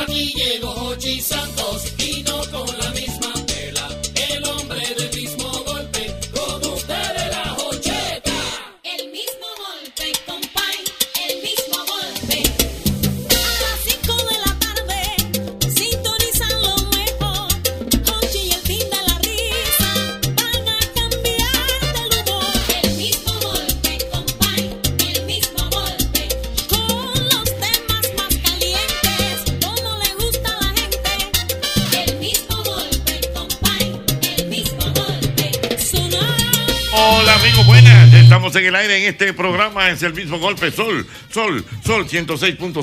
Aquí llegó Jochi Santos y no con la misma pela. El hombre del mismo golpe, con ustedes la Jocheta. El mismo golpe, compay, el mismo golpe. A las 5 de la tarde, sintonizan lo mejor. Jochi y el fin de la risa van a cambiar de humor. El mismo golpe, compay, el mismo golpe. Con los temas más calientes, como le gusta a la gente. El mismo golpe, compay, el mismo golpe. Sonora. Hola amigos, buenas. Estamos en el aire en este programa. Es el mismo golpe. Sol 106.5,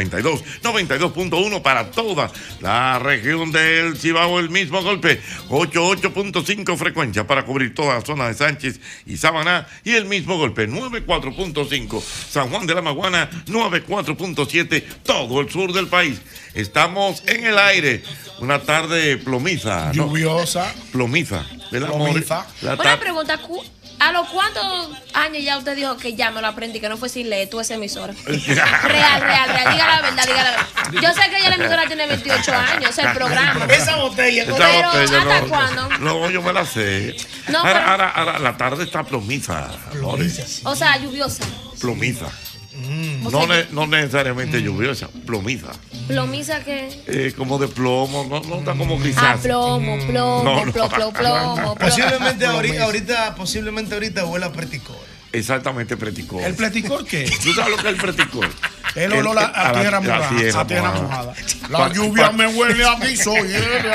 92.1 para toda la región del Cibao. El mismo golpe, 88.5 frecuencia para cubrir toda la zona de Sánchez y Samaná. Y el mismo golpe, 94.5 San Juan de la Maguana, 94.7 todo el sur del país. Estamos en el aire. Una tarde plomiza, ¿no? Lluviosa. Plomiza. ¿Verdad, amor? Plomiza. La Una tar- pregunta, ¿a los cuántos años ya usted dijo que ya me lo aprendí, que no fue sin leer tú esa emisora? Real. Diga la verdad. Yo sé que ya la emisora tiene 28 años, es el programa. Esa botella. Esa Pero, botella, ¿hasta no, cuándo? No, yo me la sé. No, ahora, la tarde está plomiza, amores. O sea, lluviosa. Plomiza. O No, sea, no necesariamente lluviosa, plomiza. ¿Plomiza qué? Como de plomo, no está como Ah, grisácea. plomo. No. Posiblemente ahorita huele a preticor. Exactamente, preticor. ¿El pleticor qué? ¿Tú sabes lo que es el preticor? El olor a tierra mojada. A tierra mojada. La lluvia me huele a mí, soy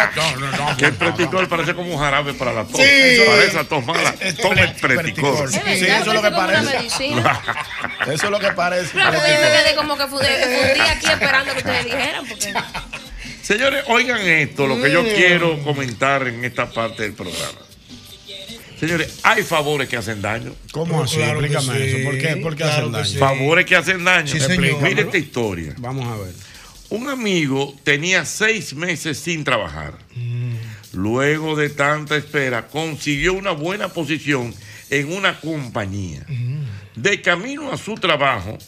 Que el preticor parece como un jarabe para la tos. Sí. Para esa tos mala, toma el preticor. Sí, Es eso es lo que como una parece. medicina. Eso es lo que parece. Claro, porque yo me quedé como que fundí aquí esperando que ustedes dijeran. Porque... Señores, oigan esto, lo que yo quiero comentar en esta parte del programa. Señores, hay favores que hacen daño. ¿Cómo así? Claro que Explícame sí, eso. ¿Por qué? ¿Por qué claro hacen que daño? sí. Favores que hacen daño. Sí, señor. Mire esta historia. Vamos a ver. Un amigo tenía 6 meses sin trabajar. Luego de tanta espera, consiguió una buena posición en una compañía. De camino a su trabajo,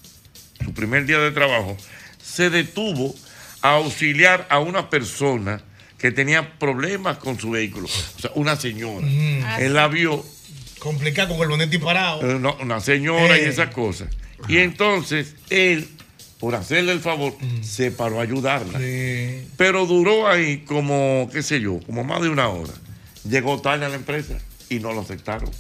su primer día de trabajo, se detuvo a auxiliar a una persona que tenía problemas con su vehículo. O sea, una señora. Él la vio, Complicado con el bonete parado. una señora y esas cosas. Y entonces él, por hacerle el favor, se paró a ayudarla. Sí. Pero duró ahí como, qué sé yo, como más de una hora. Llegó tarde a la empresa y no lo aceptaron.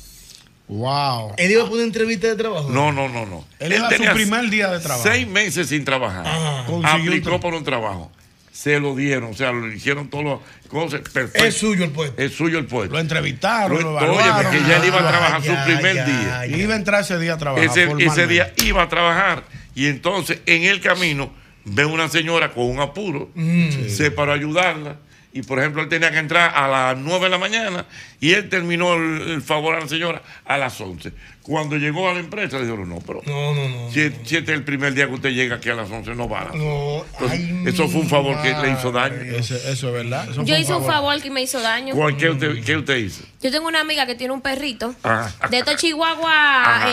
Wow. ¿Él iba a poner entrevista de trabajo? No. Él era su tenía primer día de trabajo. 6 meses sin trabajar. Consiguió Aplicó un por un trabajo. Se lo dieron, o sea, lo hicieron todas las cosas perfectas. Es suyo el puesto. Es suyo el puesto. Lo entrevistaron, lo Oye, evaluaron. porque ya él iba a trabajar ya, su primer ya, día. ya. Iba a entrar ese día a trabajar. Ese día iba a trabajar y entonces en el camino ve una señora con un apuro, se paró a ayudarla y por ejemplo él tenía que entrar a las 9 de la mañana y él terminó el favor a la señora a las 11. Cuando llegó a la empresa le dijeron, no, pero No. si este es el primer día que usted llega aquí a las 11, no va a las 11. No. Entonces, Ay, eso fue un favor que le hizo madre. daño. Eso es verdad. Eso Yo fue hice un favor que me hizo daño. ¿Qué usted hizo? Yo tengo una amiga que tiene un perrito Ajá. de estos chihuahuas. Ajá.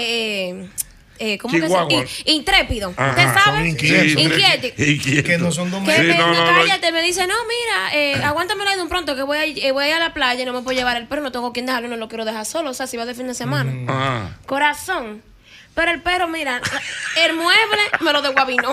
¿Cómo que se Chihuahua. Intrépido. Ajá. ¿Usted Son sabe? inquietos. Inquietos. Que no son Que domésticos. me cállate, me dice, no, mira, aguántame de un pronto que voy a ir a la playa, no me puedo llevar el perro, no tengo quien dejarlo, no lo quiero dejar solo, o sea, si va de fin de semana. Ajá. Corazón. Pero el perro, mira, el mueble me lo desguabinó.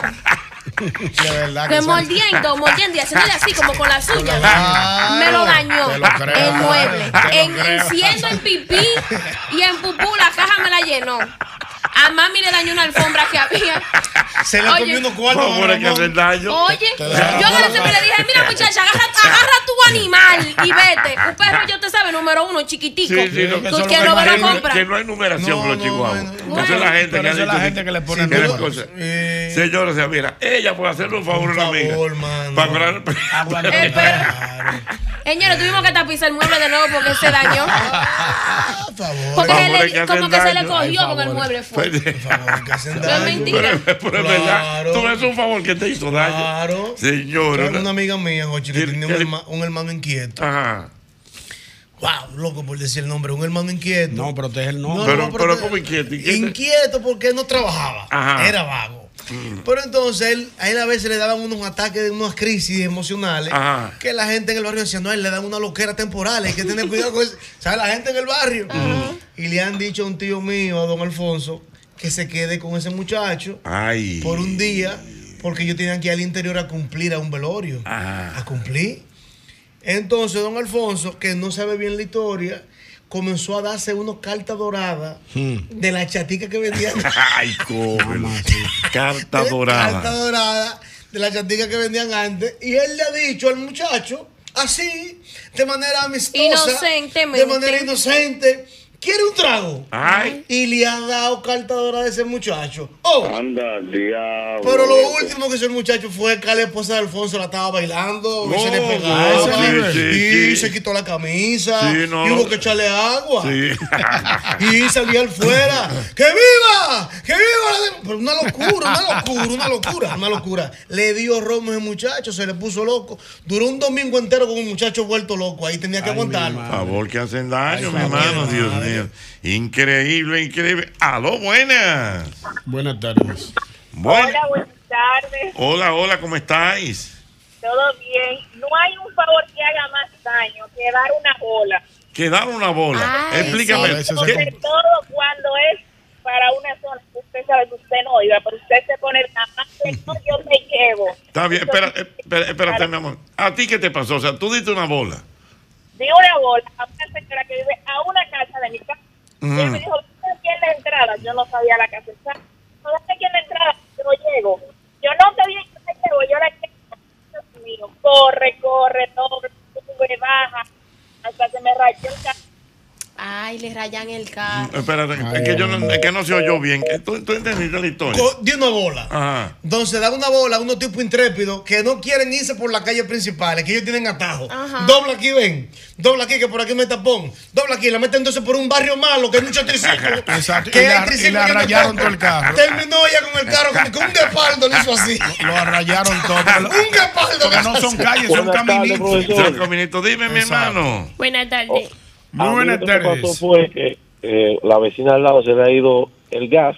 De verdad Que sí. mordiendo, y haciéndole así como con las uñas. Claro. Me lo dañó Te lo creo, el mueble. te lo creo. Siendo en pipí y en pupú, la caja me la llenó. A mami le dañó una alfombra que había. Se le comió unos cuartos. Favores que hacen daño. Oye, yo ahora siempre le dije, mira muchacha, agarra tu animal y vete. Un perro, yo te sabe, número 1, chiquitico. Sí, no, que ¿Tú eso quién es lo lo que van a pasa, comprar? Que no hay numeración con los chihuahuas. Esa es la gente Pero que ha esa es la dicho gente que le pone que las números. cosas. Señores, mira, ella por hacerle un favor a una amiga. mano. Para comprar El perro. Señores, tuvimos que tapizar el mueble de nuevo porque se dañó. Porque Favores que como hacen que se le daño. cogió con el mueble fue. Favor, que hacen No es daño. mentira. Pero es verdad, Claro. tú ves un favor que te hizo daño. Claro. Señor. Tengo una amiga mía, Jochi, que ¿Qué- tenía qué- un hermano inquieto. Ajá. Wow, loco por decir el nombre. Un hermano inquieto. No, protege el No, nombre. Pero pero como inquieto. Inquieto porque no trabajaba. Ajá. Era vago. Pero entonces a él a veces le daban unos ataques de unas crisis emocionales. Que la gente en el barrio decía, no, a él le dan una loquera temporal, hay que tener cuidado con eso. ¿Sabe? La gente en el barrio. Y le han dicho a un tío mío, a don Alfonso, que se quede con ese muchacho por un día, porque ellos tenían que ir al interior a cumplir a un velorio. A cumplir. Entonces don Alfonso, que no sabe bien la historia, comenzó a darse unos cartas doradas de la chatica que vendían. Ay, cómo. Carta dorada. Carta dorada de la chatica que vendían antes. Y él le ha dicho al muchacho, así, de manera amistosa. Inocentemente. De manera inocente. ¿Quiere un trago? Ay. Y le ha dado carta dorada a ese muchacho. Anda, diablo. Pero lo último que hizo el muchacho fue que la esposa de Alfonso la estaba bailando. Y se le pegaba. Y se quitó la camisa. Y hubo que echarle agua. Y salía al fuera. ¡Que viva! ¡Que viva! Pero una locura. Le dio romo a ese muchacho, se le puso loco. Duró un domingo entero con un muchacho vuelto loco. Ahí tenía que aguantarlo. Por favor, que hacen daño, mi hermano, Dios mío. Increíble. Aló, buenas. Buenas tardes. Hola, buenas tardes. Hola, ¿cómo estáis? Todo bien. No hay un favor que haga más daño que dar una bola. Que dar una bola. Explícame. Sobre todo cuando es para una zona que usted sabe que usted no iba, pero usted se pone la más no, yo te llevo. Está bien, espérate, mi amor. ¿A ti qué te pasó? O sea, tú diste una bola. Di una bola a una señora que vive a una casa de mi casa. Y él me dijo, ¿dónde aquí en la entrada? Yo no sabía la casa. ¿Dónde aquí en la entrada? Yo no llego. Yo no te dije que te llego, yo la llego. Dios mío, corre, doble, sube, baja, hasta se me rayó el carro. Ay, le rayan el carro. Espérate, es que no se oyó bien. ¿Tú entendiste la historia? Di una bola. Entonces da una bola a unos tipos intrépidos que no quieren irse por las calles principales, que ellos tienen atajo. Dobla aquí, ven. Dobla aquí, que por aquí me tapón. Dobla aquí, la meten entonces por un barrio malo, que hay muchos triciclos. Exacto. Y le rayaron todo el carro. Terminó ella con el carro, con un guepardo le hizo así. Lo arrayaron todo. Un guepardo. Porque no son calles, son caminitos. Son caminitos. Dime, mi hermano. Buenas tardes. Muy buenas tardes. Lo que pasó fue que la vecina al lado se le ha ido el gas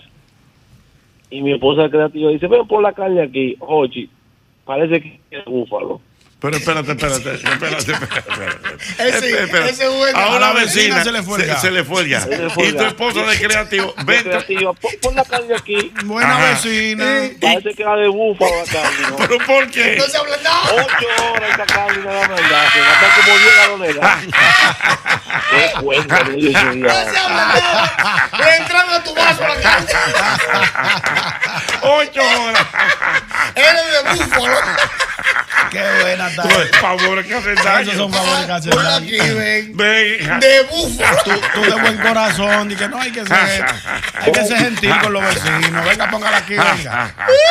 y mi esposa creativa dice, ven por la calle aquí, Jochi, parece que es búfalo. Pero espérate. Ese bueno. A una vecina se le fue el gas. Se le fue el gas. Y tu esposa de creativo, vente. Por la calle aquí. Buena vecina. Parece que era de búfalo la calle, ¿no? ¿Pero por qué? No se habla nada. 8 horas esta calle nada más. Se matan como 10 galoneras. Qué cuenta, No se habla nada. Le entrando a tu vaso a la calle. 8 horas. Eres de búfalo. Qué buena tarde. Favores que hacen daño. Esos son favores que hacen Por daño. aquí, ven. Ven. De búfalo. Tú de buen corazón, y que no hay que ser gentil con los vecinos. Venga, póngala aquí, venga.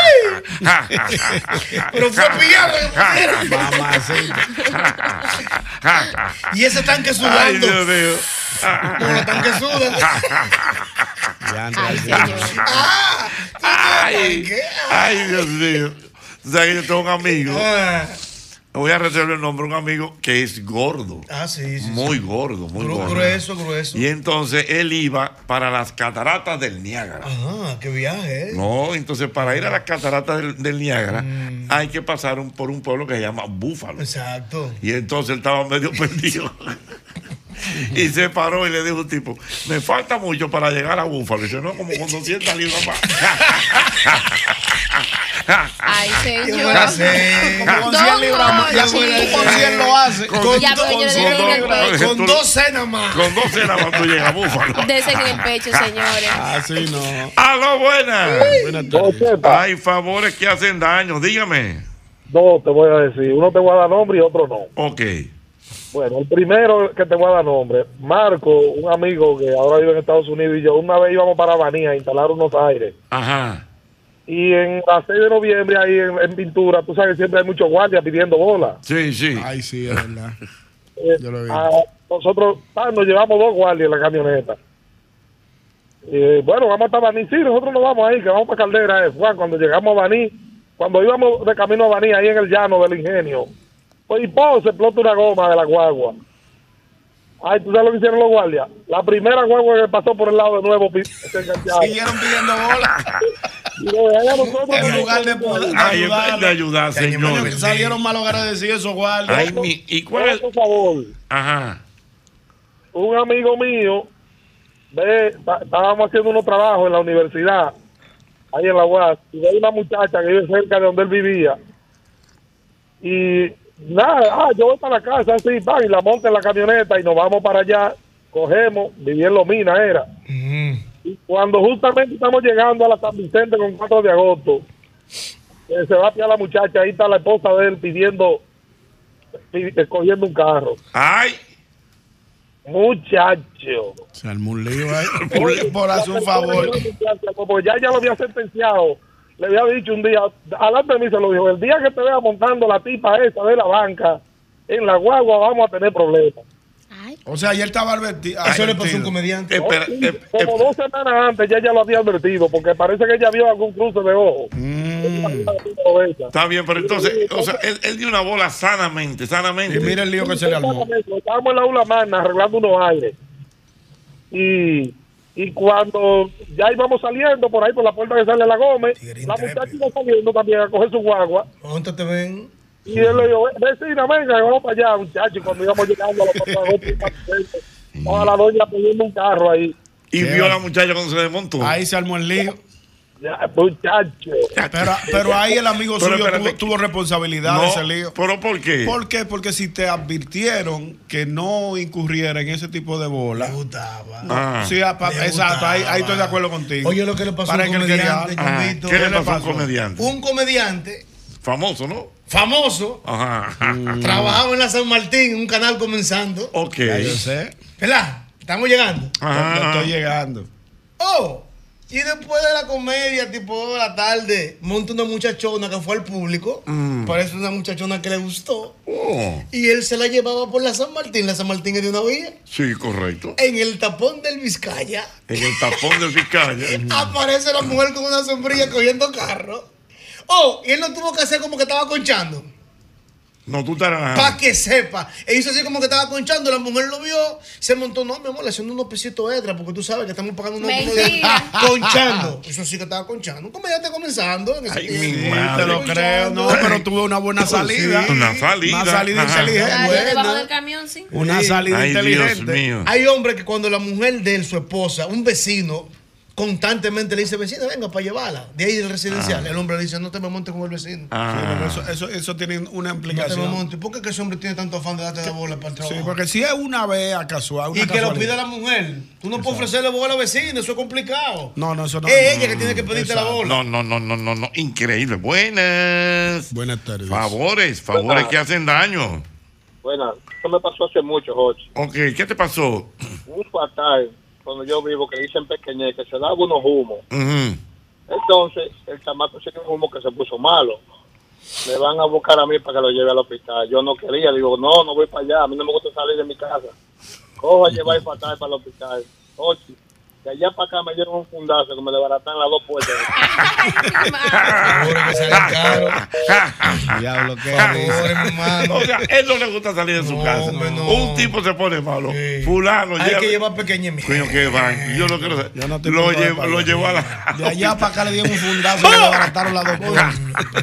Pero fue pillado. Mamacita. Y ese tanque Ay, sudando. Dios mío. Como los tanques sudan. Ay, señor. Ay, Dios mío. Tú sabes que yo tengo un amigo. Voy a reservar el nombre, un amigo que es gordo. Sí. Muy gordo, muy gordo. Grueso. Y entonces él iba para las cataratas del Niágara. Qué viaje, No, entonces para ir a las cataratas del Niágara hay que pasar por un pueblo que se llama Búfalo. Exacto. Y entonces él estaba medio perdido. Y se paró y le dijo un tipo, me falta mucho para llegar a Búfalo. Y dice, no, como con 200 libras más. Ay, señor. Como con 100 libras más. Ya con 100 lo hace. Con 2 cenas más. Con 2 cenas más tú llegas a Búfalo. Desen en el pecho, señores. Así no. ¡Aló, buenas! Buenas tardes. Hay favores que hacen daño, dígame. Dos te voy a decir, uno te voy a dar nombre y otro no. Ok. Bueno, el primero que te voy a dar nombre, Marco, un amigo que ahora vive en Estados Unidos, y yo una vez íbamos para Baní a instalar unos aires. Ajá. Y en la 6 de noviembre ahí en Pintura, tú sabes que siempre hay muchos guardias pidiendo bolas. Sí. Ay, sí, es verdad. Yo lo vi. Nosotros nos llevamos 2 guardias en la camioneta. Bueno, vamos hasta Baní. Sí, nosotros nos vamos ahí, que vamos para Caldera. Juan, cuando llegamos a Baní, cuando íbamos de camino a Baní, ahí en el llano del Ingenio, pues y se explota una goma de la guagua. Ay, ¿tú sabes lo que hicieron los guardias? La primera guagua que pasó por el lado de nuevo se engancharon. Siguieron pidiendo bola. En lugar de poder ayudar, señores. Salieron malos agradecidos esos guardias. ¿Y cuál es? Por favor. Ajá. Un amigo mío, estábamos haciendo unos trabajos en la universidad, ahí en la UAS, y ve una muchacha que vive cerca de donde él vivía. Y nada, yo voy para la casa, así, y la monta en la camioneta y nos vamos para allá, cogemos, vivía en Lomina era. Y cuando justamente estamos llegando a la San Vicente con 4 de agosto, se va a pillar la muchacha, ahí está la esposa de él cogiendo un carro. ¡Ay! Muchacho. Se armó un lío ahí. Por hacer un favor. Porque ya lo había sentenciado. Le había dicho un día, adelante de mí se lo dijo, el día que te vea montando la tipa esa de la banca en la guagua vamos a tener problemas. O sea, ayer estaba advertido. Eso le pasó a un comediante. Como 2 semanas antes ya lo había advertido, porque parece que ella vio algún cruce de ojo. Está bien, pero entonces, o sea, él dio una bola sanamente. Y mira el lío que se le armó. Estábamos en la aula magna arreglando unos aires. Y cuando ya íbamos saliendo por ahí por la puerta que sale a la Gómez, la muchacha iba saliendo también a coger su guagua. ¿Dónde te ven? Y él le dijo, vecina, venga, vamos para allá, muchachos. Cuando íbamos llegando a la la doña pidiendo un carro ahí. Y vio a la muchacha cuando se desmontó. Ahí se armó el lío. Ya, muchacho. Pero ahí el amigo suyo tuvo responsabilidad de ese lío. ¿Pero por qué? ¿Por qué? Porque si te advirtieron que no incurriera en ese tipo de bola. Le gustaba. Sí, exacto, ahí estoy de acuerdo contigo. Oye, lo que le pasó a un comediante, ¿Qué le pasó a un comediante? Un comediante famoso, ¿no? Famoso. Trabajaba en la San Martín, un canal comenzando. Ok. Ya yo sé. ¿Verdad? Estamos llegando. Estoy llegando. Y después de la comedia, tipo 2 de la tarde, monta una muchachona que fue al público. Parece una muchachona que le gustó. Y él se la llevaba por la San Martín. La San Martín es de una vía. Sí, correcto. En el tapón del Vizcaya. En el tapón del Vizcaya. Aparece la mujer con una sombrilla cogiendo carro. Y él no tuvo que hacer como que estaba conchando. No, tú estás relajando. Para que sepa. Él hizo así como que estaba conchando. La mujer lo vio. Se montó. No, mi amor, le haciendo unos pesitos extra. Porque tú sabes que estamos pagando unos conchando. Eso sí que estaba conchando. Un comediante comenzando. Ay, mi madre. Te lo creo. No, pero tuvo una buena salida. Sí, una salida. Una salida inteligente. Debajo del camión, sí. Una salida inteligente. Dios mío. Hay hombres que cuando la mujer de él, su esposa, un vecino, constantemente le dice, vecina, venga para llevarla. De ahí del residencial. El hombre le dice, no te me montes con el vecino. Eso tiene una implicación. No te me montes. ¿Por qué ese hombre tiene tanto afán de darte la bola para el trabajo? Sí, porque si es una vez a casual. Y que lo pida la mujer. Tú no puedes ofrecerle bola a la vecina, eso es complicado. No, eso no. Es ella que tiene que pedirte la bola. No. Increíble. Buenas tardes. Favores que hacen daño. Bueno, eso me pasó hace mucho, Jorge. Ok, ¿qué te pasó? Un fatal. Cuando yo vivo, que dicen pequeñez, que se daba unos humos. Entonces, el chamaco se dio un humo que se puso malo. Me van a buscar a mí para que lo lleve al hospital. Yo no quería, digo, no voy para allá. A mí no me gusta salir de mi casa. Cojo a llevar el fatal para el hospital. Oye, de allá para acá me dieron un fundazo que me desbaratan las 2 puertas. Seguro que sale caro. Diablo, qué O sea, él no le gusta salir de su casa. Un tipo se pone malo. Fulano. Hay que llevar pequeño. Coño, que van. Yo no quiero saber. Lo llevó a la. De allá para acá le dieron un fundazo y le desbarataron las 2 puertas.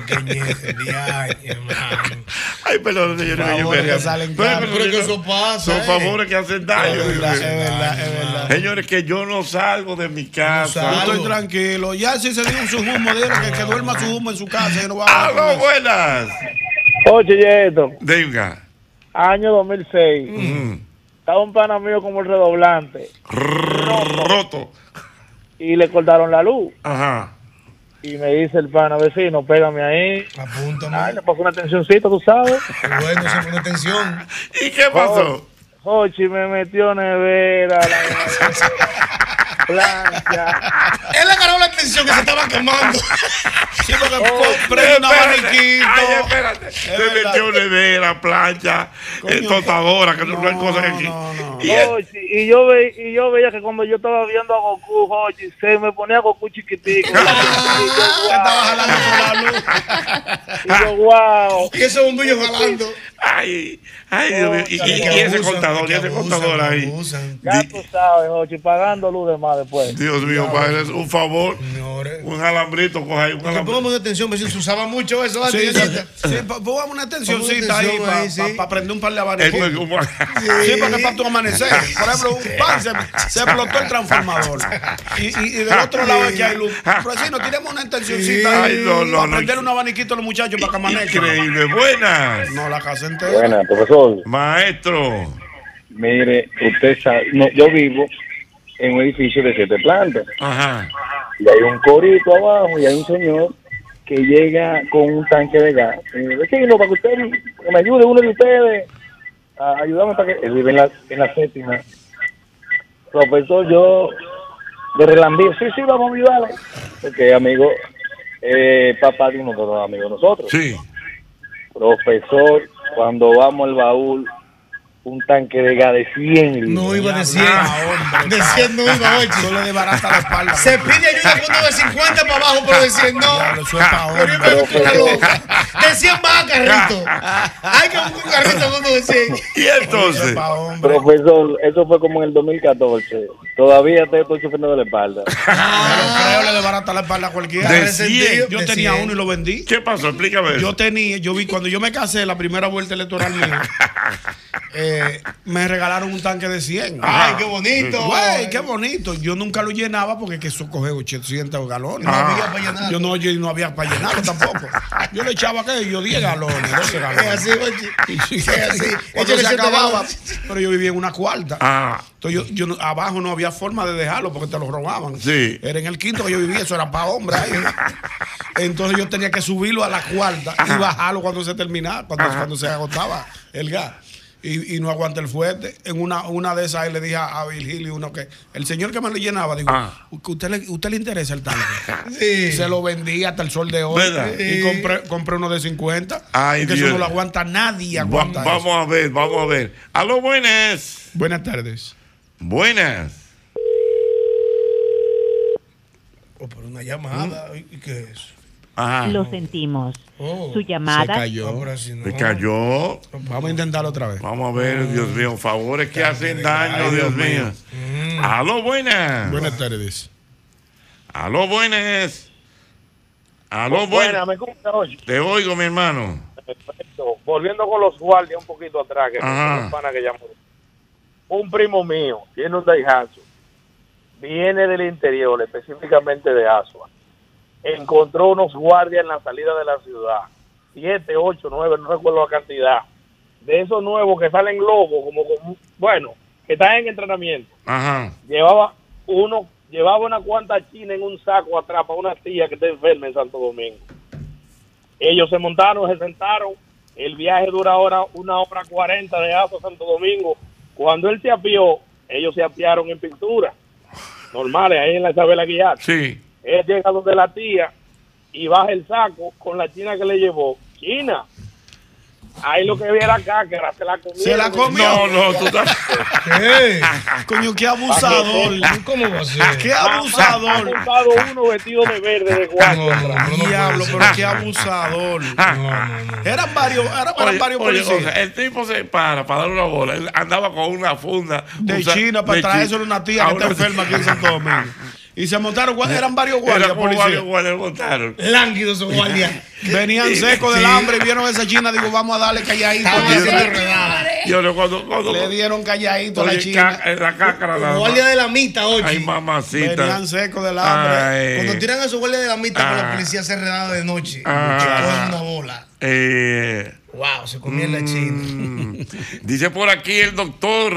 Ay, perdón, señores. Pero que eso pasa. Son favores que hacen daño. Es verdad. Señores, que yo no salgo de mi casa. Yo estoy tranquilo. Ya si se dio su humo, dile que duerma su humo en su casa. Y no va a ¡Aló, buenas! Oye, Yeto. Venga. Año 2006. Estaba un pana mío como el redoblante. Roto. Y le cortaron la luz. Ajá. Y me dice el pana, vecino, pégame ahí. Apúntame. Ay, le pasó una tensioncita, tú sabes. Bueno, se pone tensión. ¿Y qué pasó? Jochi me metió nevera, plancha. Él le agarró la atención que se estaba quemando. Sí, porque prende un abaniquito. Ay, espérate. Se metió nevera, plancha, tostadora, que no hay cosas aquí. Y yo veía que cuando yo estaba viendo a Goku, Jochi, se me ponía Goku chiquitico. Estaba jalando por la luz. Y yo, wow. Y ese bombillo jalando. Ay, Dios mío. Y ese contador ahí. Ya tú sabes, Jochi, pagando luz de más después. Dios mío, padre, un favor. Un alambrito, coja ahí. Pongamos una atención, pues se usaba mucho eso antes. Pongamos una atencióncita ahí para prender un par de abanicos. Sí, para tu amanecer. Por ejemplo, un pan se explotó el transformador. Y del otro lado es que hay luz. Pero si no tenemos una intencióncita ahí para prender un abaniquito a los muchachos para que amanezcan. Increíble, buenas. No, la casa entera. Buenas, profesor. Maestro. Mire, usted sabe, yo vivo en un edificio de 7 plantas. Ajá. Y hay un corito abajo y hay un señor que llega con un tanque de gas. Vecino, para que usted me ayude, uno de ustedes, a ayudarme para que... Él vive en la 7ª. Profesor, yo de relambío, sí, vamos a ayudarle. Porque amigo, papá de uno de los amigos de nosotros. Sí. Profesor, cuando vamos al baúl, un tanque de gas de 100 litros. No iba de 100. De 100 no iba, oye. Solo le barata la espalda. Se pide ayuda con uno de 50 para abajo, pero de 100 no. Eso es pa' hombre. De 100 va carrito. Hay que buscar un carrito con uno de 100. Y entonces, profesor, eso fue como en el 2014. Todavía estoy sufriendo de la espalda. Creo le desbarata la espalda a cualquiera. De 100. Yo tenía uno y lo vendí. ¿qué pasó? Explícame eso. Yo vi cuando yo me casé la primera vuelta electoral mía. Me regalaron un tanque de 100. Ay, qué bonito. Güey, qué bonito. Yo nunca lo llenaba porque que eso coge 800 galones. No había para llenarlo. Yo no había para llenarlo tampoco. Yo le echaba, ¿qué? Yo 10 galones, 12 galones. Es así, oye. Sí, así. Cuando se acababa, pero yo vivía en una cuarta. Entonces yo abajo no había forma de dejarlo porque te lo robaban. Sí. Era en el quinto que yo vivía, eso era para hombres. Entonces yo tenía que subirlo a la cuarta y bajarlo cuando se terminaba, cuando se agotaba el gas. Y no aguanta el fuerte. En una de esas le dije a Virgilio, que el señor que me lo llenaba, digo, ¿usted le interesa el tanque? Sí. Se lo vendí hasta el sol de hoy. ¿verdad? Y compré uno de 50. Ay, que Dios. eso no lo aguanta nadie. Aguanta eso. Vamos a ver. Aló, buenas. Buenas tardes. Buenas. Por una llamada. ¿Y qué es eso? Ajá. Lo sentimos. Su llamada Se cayó. Se cayó. Vamos a intentarlo otra vez. Vamos a ver, Dios mío, favores que hacen daño, Dios mío. Aló, buenas. Buenas tardes. Aló, buenas. Aló, buenas. ¿Me escucha, Jochi? Te oigo, mi hermano. Perfecto. Volviendo con los guardias un poquito atrás, que Ajá. pana que llamó. Un primo mío tiene un Daihatsu. Viene del interior, específicamente de Asua. Encontró unos guardias en la salida de la ciudad. 7, 8, 9, no recuerdo la cantidad. De esos nuevos que salen lobos, que están en entrenamiento. Ajá. Llevaba una cuanta china en un saco atrás para una tía que está enferma en Santo Domingo. Ellos se montaron, se sentaron. El viaje dura ahora 1:40 de Asua a Santo Domingo. Cuando él se apió, ellos se apiaron en pintura. Normales, ahí en la Isabel Aguilar. Sí. Él llega donde la tía y baja el saco con la china que le llevó. China. Ahí lo que vi era cácara, se la comió. ¿Se la comió? No, tú estás... ¿Qué? Coño, qué abusador. ¿Cómo va a ser? Qué abusador. Ha montado uno vestido de verde de guardia. Diablo, pero qué abusador. Eran varios policías. O sea, el tipo se para darle una bola. Él andaba con una funda De China para traérselo a una tía que está enferma aquí en Santo Domingo. Y se montaron, eran varios guardias. Eran varios guardias montaron. Lánguidos esos guardias. Venían secos del hambre y vieron a esa china. Digo, vamos a darle calladito. Cuando le dieron calladito a la china. La cácara. Guardia de la mitad, oye. Ay, mamacita. Venían secos del hambre. Ay. Cuando tiran a esos guardias de la mitad con la policía se redada de noche. Cogen una bola. Wow, se comía la china. Dice por aquí el doctor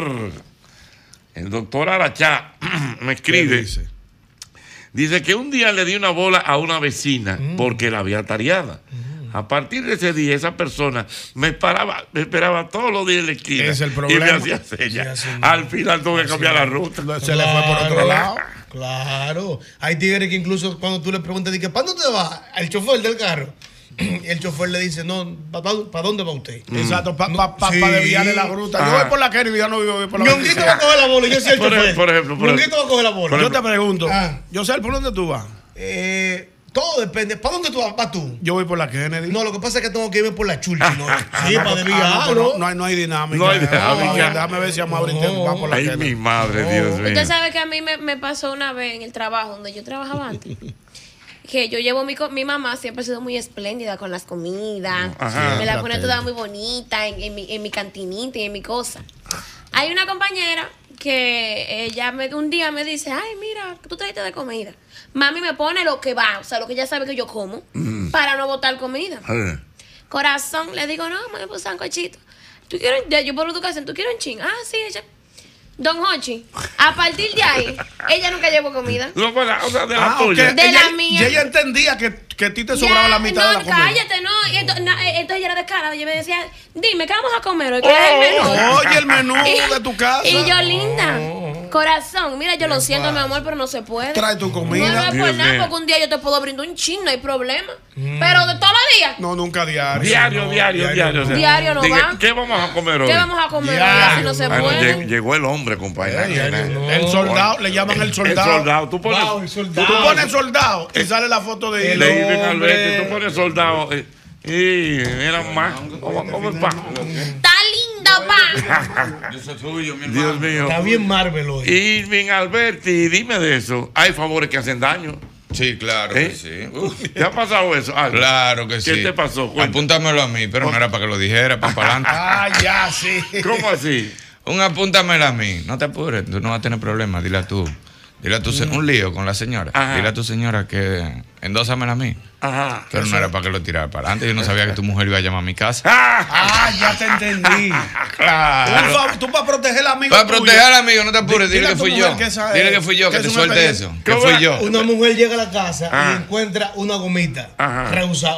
Arachá, me escribe. Dice que un día le di una bola a una vecina porque la había tareada. A partir de ese día, esa persona me esperaba todos los días en la esquina. Es el problema. Y me hacía señas. Al final tuve que cambiar la ruta. Se le fue por otro lado. Claro. Hay tigres que incluso cuando tú le preguntas, ¿para dónde te vas? Al chofer del carro. El chofer le dice, no, ¿para dónde va usted? Exacto, para desviarle la ruta. Yo voy por la Kennedy, yo no vivo por la Ñonguito va a coger la bola, yo soy el chofer. Por ejemplo. Ñonguito va a coger la bola. Yo te pregunto, yo sé por dónde tú vas. Todo depende. ¿Para dónde tú vas tú? Yo voy por la Kennedy. No, lo que pasa es que tengo que irme por la Churchill. ¿no? Sí, para desviarlo. No hay dinámica. No hay dinámica. Déjame ver si a Mauri va por la Ay, Kennedy. mi madre, Dios mío. Usted sabe que a mí me pasó una vez en el trabajo donde yo trabajaba antes. Que yo llevo mi mamá siempre ha sido muy espléndida con las comidas. Ajá. Me la pone toda muy bonita en mi cantinita y en mi cosa. Hay una compañera que ella un día me dice, ay, mira, tú trajiste de comida. Mami me pone lo que va, o sea, lo que ella sabe que yo como, para no botar comida. Corazón, le digo, no, me puse sancochito. ¿Tú quieres? Yo por educación, ¿tú quieres un ching? Ah, sí, ella. Don Hochi, a partir de ahí, ella nunca llevó comida. No, o sea, de la tuya. De la mía. Y ella entendía que a ti te sobraba la mitad de la comida. Cállate, no. Y entonces ella era descarada. Ella me decía, dime, ¿qué vamos a comer hoy? ¿Cuál es el menú? Oye, el menú de tu casa. Y yo, linda, corazón, mira, yo lo siento, mi amor, pero no se puede. Trae tu comida. No es por nada, porque un día yo te puedo brindar un chin, no hay problema. Pero de todos los días. No, nunca diario. Diario. O sea, Diario no diga, va. ¿qué vamos a comer hoy? ¿Qué vamos a comer hoy? Así no se Bueno, puede. llegó el hombre, compañero. El soldado, le llaman el soldado. El soldado. Tú pones soldado y sale la foto de él. Irving Alberti, tú pones soldado. Y era más. ¿Cómo es pa? Está linda, pa. Yo soy suyo, mi hermano. Dios mío. Está bien Marvel hoy. Irving Alberti, dime de eso. Hay favores que hacen daño. Sí, claro que sí. ¿Te ha pasado eso? Claro que sí. ¿Qué te pasó? Cuenta. Apúntamelo a mí, pero no era para que lo dijera, para adelante. Ya, sí. ¿Cómo así? Apúntamelo a mí. No te apures, tú no vas a tener problemas. Dile a tú. Un lío con la señora. Ajá. Dile a tu señora que endósamela a mí. Ajá. Pero no era para que lo tirara para adelante. Yo no sabía que tu mujer iba a llamar a mi casa. Ya te entendí. Claro. Tú para proteger al amigo. Para proteger al amigo, no te apures. Dile que fui yo. Dile que fui yo, que te suelte eso. Que fui yo. Una mujer llega a la casa y encuentra una gomita rehusada.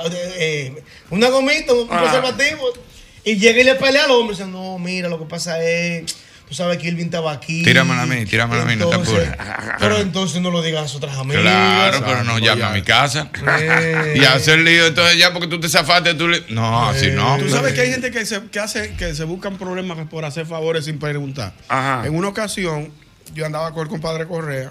Una gomita, un preservativo. Y llega y le pelea al hombre. Dice, no, mira, lo que pasa es... Tú sabes que Irving estaba aquí. Tíramela a mí, no te apures. Pero entonces no lo digas a las otras amigas. Claro, pero no llame a mi casa. Y hacer lío, entonces ya porque tú te zafaste, no, así no. Tú sabes que hay gente que se buscan problemas por hacer favores sin preguntar. En una ocasión, yo andaba con el compadre Correa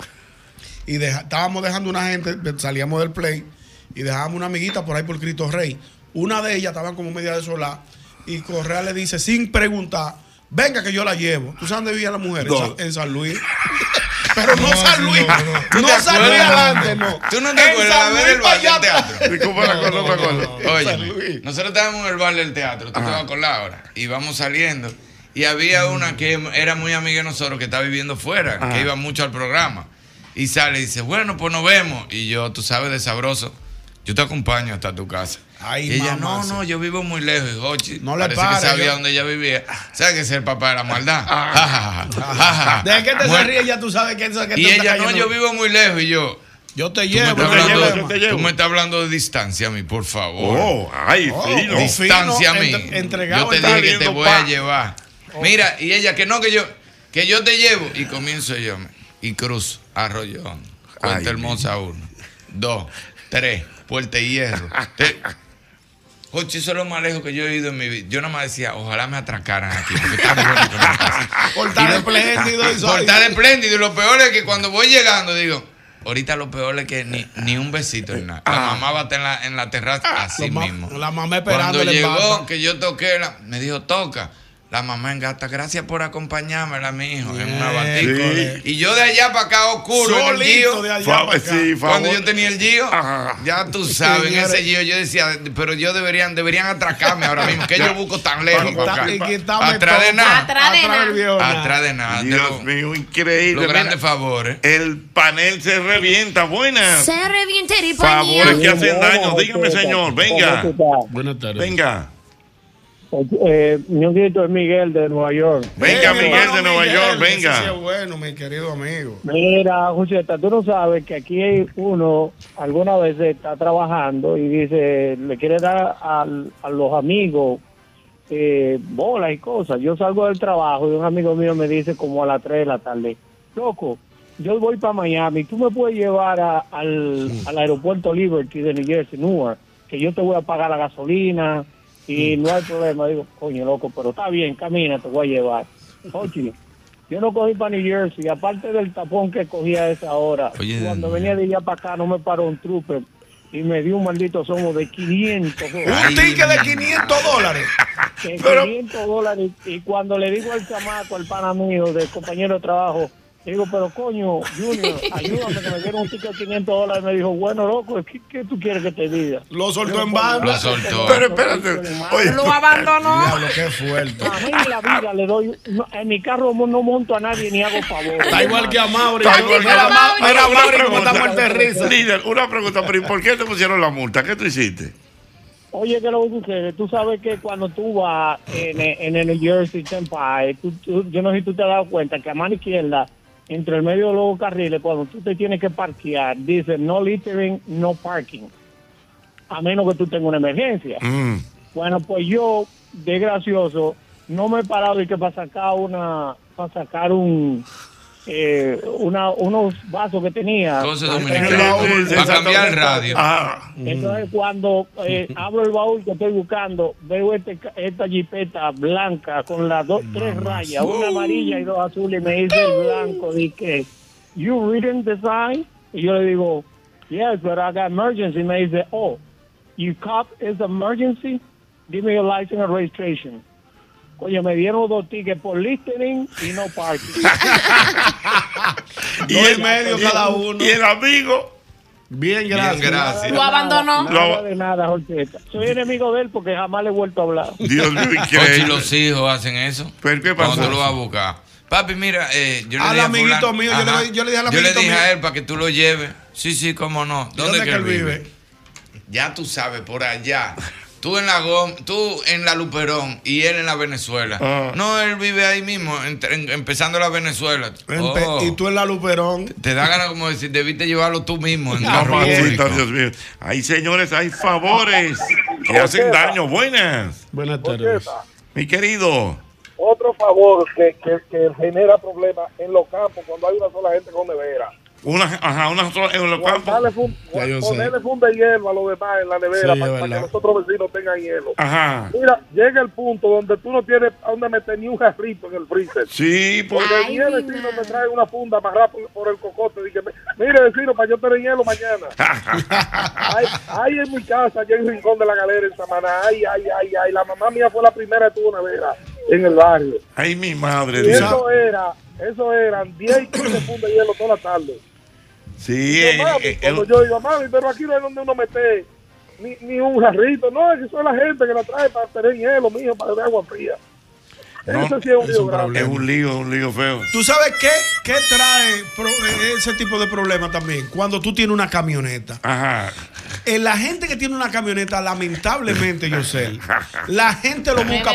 y estábamos dejando una gente, salíamos del play y dejábamos una amiguita por ahí por Cristo Rey. Una de ellas estaba como media desolada y Correa le dice sin preguntar, venga que yo la llevo. ¿Tú sabes dónde vivía la mujer? En San Luis. Pero no San Luis. No San Luis adelante, no. ¿Tú no te acuerdas de ver el bar del teatro? ¿Cómo la cosa me acuerdo? Oye, nosotros estábamos en el bar del teatro, tú te vas con Laura, y vamos saliendo. Y había una que era muy amiga de nosotros, que estaba viviendo fuera, que iba mucho al programa. Y sale y dice, bueno, pues nos vemos. Y yo, tú sabes, de sabroso, yo te acompaño hasta tu casa. Ay, y ella, mamá, no, yo vivo muy lejos. Y Jochi, no le parece pare, que sabía dónde ella vivía. ¿Sabes que es el papá de la maldad? ¿De qué te se ríe? Ya tú sabes que y ella, no, yo vivo muy lejos. Y yo te llevo. Tú me estás hablando de distancia a mí, por favor. Fino. Distancia a mí. Yo te dije que te voy a llevar. Mira, y ella, que yo te llevo. Y comienzo yo. Y cruzo, Arroyón. Cuenta Hermosa 1, 2, 3, Puerta de Hierro. Jochi, eso es lo más lejos que yo he ido en mi vida. Yo nada más decía, ojalá me atracaran aquí. Porque está bueno que me pase. Por tan espléndido. Por tan espléndido. Y lo peor es que cuando voy llegando, digo, ahorita lo peor es que ni un besito ni nada. La mamá va a estar en la terraza así mismo. La mamá esperando. Cuando llegó, que yo toqué, me dijo, toca. La mamá engata, gracias por acompañarme, mi hijo, en una batica. Sí. Y yo de allá para acá oscuro, en el Gio. Cuando yo tenía el Gio, ya tú sabes, en ese Gio yo decía, pero yo deberían atracarme ahora mismo, que yo busco tan lejos para acá. Atrás de nada. Atrás de nada. Dios mío, increíble. Los grandes favores. El panel se revienta. Buenas. Se revienta el favores que hacen daño. Dígame, señor. Venga. Buenas tardes. Venga. Mi ojito es Miguel de Nueva York. Venga, Miguel de Nueva York, venga. Ese sí es bueno, mi querido amigo. Mira, Julieta, tú no sabes que aquí uno alguna vez está trabajando y dice, le quiere dar a los amigos bolas y cosas. Yo salgo del trabajo y un amigo mío me dice como a las 3 de la tarde, loco, yo voy para Miami, tú me puedes llevar al aeropuerto Liberty de New Jersey, Newark, que yo te voy a pagar la gasolina. Y no hay problema, digo, coño, loco, pero está bien, camina, te voy a llevar. Oye, Yo no cogí para New Jersey, aparte del tapón que cogía a esa hora. Oye, cuando venía de allá para acá no me paró un trooper y me dio un maldito somo de $500. Un ticket de $500. De $500. Y cuando le digo al chamaco, al pana mío, del compañero de trabajo, digo, pero coño, Junior, ayúdame que me dieron un ticket de $500. Me dijo, bueno, loco, ¿qué tú quieres que te diga? Lo soltó en banda. Lo soltó. Pero espérate. Oye, Lo abandonó. Diablo, qué fuerte. A mí en la vida le doy, en mi carro no monto a nadie ni hago favor. Está igual que a Mauri. Está igual que a Mauri. Era Una Mauri como pregunta. está muerta de risa. Líder, una pregunta, pero ¿y por qué te pusieron la multa? ¿Qué tú hiciste? Oye, que lo que sucede, tú sabes que cuando tú vas en el New Jersey Turnpike, yo no sé si tú te has dado cuenta que a mano izquierda, entre el medio de los carriles, cuando tú te tienes que parquear, dice no littering, no parking, a menos que tú tengas una emergencia. Bueno, pues yo, de gracioso, no me he parado y que para sacar unos vasos que tenía. Entonces, para cambiar el radio. Entonces, cuando abro el baúl que estoy buscando, veo esta jipeta blanca con las tres rayas, una amarilla y dos azules, y me dice el blanco, dice, you reading the sign? Y yo le digo, yes, but I got emergency. Y me dice, oh, you cop is emergency? Give me your license and registration. Oye, me dieron 2 tickets por listening y no parking. Y el medio cada uno. Y el amigo. Bien, gracias. Lo abandonó. Nada de nada, Jorgeta. Soy enemigo de él porque jamás le he vuelto a hablar. Dios mío, increíble. Si los hijos hacen eso, ¿pero qué pasó? cuando tú lo vas a buscar. Papi, mira, yo le dije al amiguito mío, yo le dije al amiguito mío. Yo le dije a él para que tú lo lleves. Sí, cómo no. ¿Dónde que él vive? Ya tú sabes, por allá. Tú en la Luperón y él en la Venezuela. No, él vive ahí mismo, empezando la Venezuela. Y tú en la Luperón. Te da ganas como decir, debiste llevarlo tú mismo en Mamacita, Dios mío. Ahí, señores, hay favores que hacen daño. Buenas. Buenas tardes. Mi querido. Otro favor que genera problemas en los campos cuando hay una sola gente con nevera. Una sola en los campos. Ponerle funda de hielo a los demás en la nevera para que los otros vecinos tengan hielo. Ajá. Mira, llega el punto donde tú no tienes a dónde meter ni un jarrito en el freezer. Sí, porque el vecino me trae una funda amarrada por el cocote. Dije, mire, vecino, para yo tener hielo mañana. Hay en mi casa, allá en el rincón de la galera en Samaná. Ay. La mamá mía fue la primera que tuvo nevera en el barrio. Ay, mi madre. Y eso eran 10 y 15 fundas de hielo toda la tarde. Sí, cuando yo digo, mami, pero aquí no hay donde uno mete ni un jarrito. No, es que son la gente que la trae para tener hielo, mijo, para beber agua fría. No, eso sí es un lío grande. Es un lío feo. ¿Tú sabes qué trae ese tipo de problema también? Cuando tú tienes una camioneta. Ajá. La gente que tiene una camioneta, lamentablemente, Yosel, la gente lo busca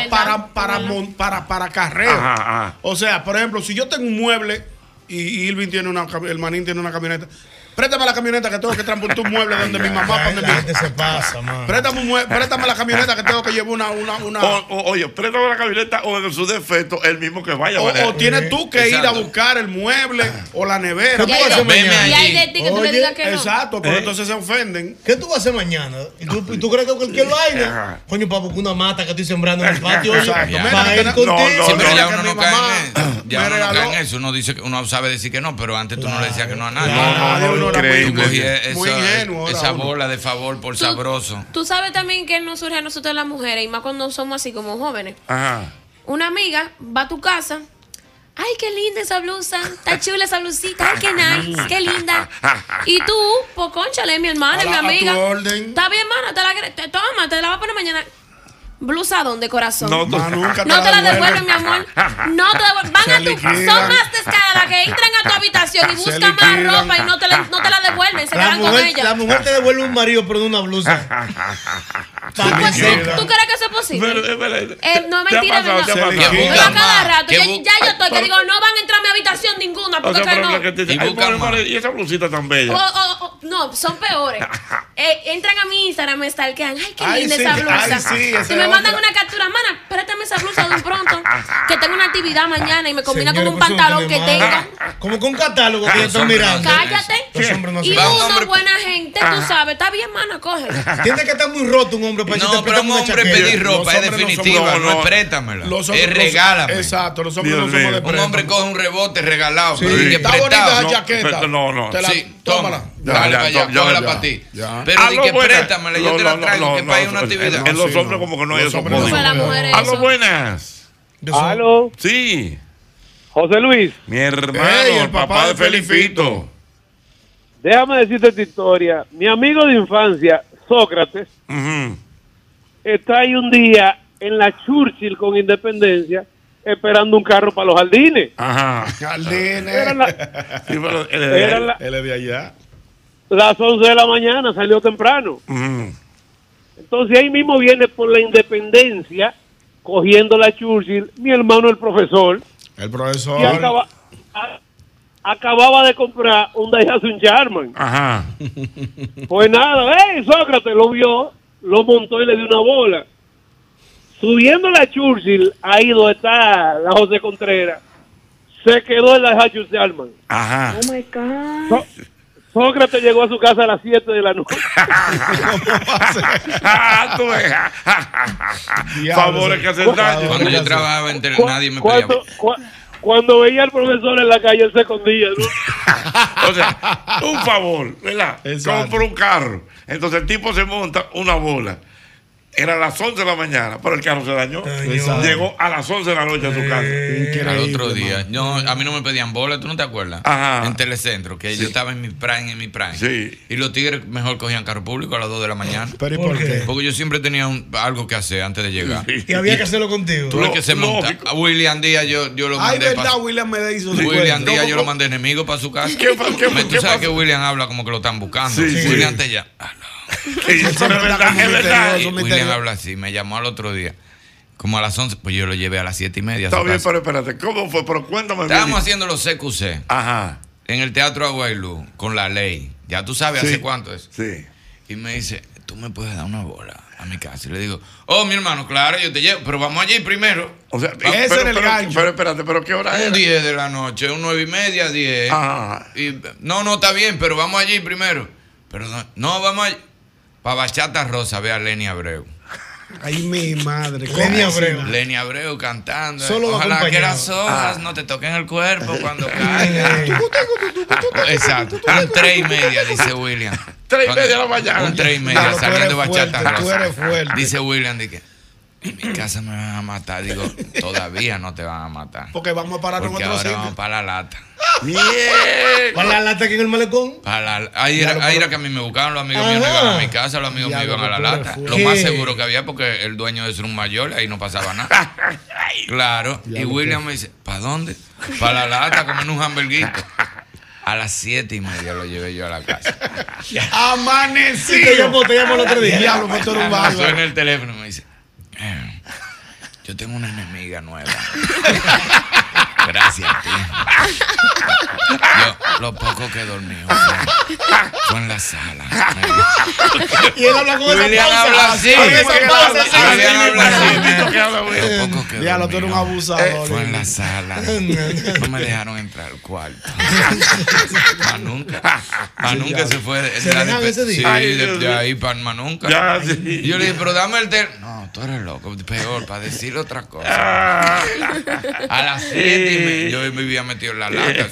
para carreo. Ajá. O sea, por ejemplo, si yo tengo un mueble y Irving el Manín tiene una camioneta, préstame la camioneta que tengo que transportar un mueble donde mi mamá. Se pasa, man. Préstame la camioneta que tengo que llevar una. Oye, préstame la camioneta o en su defecto, el mismo que vaya. O tienes tú que ir a buscar el mueble o la nevera. ¿Qué tú vas a hacer mañana? Y hay de ti que tú le digas que no. Exacto, pero entonces se ofenden. ¿Qué tú vas a hacer mañana? ¿Y tú crees que cualquier vaina? Coño, para buscar una mata que estoy sembrando en el patio. Exacto. Para ir contigo. Siempre ya uno no cae en eso. Uno dice que uno sabe decir que no, pero antes tú no le decías que no a nadie. Muy ingenuo. Esa bola de favor por sabroso. Tú sabes también que nos surge a nosotros las mujeres, y más cuando somos así como jóvenes. Ajá. Una amiga va a tu casa. Ay, qué linda esa blusa. Está chula esa blusita. Ay, qué nice. Qué linda. Y tú, pues, cónchale, mi hermana, mi amiga. Está bien, hermana. Toma, te la voy a poner mañana. ¿Blusa dónde, corazón? No te la devuelven, mi amor. No te devuelven. Son más descaradas que entran a tu habitación y buscan más ropa y no te la devuelven. Se quedan con ella. La mujer te devuelve un marido, pero no una blusa. ¿Tú crees que eso es posible? No es mentira, ¿verdad? Pero a cada rato. Ya yo estoy que digo, no van a entrar a mi habitación ninguna. Porque no. Y esa blusita tan bella. No, son peores. Entran a mi Instagram, me stalkean. Ay, qué linda esa blusa. Y me mandan una captura, mana, préstame esa blusa de un pronto, que tengo una actividad mañana y me combina con un pantalón que tenga. Como con un catálogo que ya están mirando. Cállate. Y uno, buena gente, tú sabes, está bien, mana, coge. Tiene que estar muy roto un hombre para No, pero un hombre pedir ropa es definitiva, no es préstamela. Es regálame. Exacto, los hombres no somos de préstamo. Un hombre coge un rebote regalado. Sí, pero y que está prestado. bonita esa chaqueta. No. Sí, tómala. Dale para allá, cógela para ti. Pero di que préstamela, yo te la traigo, que para ir a una actividad. En los hombres como que no hay esos códigos. A lo buenas. ¿Aló? Sí. José Luis. Mi hermano, el papá de Felipito. Déjame decirte esta historia. Mi amigo de infancia, Sócrates, está ahí un día en la Churchill con Independencia esperando un carro para los jardines. Ajá. Jardines. Él es de allá. Las 11 de la mañana, salió temprano. Entonces ahí mismo viene por la Independencia, cogiendo la Churchill, mi hermano el profesor. El profesor. Y acababa de comprar un Daihatsu Charman. Ajá. Pues nada, Sócrates lo vio, lo montó y le dio una bola. Subiendo la Churchill, ahí donde está la José Contreras, se quedó el Daihatsu Charman. Ajá. Oh my God. Sócrates llegó a su casa a las 7 de la noche. Favores que hacen daño. Cuando yo trabajaba entre nadie me pedía. Cuando veía al profesor en la calle, él se escondía, ¿no? O sea, un favor, ¿verdad? Compro un carro. Entonces el tipo se monta una bola. Era a las 11 de la mañana, pero el carro se dañó. Llegó a las 11 de la noche a su casa. Al otro día. A mí no me pedían bola, ¿tú no te acuerdas? Ajá. En Telecentro, que yo estaba en mi prime. Sí. Y los tigres mejor cogían carro público a las 2 de la mañana. ¿Pero y por qué? Porque yo siempre tenía algo que hacer antes de llegar. Y había que hacerlo contigo. Tú el que se monta. A William Díaz yo lo mandé. Ay, verdad, William me hizo su William cuento. Díaz yo lo mandé enemigo para su casa. ¿Qué Tú sabes que William habla como que lo están buscando. William te llama. Es verdad. Y William habla así, me llamó al otro día, como a las 11, pues yo lo llevé a las 7:30. Está bien, pero espérate, ¿cómo fue? Pero cuéntame. Estábamos haciendo los CQC. Ajá. En el Teatro Aguaylú, con la ley. Ya tú sabes hace cuánto es. Sí. Y me dice, ¿tú me puedes dar una bola a mi casa? Y le digo, mi hermano, claro, yo te llevo, pero vamos allí primero. O sea, ese era el gancho. Pero espérate, ¿pero qué hora era? 10 de la noche, 9:30, 10. Ajá. Y, no, está bien, pero vamos allí primero. Pero no, vamos allí. Para Bachata Rosa, ve a Lenny Abreu. Ay, mi madre. Lenny Abreu cantando. Solo ojalá que las hojas no te toquen el cuerpo cuando caigan. Exacto. 3:30, dice William. 3:30 de la mañana. Un 3:30 saliendo Bachata Rosa. Tú eres fuerte. Dice William, en mi casa me van a matar. Digo, todavía no te van a matar. Porque vamos a parar en Porque otro ahora sitio. vamos para la lata. ¿Para la lata aquí en el malecón? Ahí era que a mí me buscaban, los amigos míos no iban a mi casa, los amigos míos iban a la lata. Lo más seguro que había, porque el dueño de ser un mayor, ahí no pasaba nada. Claro. Y William me dice, ¿para dónde? Para la lata, comer un hamburguito. A las 7:30 lo llevé yo a la casa. Amanecido. Te llamó el otro día. Diablo, pues tú eres un bárbaro. Suena el teléfono y me dice, yo tengo una enemiga nueva. Gracias, tío. Yo, lo poco que dormí fue en la sala. Y él habla con William esa habla pausa. así. William habla así. Lo poco que Diablo, tú eres un abusador. fue en la sala. No me dejaron entrar al cuarto. Manunca se fue. ¿Se dejaron ese día? Sí, de ahí para Manunca. Y yo le dije, pero dame el teléfono. No, tú eres loco. Peor, para decir otra cosa. A las 7:30 yo me había metido en la lata.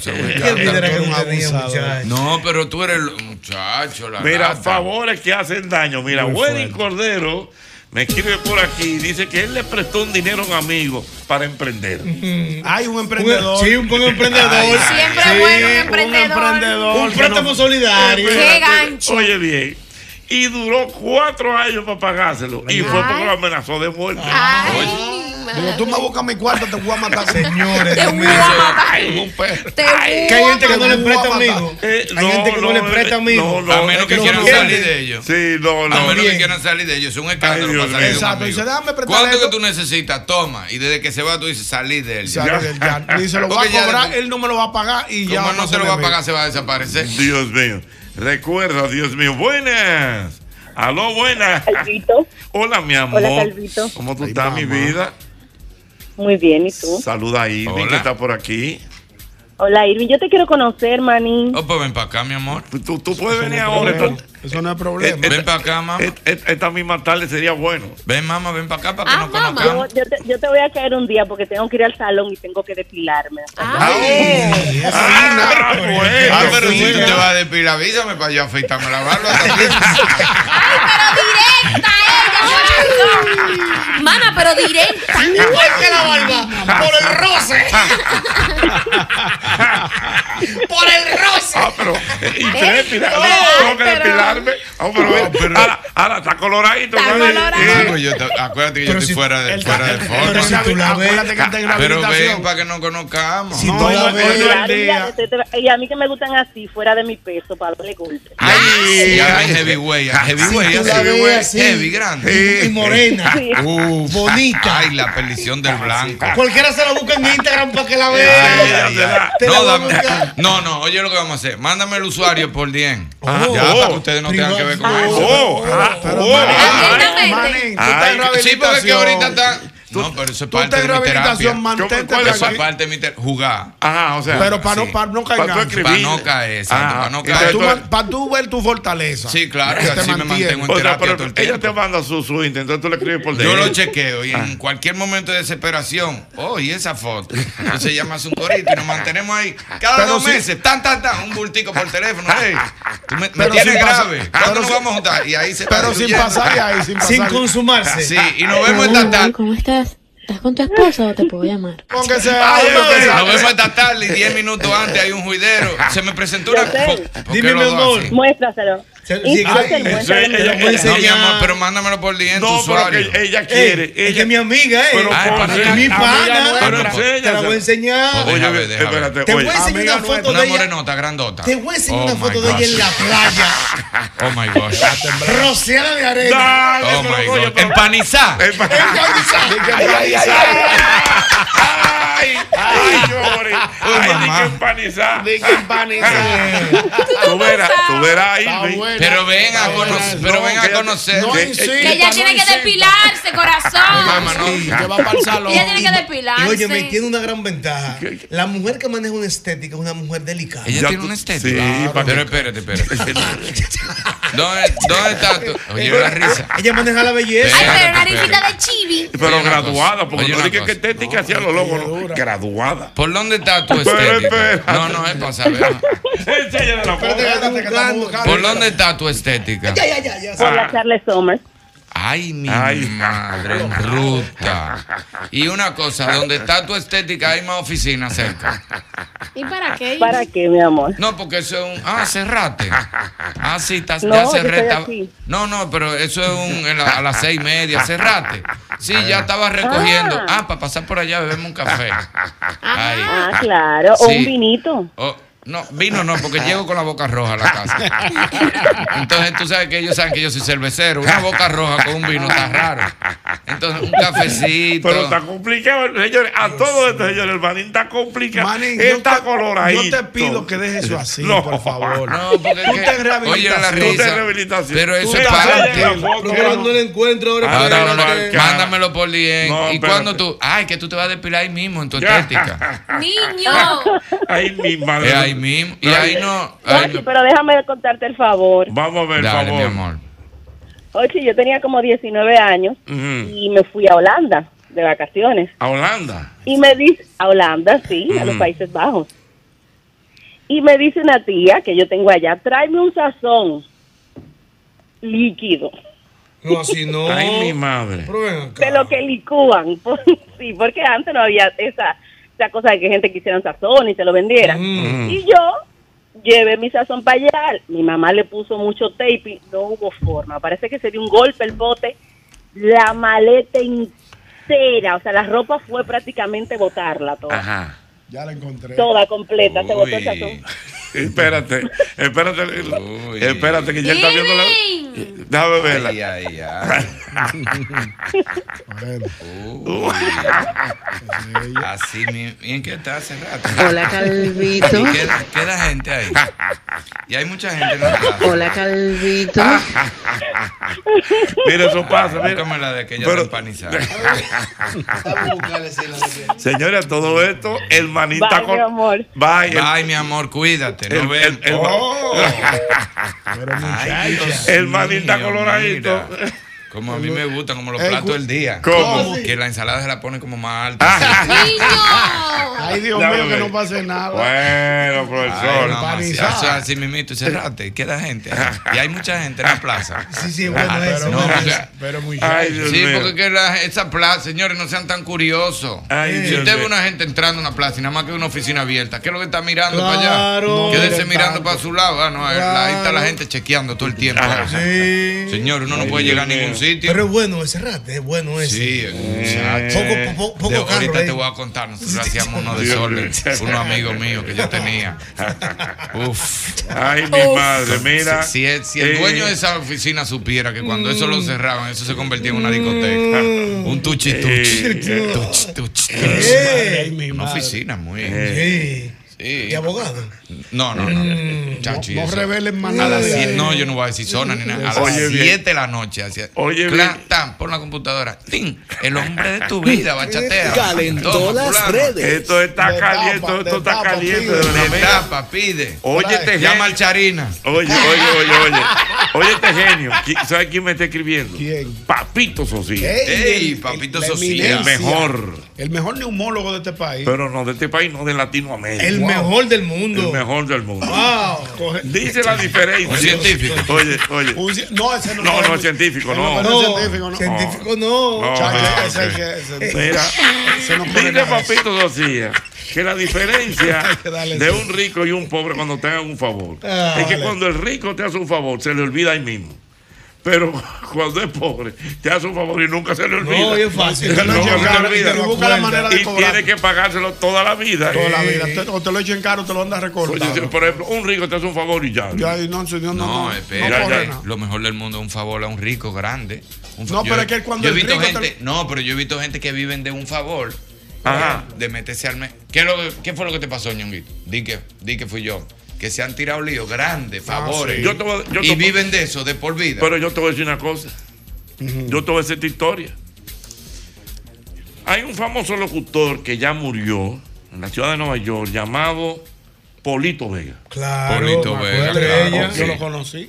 No, pero tú eres muchacho. Mira, lata. favores que hacen daño. Mira, Wendy Cordero me escribe por aquí. Dice que él le prestó un dinero a un amigo para emprender. Hay un emprendedor. Sí, un buen emprendedor. Siempre es bueno un emprendedor. Un préstamo solidario. Qué gancho. Oye bien. Y duró 4 años para pagárselo. Y fue porque lo amenazó de muerte. Digo, tú me buscas mi cuarto, te voy a matar. Señores, Te voy a matar. Que hay gente que no le presta amigos. Hay gente que no le presta amigos. A menos que quieran salir de ellos. Sí, A menos que quieran salir de ellos. Es un escándalo para salir de un Exacto. amigo. Dice, déjame prestar ¿Cuánto esto? que tú necesitas? Toma. Y desde que se va, tú dices, salí de él. Y se lo va a cobrar, él no me lo va a pagar y ya. Como no se lo va a pagar, se va a desaparecer. Dios mío. Recuerda, Dios mío. Buenas. Aló, buenas. Calvito. Hola, mi amor. Hola, Calvito. ¿Cómo tú estás, mi vida? Muy bien, ¿y tú? Saluda a Irving, que está por aquí. Hola, Irving. Yo te quiero conocer, manín. Pues ven para acá, mi amor. Tú puedes venir ahora. Eso no es problema. Ven para acá, mamá. Esta misma tarde sería bueno. Ven, mamá, ven para acá para que nos conozcamos. Yo te voy a caer un día porque tengo que ir al salón y tengo que depilarme. Pero si tú te vas a depilar, avísame para yo afeitarme la barba también. Directa ella. Mana, pero directa. Igual que la barba. Por el roce. Por el roce. Pero tengo que depilarme. Ahora está coloradito. Acuérdate que yo estoy fuera de forma. Pero ven para que nos conozcamos. Y a mí que me gustan así, fuera de mi peso, para darle golpe. Ay, heavyweight. Heavy, grande. Y morena. Bonita. Ay, la perdición del blanco. Cualquiera se la busca en Instagram para que la vea. No, oye lo que vamos a hacer. Mándame el usuario por DM. Ya, para que ustedes no tengan que ver con eso. Sí, porque es que ahorita están... No, pero eso es parte de mi terapia. Eso es parte de mi terapia. Jugar. Ajá, o sea. Pero para no caer. Para no caer, exacto. Para no caer. Para tú ver tu fortaleza. Sí, claro. Y así me mantengo en terapia todo el tiempo. Ella te manda su intento, entonces tú le escribes por dentro. Yo lo chequeo y en cualquier momento de desesperación, y esa foto. Entonces llamas un corito y nos mantenemos ahí cada 2 meses. Un bultico por teléfono. Tú me tienes grave. ¿Cuándo nos vamos a juntar? Y ahí se Pero sin pasar de ahí, sin consumarse. Sí, y nos vemos esta tarde. ¿Cómo estás? ¿Estás con tu esposa o te puedo llamar? Nos vemos esta tarde y 10 minutos antes hay un juidero. Se me presentó una... Dime, mi amor. Muéstraselo. No, mi amor, pero mándamelo por DM tu usuario. Que ella quiere. Ella es mi amiga, mi pana. Te la voy a enseñar. Espérate. Te voy a enseñar una foto de ella. Una morenota, grandota. Te voy a enseñar una foto de ella en la playa. Oh my gosh. Rociada de arena. Oh my God. Empanizada. Ay, llore. Ay, que empanizar. Tú verás, Irving. Pero ven a conocer. Que ella tiene que depilarse, corazón. Mamá, no. Que va para el salón. Ella tiene que depilarse. Y oye, me tiene una gran ventaja. La mujer que maneja una estética es una mujer delicada. Ella tiene una estética. Sí, pero espérate. ¿Dónde está tú? Oye, la risa. Ella maneja la belleza. Ay, pero una risita de chibi. Pero graduada, porque no dije que estética hacía los logos, no. Graduada. ¿Por dónde está tu estética? No, es para saber. ¿Por dónde está tu estética? Por la Charles Somers. Ay, mi madre, en ruta. Y una cosa, donde está tu estética hay más oficinas cerca. ¿Y para qué? ¿Para qué, mi amor? No, porque eso es un... cerrate. Sí, ya No, cerré. yo estoy aquí. No, pero eso es a las 6:30, cerrate. Sí, ya estaba recogiendo. Para pasar por allá, bebemos un café. Ay. Claro, o Sí. un vinito. No, vino no, porque llego con la boca roja a la casa. Entonces tú sabes que ellos saben que yo soy cervecero. Una boca roja con un vino está raro. Entonces un cafecito. Pero está complicado, señores. A todo esto, señores, el manín está complicado. Manín, está coloradito. Yo te pido que dejes eso así, por favor. No, porque tú te rehabilitación. Oye, la risa. Pero eso es parte. Pero no lo encuentro ahora. Mándamelo por DM. Y cuando tú... que tú te vas a depilar ahí mismo en tu estética. Niño. Ahí mi madre. Ahí mismo. Y ahí no... Oye, pero déjame contarte el favor. Vamos a ver, Dale, favor. mi amor. Oye, yo tenía como 19 años y me fui a Holanda de vacaciones. ¿A Holanda? Y me dice, a Holanda, sí, a los Países Bajos. Y me dice una tía que yo tengo allá, tráeme un sazón líquido. No, así no. Ay, mi madre. De lo que licúan. Sí, porque antes no había esa cosa de que gente quisiera un sazón y se lo vendiera. Y yo llevé mi sazón para allá. Mi mamá le puso mucho tape y no hubo forma. Parece que se dio un golpe el bote. La maleta entera, o sea, la ropa fue prácticamente botarla toda. Ajá. Ya la encontré. Toda completa, se botó el sazón. Espérate, que ya está viendo la... Déjame verla. Así mismo. ¿Y en qué está hace rato? Hola, Calvito. ¿Y queda gente ahí? Y hay mucha gente en la plaza. Hola, Calvito. Mira, eso pasa. Mira. Búscame la de aquella de empanizada. Señores, todo esto, el manita Bye, mi amor. Bye, mi amor, cuídate. No ven. El manita coloradito. Como a mí me gustan, como los platos del día. ¿Cómo? Que la ensalada se la pone como más alta. Ay, Dios mío, que no pase nada. Bueno, profesor. Eso es así mismito y cerrate. Queda gente. Y hay mucha gente en la plaza. Sí, bueno, eso. Pero muy sí, porque que esa plaza, señores, no sean tan curiosos. Si usted ve una gente entrando a una plaza y nada más que una oficina abierta, ¿qué es lo que está mirando para allá? Quédese mirando para su lado. Ahí está la gente chequeando todo el tiempo. Señor, uno no puede llegar a ningún sitio. Pero es bueno ese rato, es bueno ese. Sí, poco carro. Ahorita te voy a contar, nosotros hacíamos uno de Soler, unos amigos míos que yo tenía. Uf. Ay, mi madre, mira. Si el dueño de esa oficina supiera que cuando eso lo cerraban, eso se convertía en una discoteca. Un tuchi-tuchi. Una oficina muy. Sí. ¿Y abogado? No. No revelen más nada. No, yo no voy a decir zona ni nada. A las 7 de la noche. Oye, por la computadora. ¡Tin! El hombre de tu vida, bachatea. Calentó las redes. Esto está caliente, esto está caliente. De tapa, pide. Oye, este llama al Charina. Oye. Oye, este genio. ¿Sabes quién me está escribiendo? ¿Quién? Papito Socía. ¡Ey, Papito Socía! El mejor neumólogo de este país. Pero no de este país, no de Latinoamérica. El mejor del mundo. El mejor del mundo. Wow. Dice la diferencia. Un científico. Oye. No, ese no es científico, no. Científico no. Mira, dice Papito Socía que la diferencia de un rico y un pobre cuando te hagan un favor es que cuando el rico te hace un favor se le olvida ahí mismo. Pero cuando es pobre, te hace un favor y nunca se le olvida. No, es fácil. Busca la manera de cobrar. Y tiene que pagárselo toda la vida. O te lo echen caro o te lo andas recordando. Por ejemplo, un rico te hace un favor y ya. No, espera. Lo mejor del mundo es un favor a un rico grande. Pero es que cuando el rico pero yo he visto gente que viven de un favor. De meterse al mes. ¿Qué fue lo que te pasó, Ñonguito? Di que fui yo. Que se han tirado líos grandes, favores. Sí. Y viven de eso, de por vida. Pero yo te voy a decir una cosa. Yo te voy a decir esta historia. Hay un famoso locutor que ya murió en la ciudad de Nueva York llamado Polito Vega. Claro. Polito Vega. Yo lo conocí.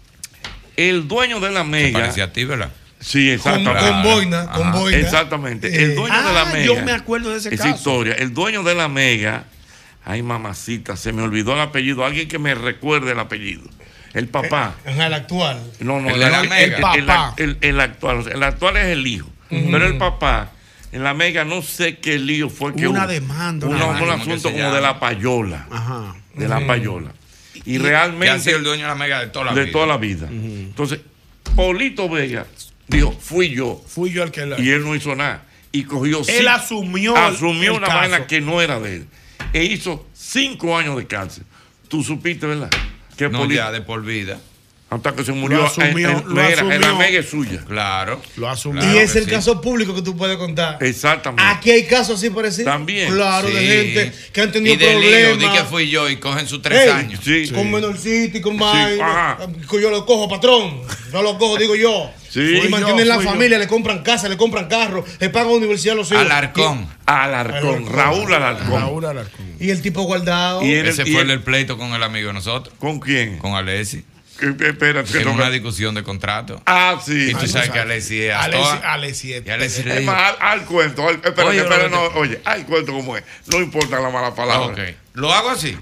El dueño de la Mega. Parecía a ti, ¿verdad? Sí, exactamente. Con boina. Exactamente. El dueño de la Mega. Yo me acuerdo de ese caso. Esa historia. El dueño de la Mega. Ay, mamacita, se me olvidó el apellido. Alguien que me recuerde el apellido. El papá. El actual. No, el papá. El actual. El actual es el hijo. Pero el papá, en la Mega, no sé qué lío fue que una demanda. Un asunto como de la payola. Ajá. De la payola. Y realmente. Que ha sido el dueño de la Mega de toda la vida. De toda la vida. Entonces, Polito Vega dijo, fui yo el que y él no hizo nada. Y cogió. Él asumió una vaina que no era de él. E hizo 5 años de cárcel. Tú supiste, ¿verdad? Que ya de por vida. Hasta que se murió. En la Mega es suya. Claro. Lo asumió. Y es el caso público que tú puedes contar. Exactamente. Aquí hay casos así parecidos. También. Claro, de gente que han tenido y de problemas. Di que fui yo y cogen sus 3 años. Con menorcito y con vaina. Yo lo cojo, patrón. No lo cojo, digo yo. Y mantienen la familia, le compran casa, le compran carro, le pagan universidad a los hijos. Alarcón. Raúl Alarcón. Y el tipo guardado. Ese fue el pleito con el amigo de nosotros. ¿Con quién? Con Alessi. Espérate. En una discusión de contrato. Sí. Y tú sabes que Alessi es Alessi y Alessi le dijo, al cuento. Oye, al cuento como es. No importa la mala palabra. Okay. Lo hago así.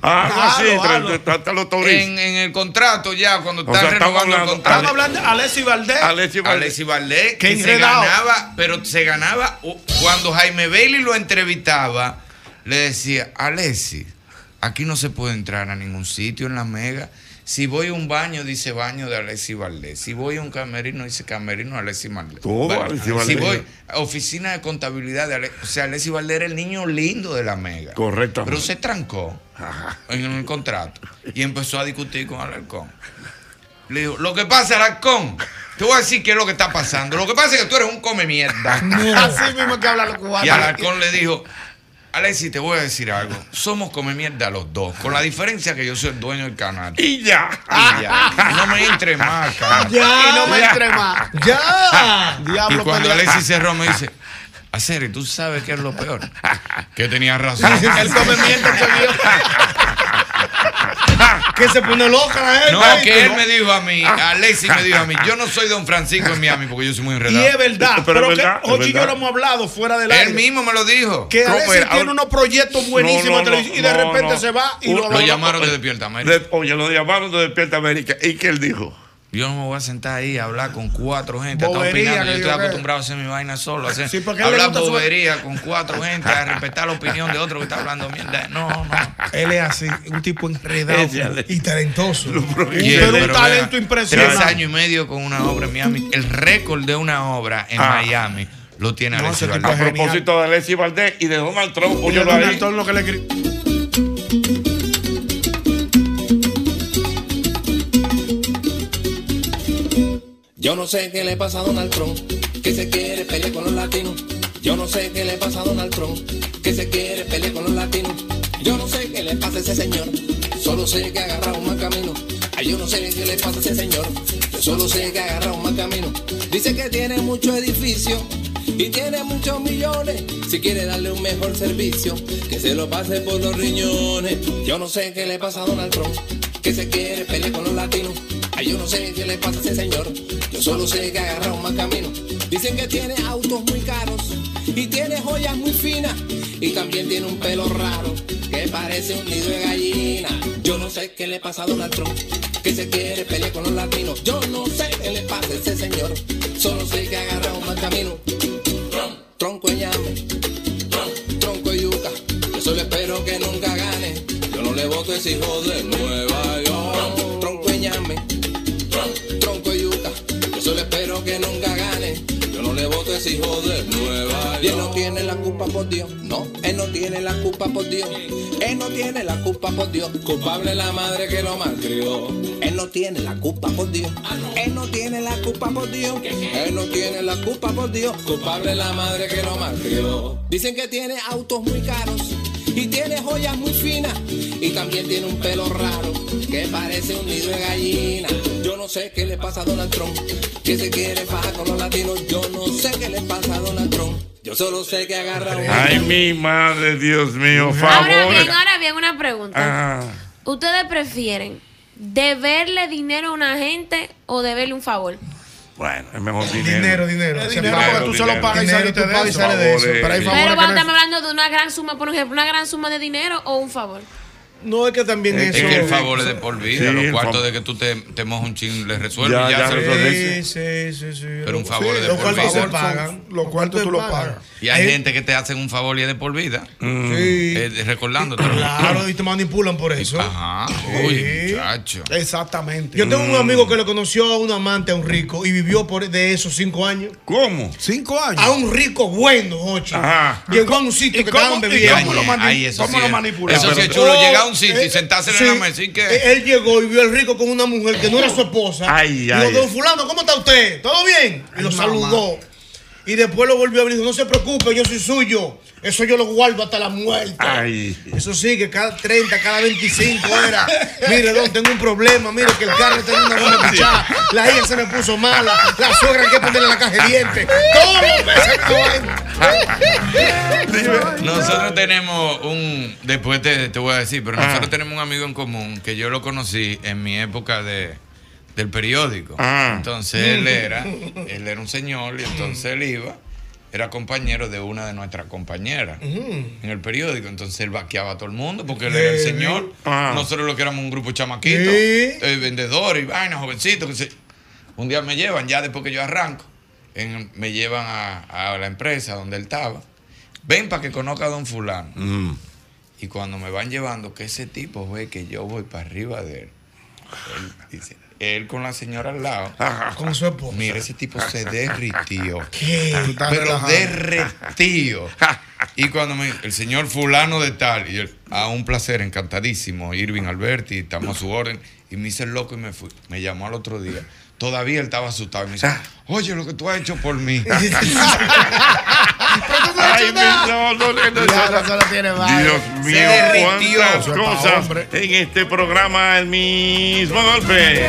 En el contrato ya, cuando están renovando el contrato. Estamos hablando de Alessi Valdés. Que se ganaba, pero se ganaba. Cuando Jaime Bailey lo entrevistaba, le decía, Alessi, aquí no se puede entrar a ningún sitio en la Mega. Si voy a un baño, dice baño de Alessi Valdés. Si voy a un camerino, dice camerino de Alessi Valdés. Si voy a oficina de contabilidad de Alessi, o sea, Alessi Valdés era el niño lindo de la Mega. Correctamente. Pero se trancó en el contrato y empezó a discutir con Alarcón. Le dijo, lo que pasa, Alarcón, te voy a decir qué es lo que está pasando. Lo que pasa es que tú eres un come mierda. Así mismo que habla los cubanos. Y Alarcón le dijo, Alexis, te voy a decir algo. Somos come mierda los dos, con la diferencia que yo soy el dueño del canal. Y ya. Y no me entre más, cara. Ya. Y no me entre más. Ya. Y cuando Alexis cerró me dice, Aceri, ¿tú sabes qué es lo peor? Que tenía razón. El come mierda se vio. Que se pone loca la gente. No, que él me dijo a mí, Alexis me dijo a mí, yo no soy Don Francisco en Miami porque yo soy muy enredado. Y es verdad, pero es verdad, que Jochi y yo lo hemos hablado fuera del aire. Él mismo me lo dijo. Que Alexis tiene unos proyectos buenísimos en televisión y de repente se va y lo llamaron de Despierta América. Oye, lo llamaron de Despierta América. ¿Y qué él dijo? Yo no me voy a sentar ahí a hablar con 4 gente. Está opinando. Yo estoy acostumbrado a hacer mi vaina solo. Hablar bobería con 4 gente, a respetar la opinión de otro que está hablando mierda. No. Él es así, un tipo enredado y talentoso. Un talento impresionante. 3 años y medio con una obra en Miami. El récord de una obra en Miami lo tiene Alexis Valdés. A propósito de Alexis Valdés y de Donald Trump. Oye, Donald Trump lo que le escribió. Yo no sé qué le pasa a Donald Trump, que se quiere pelear con los latinos. Yo no sé qué le pasa a Donald Trump, que se quiere pelear con los latinos. Yo no sé qué le pasa a ese señor, solo sé que agarra un mal camino. Ay, yo no sé qué le pasa a ese señor, yo solo sé que agarra un mal camino. Dice que tiene muchos edificios y tiene muchos millones. Si quiere darle un mejor servicio, que se lo pase por los riñones. Yo no sé qué le pasa a Donald Trump, que se quiere pelear con los latinos. Ay, yo no sé qué le pasa a ese señor, yo solo sé que agarra un mal camino. Dicen que tiene autos muy caros y tiene joyas muy finas y también tiene un pelo raro que parece un nido de gallina. Yo no sé qué le pasa a Donald Trump, que se quiere pelear con los latinos. Yo no sé qué le pasa a ese señor, solo sé que agarra un mal camino. Tronco de ñame, tronco de yuca, yo solo espero que nunca gane. Yo no le voto a ese hijo de Nueva York. Tronco de ñame, tronco de yuca, yo solo espero que nunca gane. Yo no le voto a ese hijo de Nueva York. Y él no tiene la culpa por Dios, no, él no tiene la culpa por Dios. Él no tiene la culpa por Dios, culpable la madre que lo malcrió. Él no tiene la culpa por Dios, él no tiene la culpa por Dios. Él no tiene la culpa por Dios, culpable la madre que lo malcrió. Dicen que tiene autos muy caros y tiene joyas muy finas y también tiene un pelo raro que parece un nido de gallina. Yo no sé qué le pasa a Donald Trump, que se quiere fajar con los latinos. Yo no sé qué le pasa a Donald Trump, yo solo sé que agarra un... Ay, mi madre, Dios mío, favor. Ahora bien, una pregunta. ¿Ustedes prefieren deberle dinero a una gente o deberle un favor? Bueno, es mejor dinero. Dinero. Porque tú se lo pagas y sales de eso. Pero hay favores. Pero cuando estamos hablando de una gran suma, por ejemplo, una gran suma de dinero o un favor. No, es que también es eso. que el favor es de por vida. Sí, los cuartos de que tú te mojas un chin le resuelve y ya se resuelve. Sí. Pero un favor es de los por cuartos se vida. pagan. Los cuartos tú los pagas. Y hay gente que te hacen un favor y es de por vida. Sí. Recordándote. Claro, y te manipulan por eso. Ajá. Uy, muchacho. Exactamente. Yo tengo un amigo que le conoció a un amante, a un rico, y vivió de esos 5 años. ¿Cómo? 5 años. A un rico bueno, 8. Llegó a un sitio que estaban bebiendo. ¿Cómo lo manipularon? Eso sí es chulo. Llega a un sitio y sentarse en la mesa. ¿Y qué? Él llegó y vio al rico con una mujer que no era su esposa. Dijo, don fulano, ¿cómo está usted? ¿Todo bien? Y lo saludó. Y después lo volvió a abrir y dijo, no se preocupe, yo soy suyo. Eso yo lo guardo hasta la muerte. Eso sí, que cada 30, cada 25 era. Mire, don, tengo un problema. Mire, que el carro tiene una buena pichada. La hija se me puso mala. La suegra hay que ponerle la caja de dientes. Todos los meses. Nosotros tenemos después te voy a decir, pero nosotros tenemos un amigo en común que yo lo conocí en mi época del periódico. Entonces él era un señor y entonces él era compañero de una de nuestras compañeras en el periódico. Entonces él vaqueaba a todo el mundo porque él era el señor. Nosotros lo que éramos un grupo de chamaquitos, vendedores y vainas, jovencitos. Un día me llevan, ya después que yo arranco, me llevan a la empresa donde él estaba. Ven para que conozca a don fulano. Y cuando me van llevando, que ese tipo ve que yo voy para arriba de él. Él dice, él con la señora al lado, con su esposa. Mira, ese tipo se derritió. ¿Qué? Pero derretido. Y cuando el señor fulano de tal, y él, un placer, encantadísimo, Irving Alberti, estamos a su orden. Y me hice el loco y me fui. Me llamó al otro día. Todavía él estaba asustado. Y me dice, oye, lo que tú has hecho por mí. Dios mío, cuántas cosas en este programa, el mismo golpe.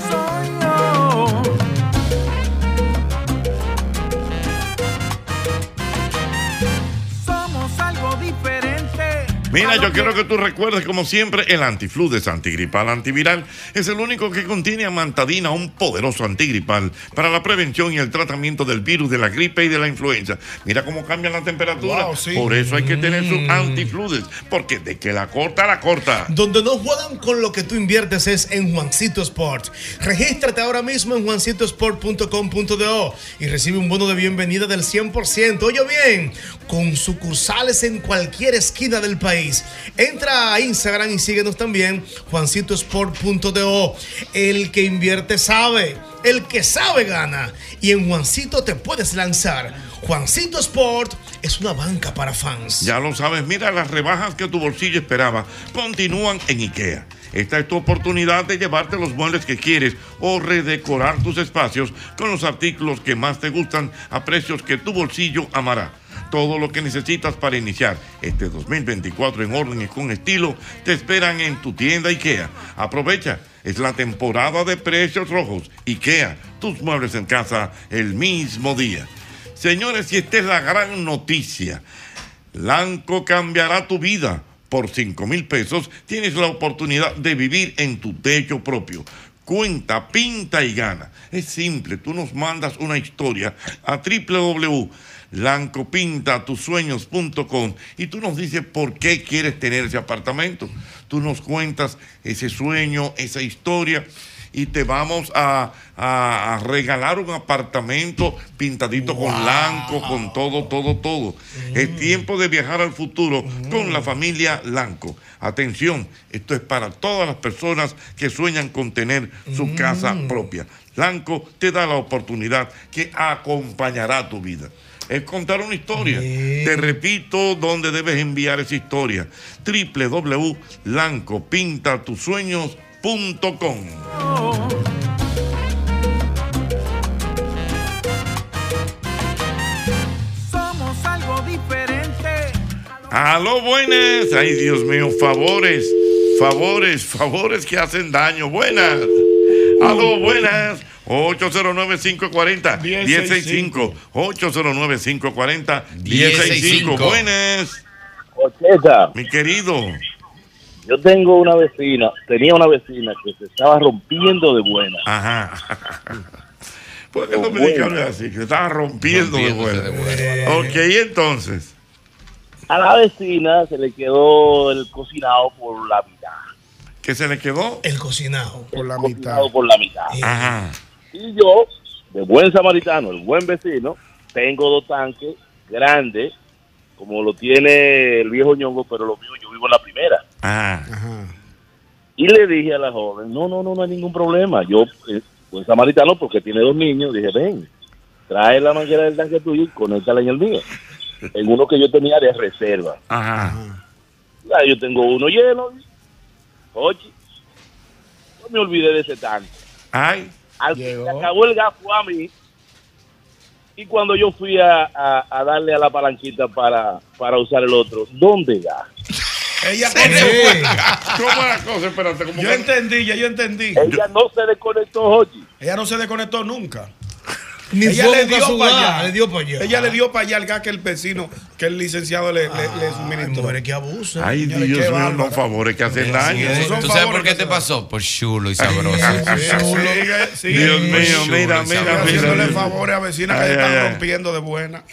Somos algo diferente. Mira, yo quiero que tú recuerdes, como siempre, el Antifludes antigripal antiviral es el único que contiene amantadina, un poderoso antigripal para la prevención y el tratamiento del virus, de la gripe y de la influenza. Mira cómo cambian la temperatura. Wow, sí. Por eso hay que tener su Antifludes, porque de que la corta, la corta. Donde no juegan con lo que tú inviertes es en Juancito Sport. Regístrate ahora mismo en juancitosport.com.do y recibe un bono de bienvenida del 100%. Oye bien, con sucursales en cualquier esquina del país. Entra a Instagram y síguenos también, juancitosport.do. El que invierte sabe, el que sabe gana. Y en Juancito te puedes lanzar. Juancito Sport es una banca para fans. Ya lo sabes, mira, las rebajas que tu bolsillo esperaba continúan en IKEA. Esta es tu oportunidad de llevarte los muebles que quieres o redecorar tus espacios con los artículos que más te gustan a precios que tu bolsillo amará. Todo lo que necesitas para iniciar este 2024 en orden y con estilo te esperan en tu tienda IKEA. Aprovecha, es la temporada de precios rojos. IKEA, tus muebles en casa el mismo día. Señores, y esta es la gran noticia. Lanco cambiará tu vida. Por 5,000 pesos tienes la oportunidad de vivir en tu techo propio. Cuenta, pinta y gana. Es simple, tú nos mandas una historia a www.lancopintatusueños.com y tú nos dices por qué quieres tener ese apartamento. Tú nos cuentas ese sueño, esa historia y te vamos a regalar un apartamento pintadito con Lanco, con todo. Es tiempo de viajar al futuro con la familia Lanco. Atención, esto es para todas las personas que sueñan con tener su casa propia. Lanco te da la oportunidad que acompañará tu vida. Es contar una historia. Te repito dónde debes enviar esa historia. www.lancopintatusueños.com. Somos algo diferente. Aló, buenas. Ay, Dios mío, favores que hacen daño. Buenas. Aló, buenas. 809-540-1065. 809-540-1065. Buenas. Ocheta. Mi querido. Yo tenía una vecina que se estaba rompiendo de buena. Ajá. ¿Por qué no me dijeron así? Que se estaba rompiendo de buena. Ok, entonces. A la vecina se le quedó el cocinado por la mitad. ¿Qué se le quedó? El cocinado por la mitad. Ajá. Y yo, de buen samaritano, el buen vecino, tengo 2 tanques grandes, como lo tiene el viejo Ñongo, pero lo mío, yo vivo en la primera. Ajá. Y le dije a la joven, no hay ningún problema. Yo, buen samaritano, porque tiene 2 niños, dije, ven, trae la manguera del tanque tuyo y conéctala en el mío. En uno que yo tenía de reserva. Ajá. Ya, yo tengo uno lleno. Oye, no me olvidé de ese tanque. Ay. Al que se acabó el gas fue a mí. Y cuando yo fui a darle a la palanquita para usar el otro, ¿dónde gas? Ella ¿Cómo es la cosa? Espérate, ¿cómo? Yo entendí. Ella no se desconectó, Jochi. Ella no se desconectó nunca. Ni ella le dio para allá. Ella le dio para allá el gas que el vecino, que el licenciado le suministró. Mujeres que abusan. Ay, Dios mío, los favores que hacen daño. ¿Tú sabes por qué te pasó? Por chulo y sabroso. Dios mío, mira. Haciéndole favores a vecinas que se están rompiendo de buena.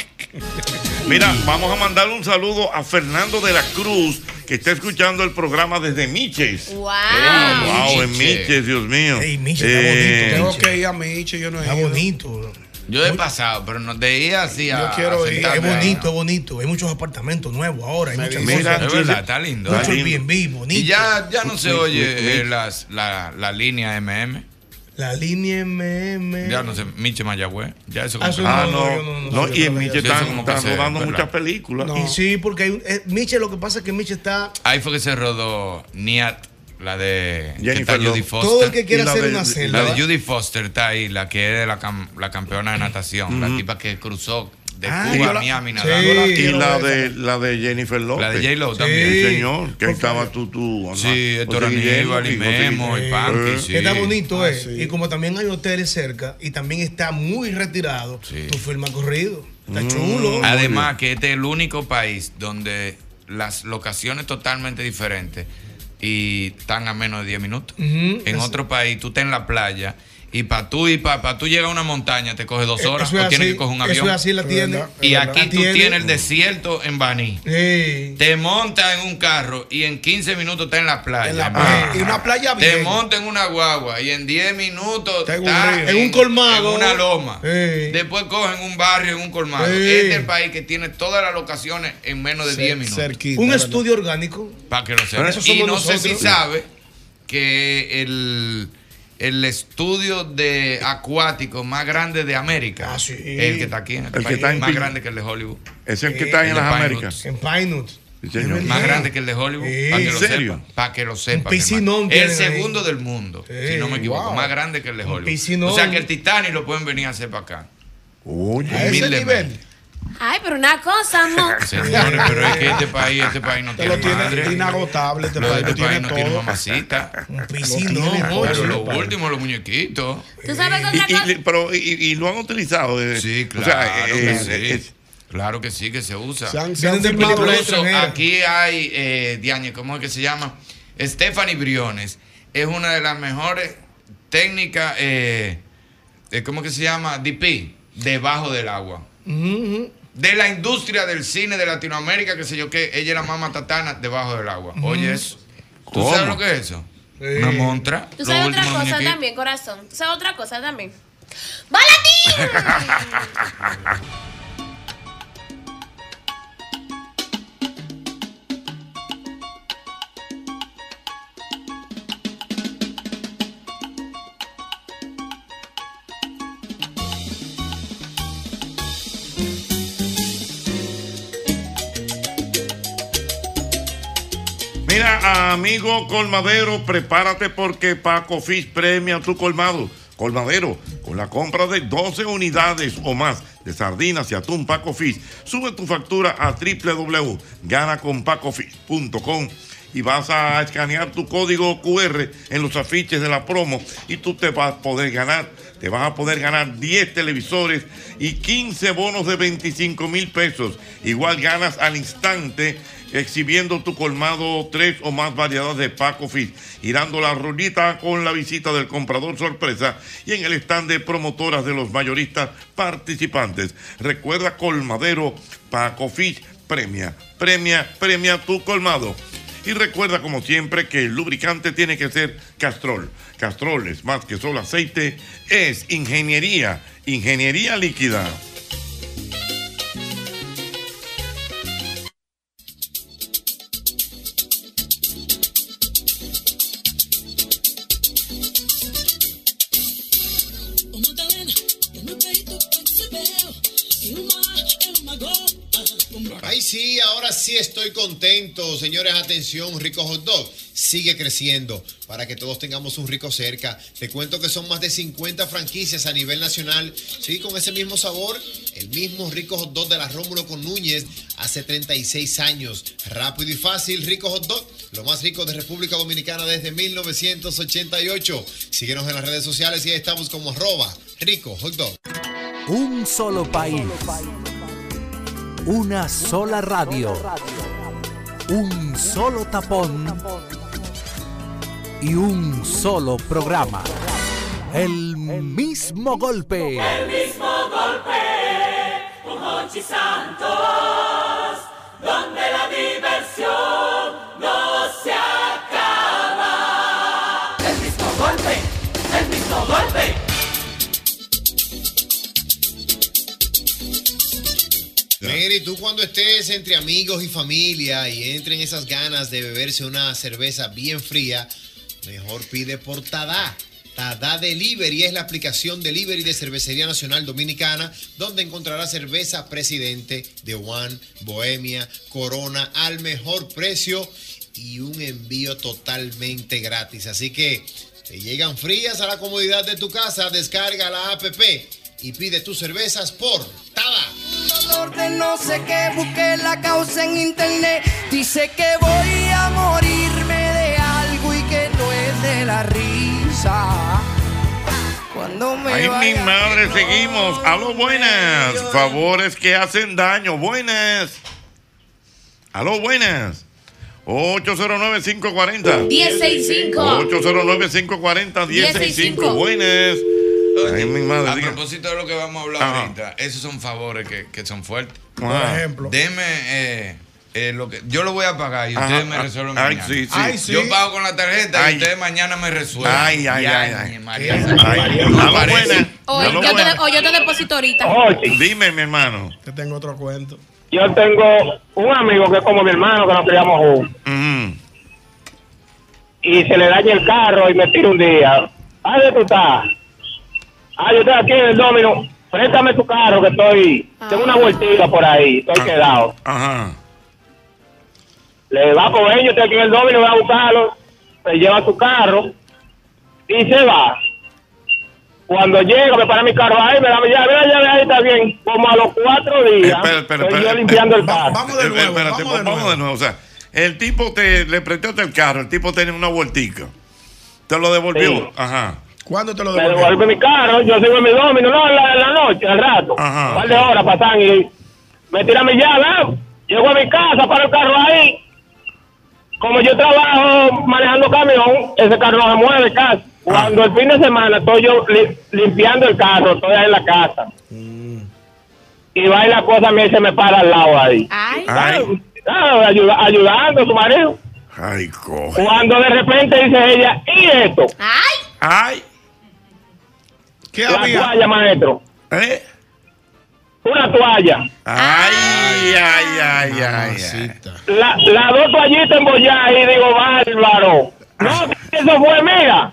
Mira, vamos a mandar un saludo a Fernando de la Cruz, que está escuchando el programa desde Miches. Wow. En Miches, Dios mío. Ey, Miches, está bonito. Tengo que ir a Miches, yo no he ido. Está bonito. Yo he pasado, pero no de ir así Yo quiero ir. Es bonito. Hay muchos apartamentos nuevos ahora. Hay muchas Mira, cosas. Es verdad, está lindo. Mucho Airbnb, bonito. Y ya no se oye la línea MM. La línea MM. Ya no sé, Miche Mayagüez. Ya eso no. Y en Miche están rodando muchas películas. Y sí, porque hay Miche, lo que pasa es que Miche está. Ahí fue que se rodó Niat, la de Jennifer Judy Foster. Todo el que quiera hacer una celda. La de Judy Foster está ahí, la que es la campeona de natación, la tipa que cruzó De Cuba a Miami nadando. Y la de Jennifer López. La de J-Lo también. Sí, señor. Que estaba tú. Sí, Héctor Aníbal y Memo y Panky. Sí. Está bonito, Y como también hay hoteles cerca y también está muy retirado, tú firmas corrido. Está chulo. Además, que este es el único país donde las locaciones totalmente diferentes y están a menos de 10 minutos. En otro país, tú estás en la playa y para tú llegar a una montaña te coge 2 horas o tienes que coger un avión. Eso es así, la tiene. Y aquí tú tienes el desierto en Baní. Te montas en un carro y en 15 minutos estás en la playa. Y una playa bien. Te montas en una guagua y en 10 minutos estás en un colmado. En una loma. Después cogen un barrio en un colmado. Este es el país que tiene todas las locaciones en menos de 10 minutos. Cerquita, un estudio orgánico. Para que lo sepan. Y no sé si sabe que el estudio de acuático más grande de América, el que está aquí en este país, más grande que el de Hollywood. Es el que está en las Américas. En Pinot. Más grande que el de Hollywood. Para que lo sepan. Para que lo sepan. El segundo del mundo, si no me equivoco. Más grande que el de Hollywood. O sea que el Titanic lo pueden venir a hacer para acá. Oye, a ese nivel. Ay, pero una cosa, no. Señores, pero es que este país no tiene madre. Es inagotable. Este país no tiene mamacita. Un piscino. Pero lo último, los muñequitos. ¿Tú sabes otra cosa? Y lo han utilizado. Sí, claro. Claro que sí, que se usa. Incluso aquí hay, Diagne, ¿cómo es que se llama? Stephanie Briones. Es una de las mejores técnicas, ¿cómo que se llama? DP, debajo del agua. De la industria del cine de Latinoamérica, que sé yo qué, ella es la mamá tatana debajo del agua. Oye, eso. ¿Tú sabes lo que es eso? Una montra. ¿Tú sabes otra cosa también, corazón? ¿Tú sabes otra cosa también? ¡Balatín! Mira, amigo colmadero, prepárate porque Paco Fish premia tu colmado. Colmadero, con la compra de 12 unidades o más de sardinas y atún Paco Fish, sube tu factura a www.ganaconpacofish.com y vas a escanear tu código QR en los afiches de la promo y tú te vas a poder ganar. Te vas a poder ganar 10 televisores y 15 bonos de 25,000 pesos. Igual ganas al instante exhibiendo tu colmado 3 o más variedades de Paco Fish, girando la rulita con la visita del comprador sorpresa y en el stand de promotoras de los mayoristas participantes. Recuerda, colmadero, Paco Fish premia tu colmado. Y recuerda, como siempre, que el lubricante tiene que ser Castrol. Castrol es más que solo aceite, es ingeniería líquida. Ay, sí, ahora sí estoy contento. Señores, atención, Rico Hot Dog sigue creciendo para que todos tengamos un rico cerca. Te cuento que son más de 50 franquicias a nivel nacional. Sí, con ese mismo sabor, el mismo Rico Hot Dog de la Rómulo con Núñez hace 36 años. Rápido y fácil, Rico Hot Dog, lo más rico de República Dominicana desde 1988. Síguenos en las redes sociales y ahí estamos como @Rico Hot Dog. Un solo país. Una sola radio, un solo tapón y un solo programa. El mismo golpe. El mismo golpe, con Hochi Santos, donde la diversión no se acaba. El mismo golpe, el mismo golpe. Mira, y tú cuando estés entre amigos y familia y entren esas ganas de beberse una cerveza bien fría, mejor pide por Tadá. Tadá Delivery es la aplicación delivery de Cervecería Nacional Dominicana, donde encontrarás cerveza Presidente, The One, Bohemia, Corona al mejor precio y un envío totalmente gratis. Así que te llegan frías a la comodidad de tu casa. Descarga la app y pide tus cervezas por Tadá. dolor de no sé qué, busqué la causa en internet. Dice que voy a morirme de algo y que no es de la risa. Cuando me Ay, mi vaya, madre, no, seguimos. Aló, buenas. Favores que hacen daño. Buenas. Aló, buenas. 809-540. 1065. 809-540-1065. Buenas. Ay, mi madre. A diga. propósito de lo que vamos a hablar Ajá. ahorita, esos son favores que son fuertes. Por ejemplo. Deme lo que yo lo voy a pagar y Ajá. ustedes me resuelven Ay, mañana. sí, sí. Ay, sí. Yo pago con la tarjeta Ay. y ustedes mañana me resuelven. Ay. María. Aló, buenas. Aló, buenas. Yo te deposito ahorita. Dime, mi hermano. Te tengo otro cuento. Yo tengo un amigo que es como mi hermano, que nos criamos juntos. Y se le daña el carro y me tira un día. ¿Dónde tú estás? Yo estoy aquí en el Domino. Préstame tu carro que tengo una vueltita por ahí, estoy quedado. Ajá. Le va por ello, estoy aquí en el Domino, voy a buscarlo. Se lleva su carro y se va. Cuando llega, me para mi carro ahí, me da mi llave, ahí está bien. Como a los 4 días, estoy yo limpiando el carro. Vamos de nuevo. Vamos de nuevo. O sea, el tipo le prestó el carro, el tipo tenía una vueltica. ¿Te lo devolvió? Sí. Ajá. ¿Cuándo te lo Me devolvió? devuelve mi carro, yo sigo en mi Domino, no, en la noche, al rato. Ajá. Un par de horas pasan y me tira mi llave. Llego a mi casa, paro el carro ahí. Como yo trabajo manejando camión, ese carro no se mueve casi. Cuando el fin de semana estoy yo limpiando el carro, estoy ahí en la casa. Y va y la cosa me se me para al lado ahí. Ayudando a su marido. Ay, coge. Cuando de repente dice ella, ¿y esto? Ay. ¿Qué la había? toalla, maestro. Una toalla. Ay. Las dos toallitas embolladas y digo, bárbaro. No, eso fue, mira.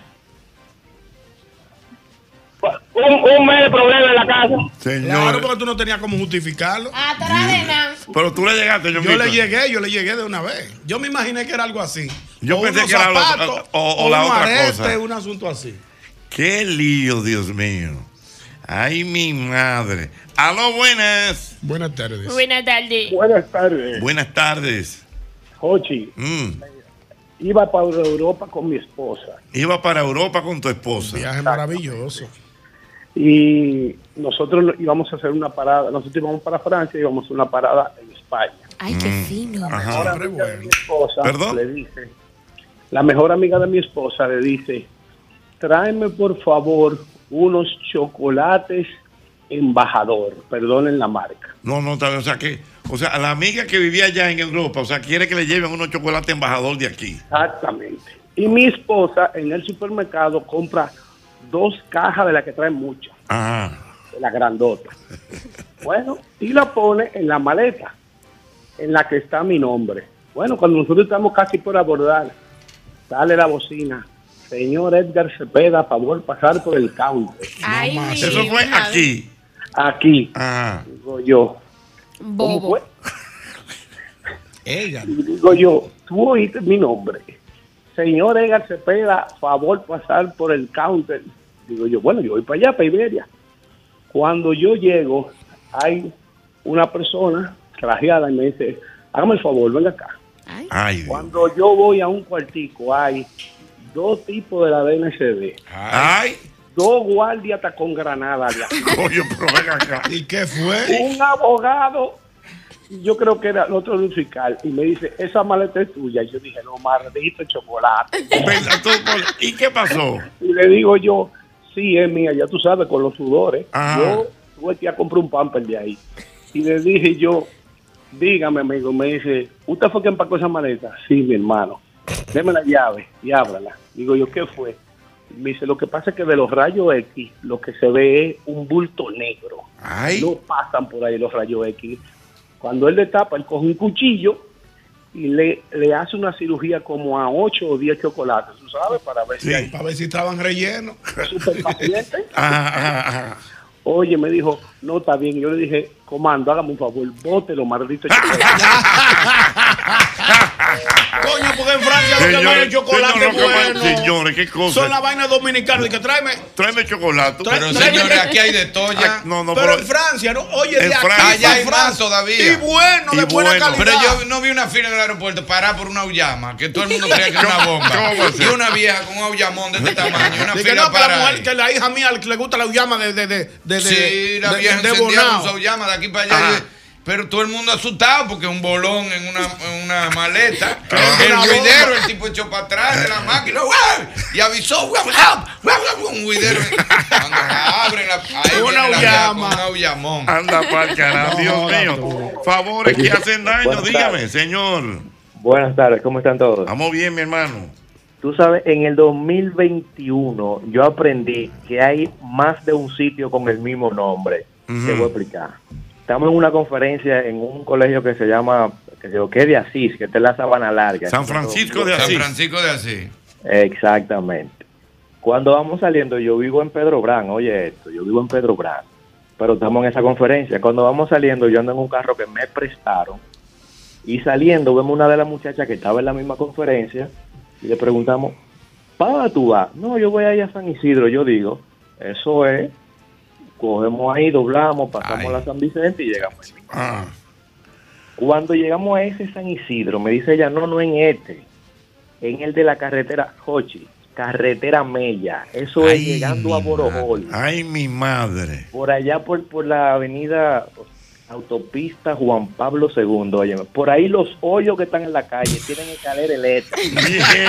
Un mes de problema en la casa. Claro, porque tú no tenías cómo justificarlo. Pero tú le llegaste, Yo le llegué de una vez. Yo me imaginé que era algo así. Yo O pensé unos que era zapatos, o la un otra arete, cosa. un asunto así. Qué lío, Dios mío. Ay, mi madre. Aló, buenas. Buenas tardes. Buenas tardes. Buenas tardes. Buenas tardes. Jochi, iba para Europa con mi esposa. Iba para Europa con tu esposa. Viaje maravilloso. Y nosotros íbamos a hacer una parada. Nosotros íbamos para Francia y íbamos a hacer una parada en España. Ay, qué fino. Ahora, mi esposa le dice, la mejor amiga de mi esposa le dice, tráeme por favor unos chocolates Embajador, perdonen la marca. No, está bien. O sea, la amiga que vivía allá en Europa, o sea, quiere que le lleven unos chocolates Embajador de aquí. Exactamente. Y mi esposa en el supermercado compra 2 cajas de las que traen muchas. Ajá. De la grandota. Bueno, y la pone en la maleta, en la que está mi nombre. Bueno, cuando nosotros estamos casi por abordar, sale la bocina. Señor Edgar Cepeda, a favor, pasar por el counter. Ay, eso fue aquí. Aquí. Digo yo. Bobo. ¿Cómo fue? Ella. Y digo yo, tú oíste mi nombre. Señor Edgar Cepeda, favor pasar por el counter. Digo yo, bueno, yo voy para allá, para Iberia. Cuando yo llego, hay una persona trajeada y me dice, hágame el favor, venga acá. Ay, Cuando yo voy a un cuartico, hay 2 tipos de la DNCD. Ay. 2 guardias hasta con granada. Coño, pero venga acá. ¿Y qué fue? Un abogado, yo creo que era el otro fiscal, y me dice, esa maleta es tuya. Y yo dije, no, maldito chocolate. ¿Y qué pasó? Y le digo yo, sí, es mía, ya tú sabes, con los sudores. Ajá. Yo tuve que ir a comprar un pamper de ahí. Y le dije yo, dígame, amigo, me dice, ¿usted fue quien empacó esa maleta? Sí, mi hermano. Deme la llave y ábrala. Digo yo, ¿qué fue? Me dice, lo que pasa es que de los rayos X, lo que se ve es un bulto negro. Ay. No pasan por ahí los rayos X. Cuando él destapa, él coge un cuchillo y le hace una cirugía como a 8 o 10 chocolates, ¿tú sabes? Para ver si hay... Para ver si estaban rellenos. Súper paciente. Oye, me dijo, no, está bien. Yo le dije, comando, hágame un favor, bótelo, maldito chocolate. Coño, porque en Francia lo que más es chocolate bueno. Señores, qué cosa. Son las vainas dominicanas. Y que tráeme chocolate. Pero señores, aquí hay de todo ya. Pero en Francia, ¿no? Oye, de aquí allá hay más todavía. Y bueno, de buena calidad. Pero yo no vi una fila en el aeropuerto parada por una auyama, que todo el mundo creía que era una bomba. Y una vieja con un auyamón de este tamaño. Una fila para que la hija mía le gusta la auyama sí, la vieja encendía con su auyama de aquí para allá. Pero todo el mundo asustado porque un bolón en una maleta. El juidero, el tipo echó para atrás de la máquina y avisó. Un juidero. Cuando la abren, una auyamón. Anda para el carajo, Dios mío. Favores que hacen daño, dígame, señor. Buenas tardes, ¿cómo están todos? Estamos bien, mi hermano. Tú sabes, en el 2021 yo aprendí que hay más de un sitio con el mismo nombre. Te voy a explicar. Estamos en una conferencia en un colegio que se llama, que es de Asís, que está en la Sabana Larga. San Francisco de Asís. San Francisco de Asís. Exactamente. Cuando vamos saliendo, yo vivo en Pedro Brán, oye esto, yo vivo en Pedro Brán, pero estamos en esa conferencia. Cuando vamos saliendo, yo ando en un carro que me prestaron y saliendo vemos una de las muchachas que estaba en la misma conferencia y le preguntamos, ¿para dónde tú vas? No, yo voy a ir a San Isidro. Yo digo, eso es... Cogemos ahí, doblamos, pasamos la San Vicente y llegamos. Cuando llegamos a ese San Isidro, me dice ella, no en en el de la carretera Jochi, carretera Mella. Eso es llegando a Borojol. Ay, mi madre. Por allá, por la avenida autopista Juan Pablo II. Oye, por ahí los hoyos que están en la calle tienen escalera eléctrica.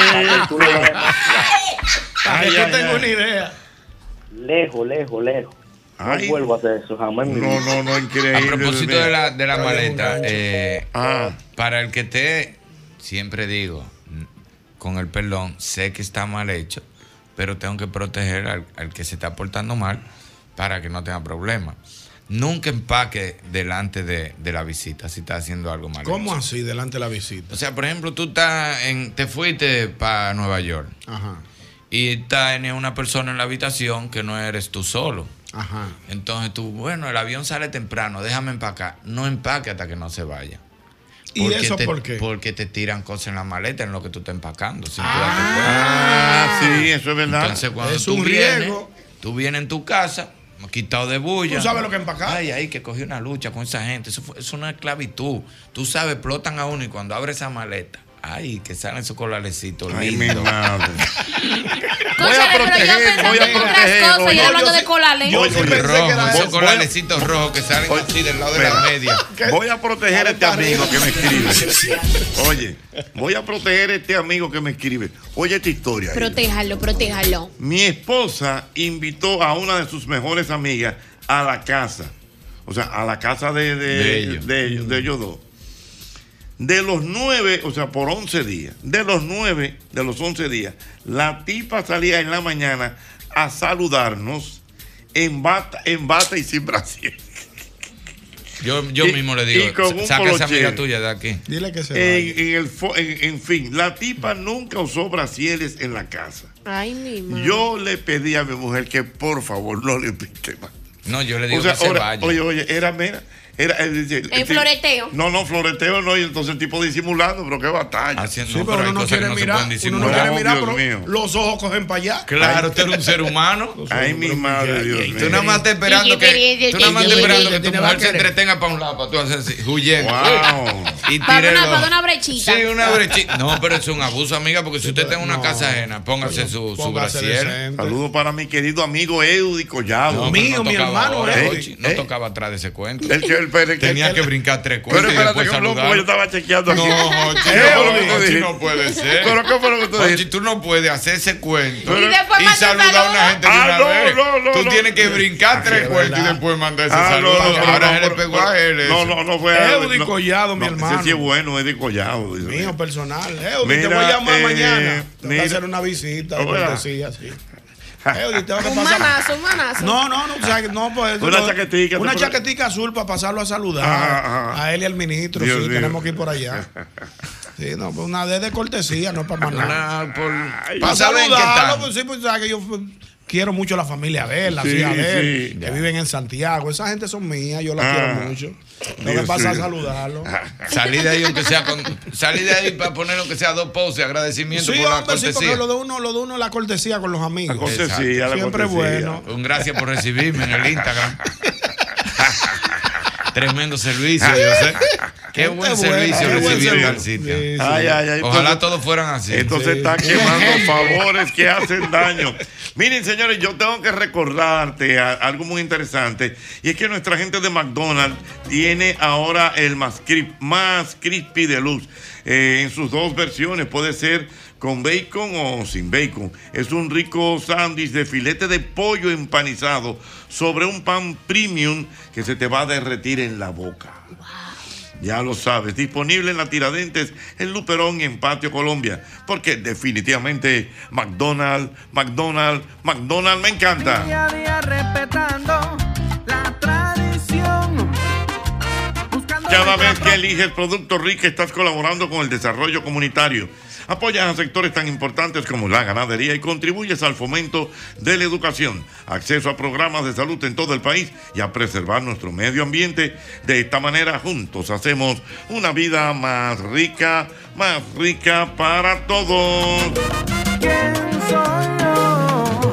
Yo tengo una idea. Lejos. No vuelvo a hacer eso jamás. No, increíble. A propósito de la maleta, para el que esté, siempre digo, con el perdón, sé que está mal hecho, pero tengo que proteger al que se está portando mal para que no tenga problemas. Nunca empaque delante de la visita si está haciendo algo mal. ¿Cómo así delante de la visita? O sea, por ejemplo, tú te fuiste para Nueva York. Ajá. Y está una persona en la habitación que no eres tú solo. Ajá. Entonces tú, bueno, el avión sale temprano, déjame empacar. No empaque hasta que no se vaya. ¿Y eso por qué? Porque te tiran cosas en la maleta en lo que tú estás empacando. Sin sí, eso es verdad. Entonces cuando es un riesgo. Tú vienes en tu casa, quitado de bulla. ¿Tú sabes lo que empacar? Ay, que cogí una lucha con esa gente. Eso es una esclavitud. Tú sabes, explotan a uno y cuando abre esa maleta, ay, que salen esos colalecitos lindos. Ay, mi madre. Voy a proteger. Y hablando de colales. Yo sí pensé que era esos colalecitos rojos que salen así del lado de la media. Voy a proteger a este amigo que me escribe. Oye, voy a proteger a este amigo que me escribe. Oye esta historia. Protéjalo. Mi esposa invitó a una de sus mejores amigas a la casa. O sea, a la casa de ellos dos. De los 9, o sea, por 11 días, de los 11 días, la tipa salía en la mañana a saludarnos en bata y sin brasier. Yo mismo le digo, saca esa amiga tuya de aquí. Dile que se vaya. En fin, la tipa nunca usó brasieres en la casa. Ay, mi madre. Yo le pedí a mi mujer que por favor no le invite más. No, yo le digo que se vaya. Oye, en floreteo. No, floreteo no, y entonces el tipo disimulando, pero qué batalla. Sí, pero uno no quiere mirar, pero los ojos cogen para allá. Claro, tú eres un ser humano. Ay, mi madre, Dios mío. Tú nada más estás esperando que tu mujer se entretenga para un lado, para tú hacer así, huyendo. Y para una brechita. Sí, una brechita. No, pero es un abuso, amiga, porque si usted está en una casa ajena, póngase su brasier. Saludos para mi querido amigo Eudi Collado. Mi hermano no tocaba atrás de ese cuento. Tenía que brincar 3 cuentos. Pero espérate, que loco, yo estaba chequeando aquí. No puede ser. ¿Pero qué fue lo que tú dijiste? Tú no puedes hacer ese cuento y saludar a una gente de una vez. Tú tienes que brincar 3 cuentos y después mandar ese saludo. Ahora se le pegó a él. No fue a Eudi Collado, mi hermano. Ese sí es bueno, Eudi Collado. Mío personal. Eudi, te voy a llamar mañana. Te voy a hacer una visita. Así. Un manazo. No, pues, una chaquetica azul para pasarlo a saludar a él y al ministro. Dios mío. Tenemos que ir por allá. Sí, no, pues una de cortesía, no es para más nada. Para saber en qué saludarlo, están. pues sí, pues sabes que yo quiero mucho a la familia de él, las Sí, hijas de él, sí. que viven en Santiago. Esa gente son mías, yo las quiero mucho. Tengo Dios que pasar a mío. saludarlo. Salí de ahí aunque sea salí de ahí para poner aunque sea 2 poses, agradecimiento Sí, por la hombre, sí, cortesía. porque lo de uno es la cortesía con los amigos. La cortesía, Exacto. la Siempre cortesía. bueno. Un gracias por recibirme en el Instagram. Tremendo servicio, yo sé. Qué buen servicio recibí en tal sitio. Ay, Ojalá entonces- todos fueran así. Entonces está quemando favores que hacen daño. Miren, señores, yo tengo que recordarte algo muy interesante. Y es que nuestra gente de McDonald's tiene ahora el más crispy deluxe. En sus 2 versiones. Puede ser con bacon o sin bacon. Es un rico sándwich de filete de pollo empanizado sobre un pan premium que se te va a derretir en la boca. Ya lo sabes, disponible en la Tiradentes, en Luperón y en Patio Colombia. Porque definitivamente McDonald's me encanta. Día a día respetando la tradición. Cada vez que eliges Productos Rica estás colaborando con el desarrollo comunitario. Apoyas a sectores tan importantes como la ganadería y contribuyes al fomento de la educación, acceso a programas de salud en todo el país y a preservar nuestro medio ambiente. De esta manera, juntos hacemos una vida más rica para todos. ¿Quién soy yo?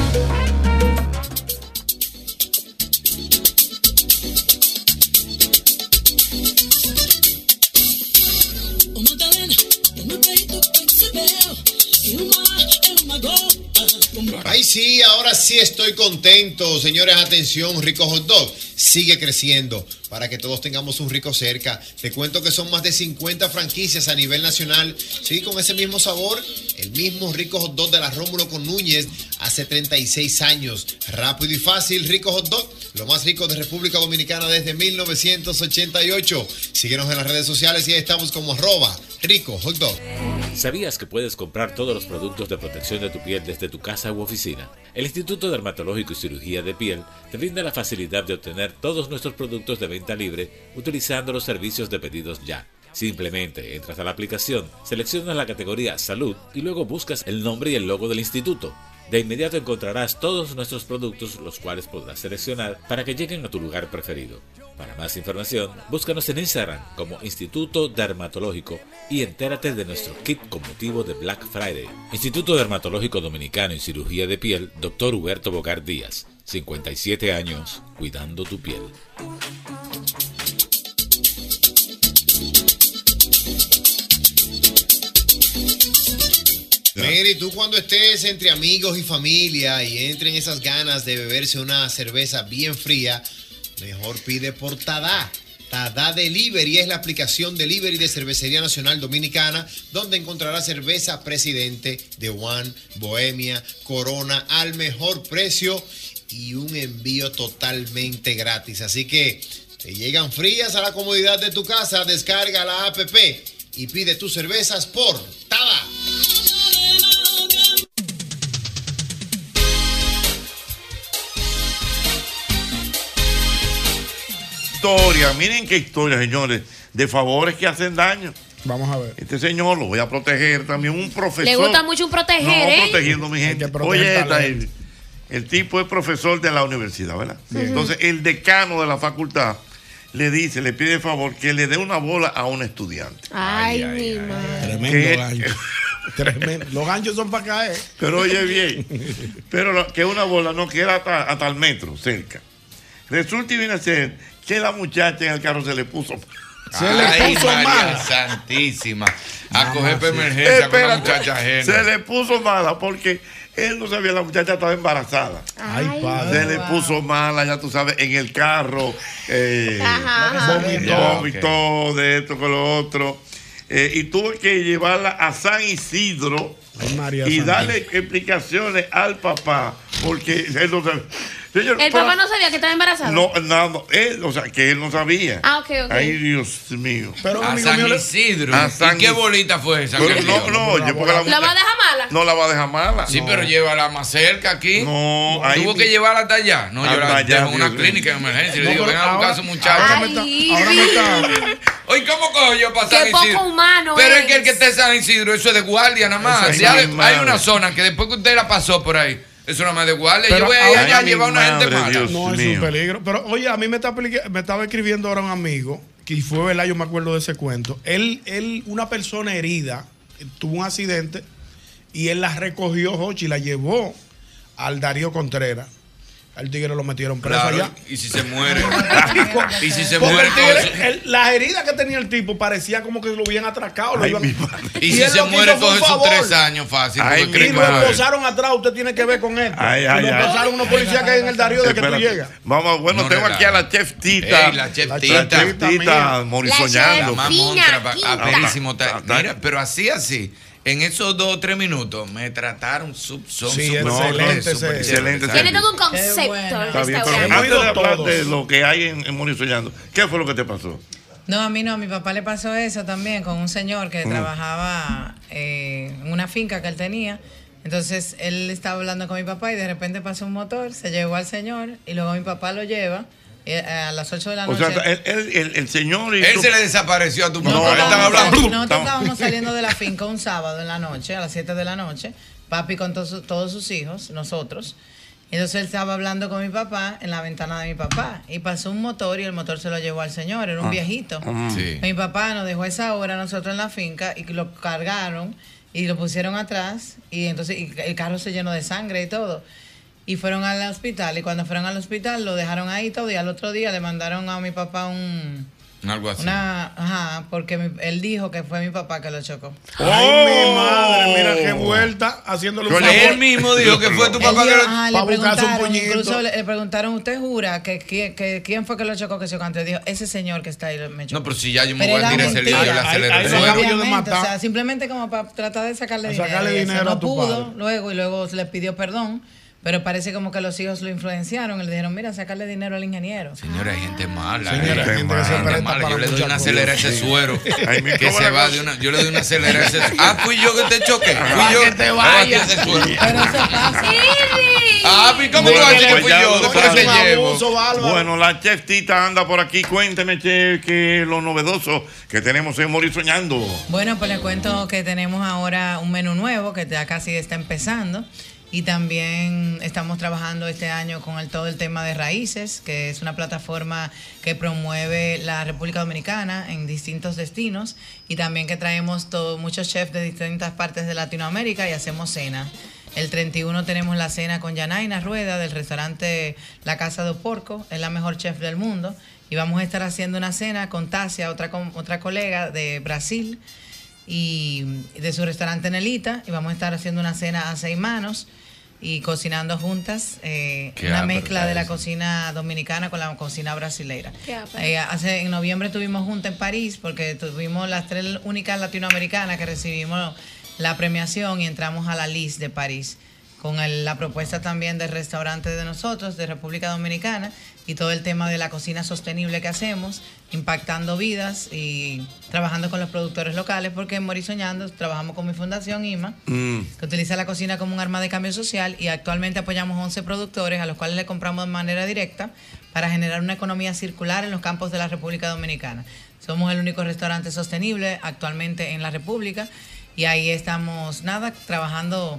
Uma galera, no peito percebeu que é uma gota. Ay, sí, ahora sí estoy contento. Señores, atención, Rico Hot Dog sigue creciendo para que todos tengamos un rico cerca. Te cuento que son más de 50 franquicias a nivel nacional. Sí, con ese mismo sabor, el mismo Rico Hot Dog de la Rómulo con Núñez hace 36 años. Rápido y fácil, Rico Hot Dog, lo más rico de República Dominicana desde 1988. Síguenos en las redes sociales y ahí estamos como @Rico Hot Dog. ¿Sabías que puedes comprar todos los productos de protección de tu piel desde tu casa u oficina? El Instituto Dermatológico y Cirugía de Piel te brinda la facilidad de obtener todos nuestros productos de venta libre utilizando los servicios de pedidos ya. Simplemente entras a la aplicación, seleccionas la categoría Salud y luego buscas el nombre y el logo del instituto. De inmediato encontrarás todos nuestros productos, los cuales podrás seleccionar para que lleguen a tu lugar preferido. Para más información, búscanos en Instagram como Instituto Dermatológico y entérate de nuestro kit con motivo de Black Friday. Instituto Dermatológico Dominicano en Cirugía de Piel, Dr. Huberto Bogar Díaz, 57 años, cuidando tu piel. Mira, y tú cuando estés entre amigos y familia y entren esas ganas de beberse una cerveza bien fría, mejor pide por Tadá. Tadá Delivery es la aplicación delivery de Cervecería Nacional Dominicana, donde encontrarás cerveza Presidente, The One, Bohemia, Corona al mejor precio y un envío totalmente gratis. Así que te llegan frías a la comodidad de tu casa. Descarga la app y pide tus cervezas por Tadá. Miren qué historia, señores, de favores que hacen daño. Vamos a ver. Este señor lo voy a proteger también, un profesor. Le gusta mucho un proteger, No, protegiendo mi gente. Oye, el tipo es profesor de la universidad, ¿verdad? Bien. Entonces, el decano de la facultad le pide favor que le dé una bola a un estudiante. Ay, mi madre. Tremendo gancho. Tremendo. Los ganchos son para caer. Pero oye bien, que una bola no queda hasta el metro cerca. Resulta y viene a ser que la muchacha en el carro se le puso María Santísima. A coger para emergencia con una muchacha ajena. Se le puso mala porque él no sabía, la muchacha estaba embarazada. Ay, padre. Se le puso mala, ya tú sabes, en el carro. Vomitó de esto con lo otro. Y tuve que llevarla a San Isidro y darle explicaciones al papá porque él no sabía. Señor, El papá no sabía que estaba embarazada. No, que él no sabía. Ah, ok. Ay, Dios mío. Pero a San Isidro. ¿Y qué bolita fue esa? Pero ¿La va a dejar mala? No la va a dejar mala. Sí, pero llévala más cerca aquí. No, tuvo que llevarla hasta allá. No, yo la dejo en una clínica de emergencia y le digo, ven a buscar a su muchacha. Oye, ¿cómo cojo yo para San Qué Isidro? poco humano Pero es es. que el que esté en San Isidro, eso es de guardia nada más. Eso es Ya mi hay madre. una zona que después que usted la pasó por ahí, eso nada más de guardia. Pero Yo voy a ir allá a mi llevar a una gente madre, mala. Dios No, es mío. un peligro. Pero oye, a mí me estaba escribiendo ahora un amigo, que fue verdad, yo me acuerdo de ese cuento. Él, una persona herida, tuvo un accidente y él la recogió, Jochi, y la llevó al Darío Contreras. Al tigre lo metieron preso Claro, allá. y si se muere. y si se Porque muere el tigre, las heridas que tenía el tipo parecía como que lo habían atracado. Ay, Lo mi iban, madre. Y si él se lo que muere, hizo fue coge un sus favor. 3 años fácil. Ay, porque cree Y que lo va a ver. esposaron atrás, usted tiene que ver con esto. Ay, y ay, lo ay. esposaron unos policías que hay en el Darío de que tú Espérate. llegas. Vamos, bueno, No tengo relaja. aquí a la chef Tita. Ey, la chef La Tita. chef Tita, Morisoñando. La más Fina, montra, quinta. apísimo. Ah, Mira, pero así. En esos 2 o 3 minutos me trataron son Sí, súper excelente, excelente. Tiene todo un concepto el Está bien, pero restaurante. antes de hablar todos. de lo que hay en Morisoñando, ¿qué fue lo que te pasó? No, a mí no, a mi papá le pasó eso también con un señor que trabajaba en una finca que él tenía. Entonces él estaba hablando con mi papá y de repente pasó un motor, se llevó al señor y luego mi papá lo lleva a las 8 de la O noche. sea, el señor... Él se le desapareció a tu papá. No, Estaban hablando. Nosotros estábamos saliendo de la finca un sábado en la noche, a las 7 de la noche, papi con todos sus hijos, nosotros. Entonces él estaba hablando con mi papá en la ventana de mi papá y pasó un motor y el motor se lo llevó al señor, era un viejito. Sí. Mi papá nos dejó esa hora nosotros en la finca y lo cargaron y lo pusieron atrás y entonces el carro se llenó de sangre y todo. Y fueron al hospital y cuando fueron al hospital lo dejaron ahí todo y al otro día le mandaron a mi papá Algo así. porque él dijo que fue mi papá que lo chocó. Ay, mi madre, mira qué vuelta haciéndole un favor. Él mismo dijo que fue tu papá que lo Le para buscarse un preguntaron, puñito. incluso le preguntaron, ¿usted jura que quién fue que lo chocó que se cantó? Dijo, ese señor que está ahí me chocó. No, pero si ya yo me Pero voy a tirar ese lío, yo le acelero el ahí fuego. acabo yo de Obviamente, matar. o sea, simplemente como para tratar de sacarle A dinero. sacarle y eso dinero no a tu pudo, padre. luego le pidió perdón, pero parece como que los hijos lo influenciaron y le dijeron, mira, sacarle dinero al ingeniero. Señora, hay gente mala. Señora, hay gente que se gente presta mala. para Yo le doy muchas una cosas. acelera a ese suero. Ay, mi Que se cobra va cosa. de una. Yo le doy una acelera a ese suero. Ah, fui yo que te choqué. Fui yo. que te vaya. Ese suero. Pero eso pasa. Ah, ¿y cómo tú vas a decir que fui ya yo? lo Después sabes. te Un llevo. abuso, bárbaro. Bueno, la chef Tita anda por aquí. Cuénteme, chef, que es lo novedoso que tenemos en Morisoñando. Bueno, pues les cuento que tenemos ahora un menú nuevo que ya casi está empezando. Y también estamos trabajando este año con todo el tema de Raíces, que es una plataforma que promueve la República Dominicana en distintos destinos y también que traemos muchos chefs de distintas partes de Latinoamérica y hacemos cena. El 31 tenemos la cena con Yanaina Rueda del restaurante La Casa do Porco, es la mejor chef del mundo. Y vamos a estar haciendo una cena con Tasia, otra colega de Brasil, y de su restaurante Nelita. Y vamos a estar haciendo una cena a 6 manos y cocinando juntas una mezcla de la cocina dominicana con la cocina brasileira. En noviembre estuvimos juntas en París porque tuvimos las 3 únicas latinoamericanas que recibimos la premiación y entramos a la lista de París con la propuesta también del restaurante de nosotros, de República Dominicana, y todo el tema de la cocina sostenible que hacemos, impactando vidas y trabajando con los productores locales, porque en Morisoñando trabajamos con mi fundación IMA, que utiliza la cocina como un arma de cambio social, y actualmente apoyamos 11 productores a los cuales le compramos de manera directa para generar una economía circular en los campos de la República Dominicana. Somos el único restaurante sostenible actualmente en la República, y ahí estamos, trabajando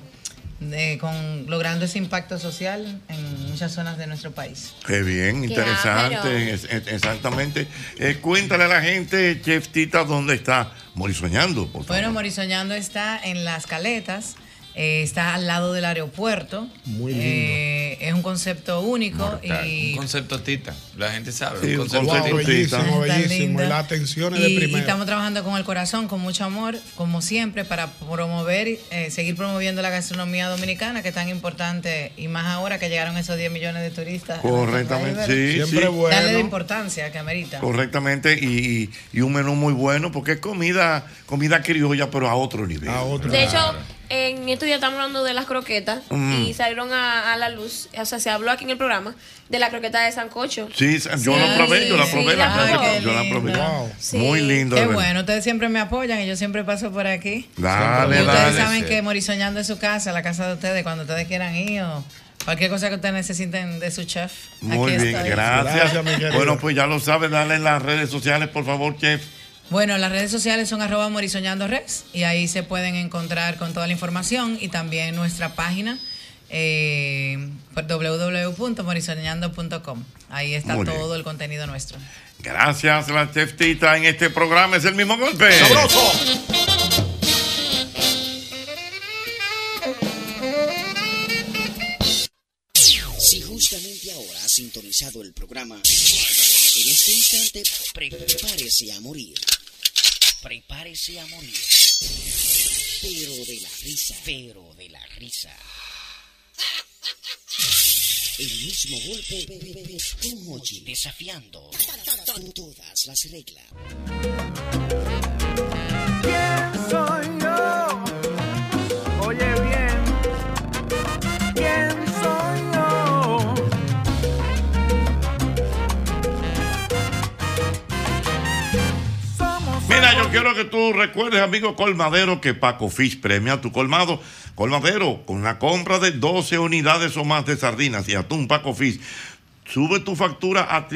logrando ese impacto social en muchas zonas de nuestro país. Qué bien, interesante, exactamente. Cuéntale a la gente, chef Tita, dónde está Morisoñando, por favor. Bueno, Morisoñando está en Las Caletas, está al lado del aeropuerto. Muy lindo. Es un concepto único. Un concepto Tita, la gente sabe. Sí, un concepto Wow, Tita. bellísimo. Y la atención es de Y primera. estamos trabajando con el corazón, con mucho amor, como siempre, para promover, seguir promoviendo la gastronomía dominicana, que es tan importante, y más ahora que llegaron esos 10 millones de turistas. Correctamente, sí. Siempre bueno. Darle la importancia que amerita. Correctamente, y un menú muy bueno, porque es comida criolla, pero a otro nivel. De hecho, en estos días estamos hablando de las croquetas y salieron a la luz, o sea, se habló aquí en el programa de la croqueta de sancocho. Sí, yo la probé, yo la probé. Wow. Muy lindo. Qué de verdad. bueno, ustedes siempre me apoyan y yo siempre paso por aquí. Dale, Y ustedes dale. saben que Morisoñando es su casa, la casa de ustedes, cuando ustedes quieran ir o cualquier cosa que ustedes necesiten de su chef. Muy aquí bien, estoy. gracias. mi querido. Bueno, pues ya lo sabes, dale en las redes sociales, por favor, chef. Bueno, las redes sociales son @morisoñandorex y ahí se pueden encontrar con toda la información y también nuestra página www.morisoñando.com. Ahí está todo el contenido nuestro. Gracias, la Chef Tita. En este programa es el mismo golpe. ¡Sabroso! Si justamente ahora ha sintonizado el programa, en este instante prepárese a morir. Prepárese a morir. Pero de la risa. Pero de la risa. El mismo golpe con Mochi desafiando todas las reglas. ¿Quién soy yo? Oye bien, ¿quién soy yo? Mira, yo quiero que tú recuerdes, amigo colmadero, que Paco Fish premia a tu colmado. Colmadero, con la compra de 12 unidades o más de sardinas y atún Paco Fish, sube tu factura a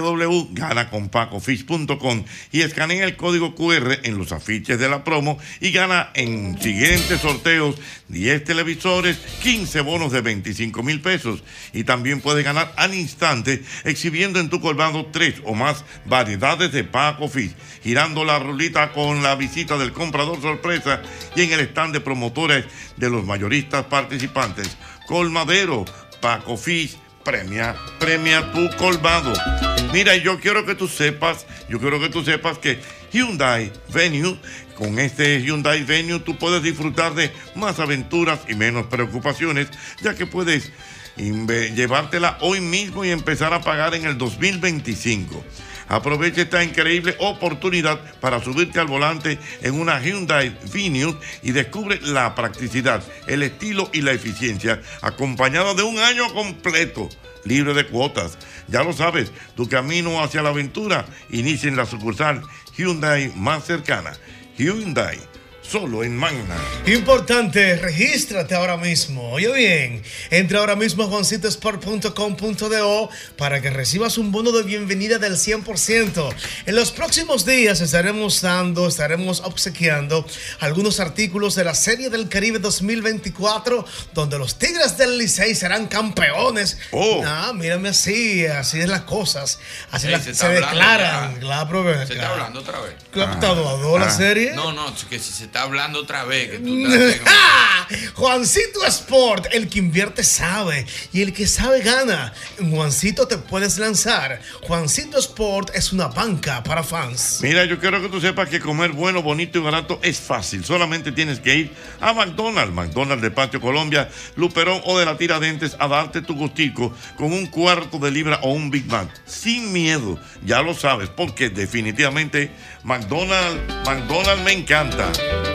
www.ganaconpacofish.com y escanea el código QR en los afiches de la promo y gana en siguientes sorteos 10 televisores, 15 bonos de 25,000 pesos. Y también puedes ganar al instante exhibiendo en tu colmado 3 o más variedades de Paco Fish, girando la rulita con la visita del comprador sorpresa y en el stand de promotores de los mayoristas participantes. Colmadero, Paco Fish, premia tu colmado. Mira, yo quiero que tú sepas que Hyundai Venue, con este Hyundai Venue tú puedes disfrutar de más aventuras y menos preocupaciones, ya que puedes llevártela hoy mismo y empezar a pagar en el 2025. Aprovecha esta increíble oportunidad para subirte al volante en una Hyundai Venue y descubre la practicidad, el estilo y la eficiencia, acompañado de un año completo libre de cuotas. Ya lo sabes, tu camino hacia la aventura inicia en la sucursal Hyundai más cercana. Hyundai, solo en Magna. Importante, regístrate ahora mismo. Oye bien, entra ahora mismo a juancitosport.com.do para que recibas un bono de bienvenida del 100%. En los próximos días estaremos obsequiando algunos artículos de la Serie del Caribe 2024, donde los Tigres del Licey serán campeones. Mírame así es las cosas. Así se declaran. Se está hablando otra vez. ¿La serie? No, que si se está hablando otra vez. Que tú Juancito Sport, el que invierte sabe y el que sabe gana. En Juancito te puedes lanzar. Juancito Sport es una banca para fans. Mira, yo quiero que tú sepas que comer bueno, bonito y barato es fácil. Solamente tienes que ir a McDonald's de Patio Colombia, Luperón o de la Tiradentes a darte tu gustico con un cuarto de libra o un Big Mac. Sin miedo, ya lo sabes, porque definitivamente McDonald's me encanta.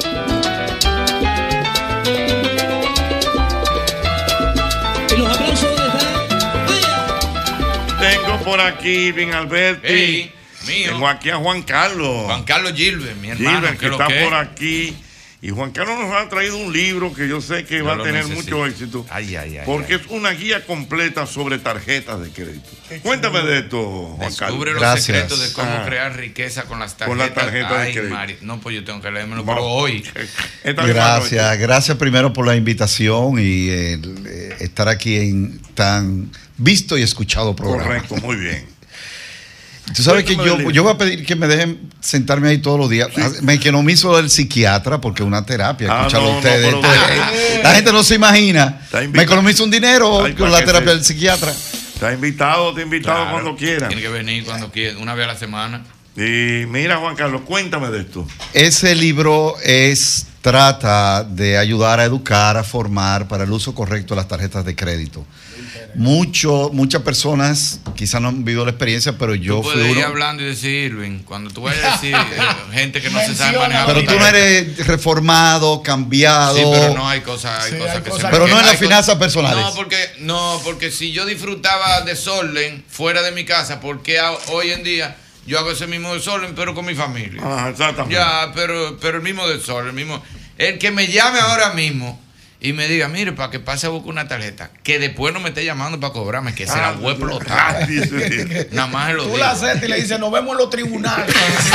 ¿Y los aplausos dónde están? Tengo por aquí, bien Alberti. Mío. Tengo aquí a Juan Carlos. Juan Carlos Gilbert, mi hermano. Gilbert, que está por aquí. Y Juan Carlos nos ha traído un libro que yo sé que va a tener mucho éxito. Porque es una guía completa sobre tarjetas de crédito. Cuéntame de esto, Juan Carlos. Descubre los secretos de cómo crear riqueza con las tarjetas. Con la tarjeta de crédito. No, pues yo tengo que leérmelo, pero hoy. Gracias primero por la invitación y estar aquí en tan visto y escuchado programa. Correcto, muy bien. Tú sabes que yo voy a pedir que me dejen sentarme ahí todos los días. Me economizo del psiquiatra porque es una terapia. Escucharlo a ustedes. La gente no se imagina. Me economizo un dinero con la terapia del psiquiatra. Te invitado cuando quiera. Tiene que venir cuando quiera, una vez a la semana. Y mira, Juan Carlos, cuéntame de esto. Ese libro trata de ayudar a educar, a formar para el uso correcto de las tarjetas de crédito. Muchas personas quizás no han vivido la experiencia, pero yo fui ir hablando y decir, Irving, cuando tú vayas a decir gente que no se sabe manejar. Pero tú no eres reformado, cambiado. Sí, pero no hay cosas que se. Pero no en las finanzas personales. Porque si yo disfrutaba desorden fuera de mi casa, porque hoy en día yo hago ese mismo desorden, pero con mi familia. Exactamente. Ya, pero el mismo desorden, el que me llame ahora mismo y me diga, mire, para que pase a buscar una tarjeta, que después no me esté llamando para cobrarme, que se la voy a explotar. Nada más se lo digo. Tú la aceptas y le dices, nos vemos en los tribunales.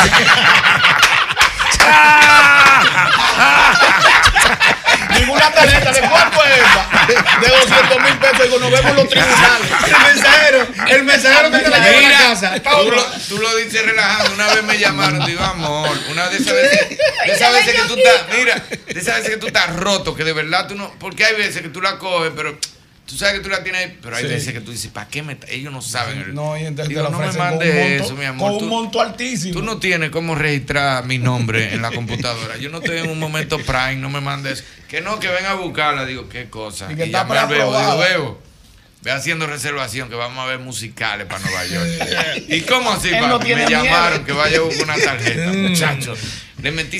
Ninguna tarjeta, ¿de cuánto es esta? De 200,000 pesos. Digo, nos vemos en los tribunales. El mensajero que te la lleva a la casa. Tú lo dices relajando. Una vez me llamaron, digo, amor, una de esas veces que tú estás, mira, de esas veces que tú estás roto, que de verdad tú no, porque hay veces que tú la coges, pero tú sabes que tú la tienes ahí, pero hay veces que tú dices, ¿para qué ellos no saben? No, y entonces digo, no me mandes eso, mi amor. Con un monto altísimo. Tú no tienes cómo registrar mi nombre en la computadora. Yo no estoy en un momento prime, no me mandes. Que no, que ven a buscarla. Digo, qué cosa. Y que está llamé al Bebo, digo, preaprobada. Bebo, ve haciendo reservación, que vamos a ver musicales para Nueva York. ¿Y cómo así, Él no papi? tiene Me llamaron miedo. que vaya a buscar una tarjeta, muchachos. Le metí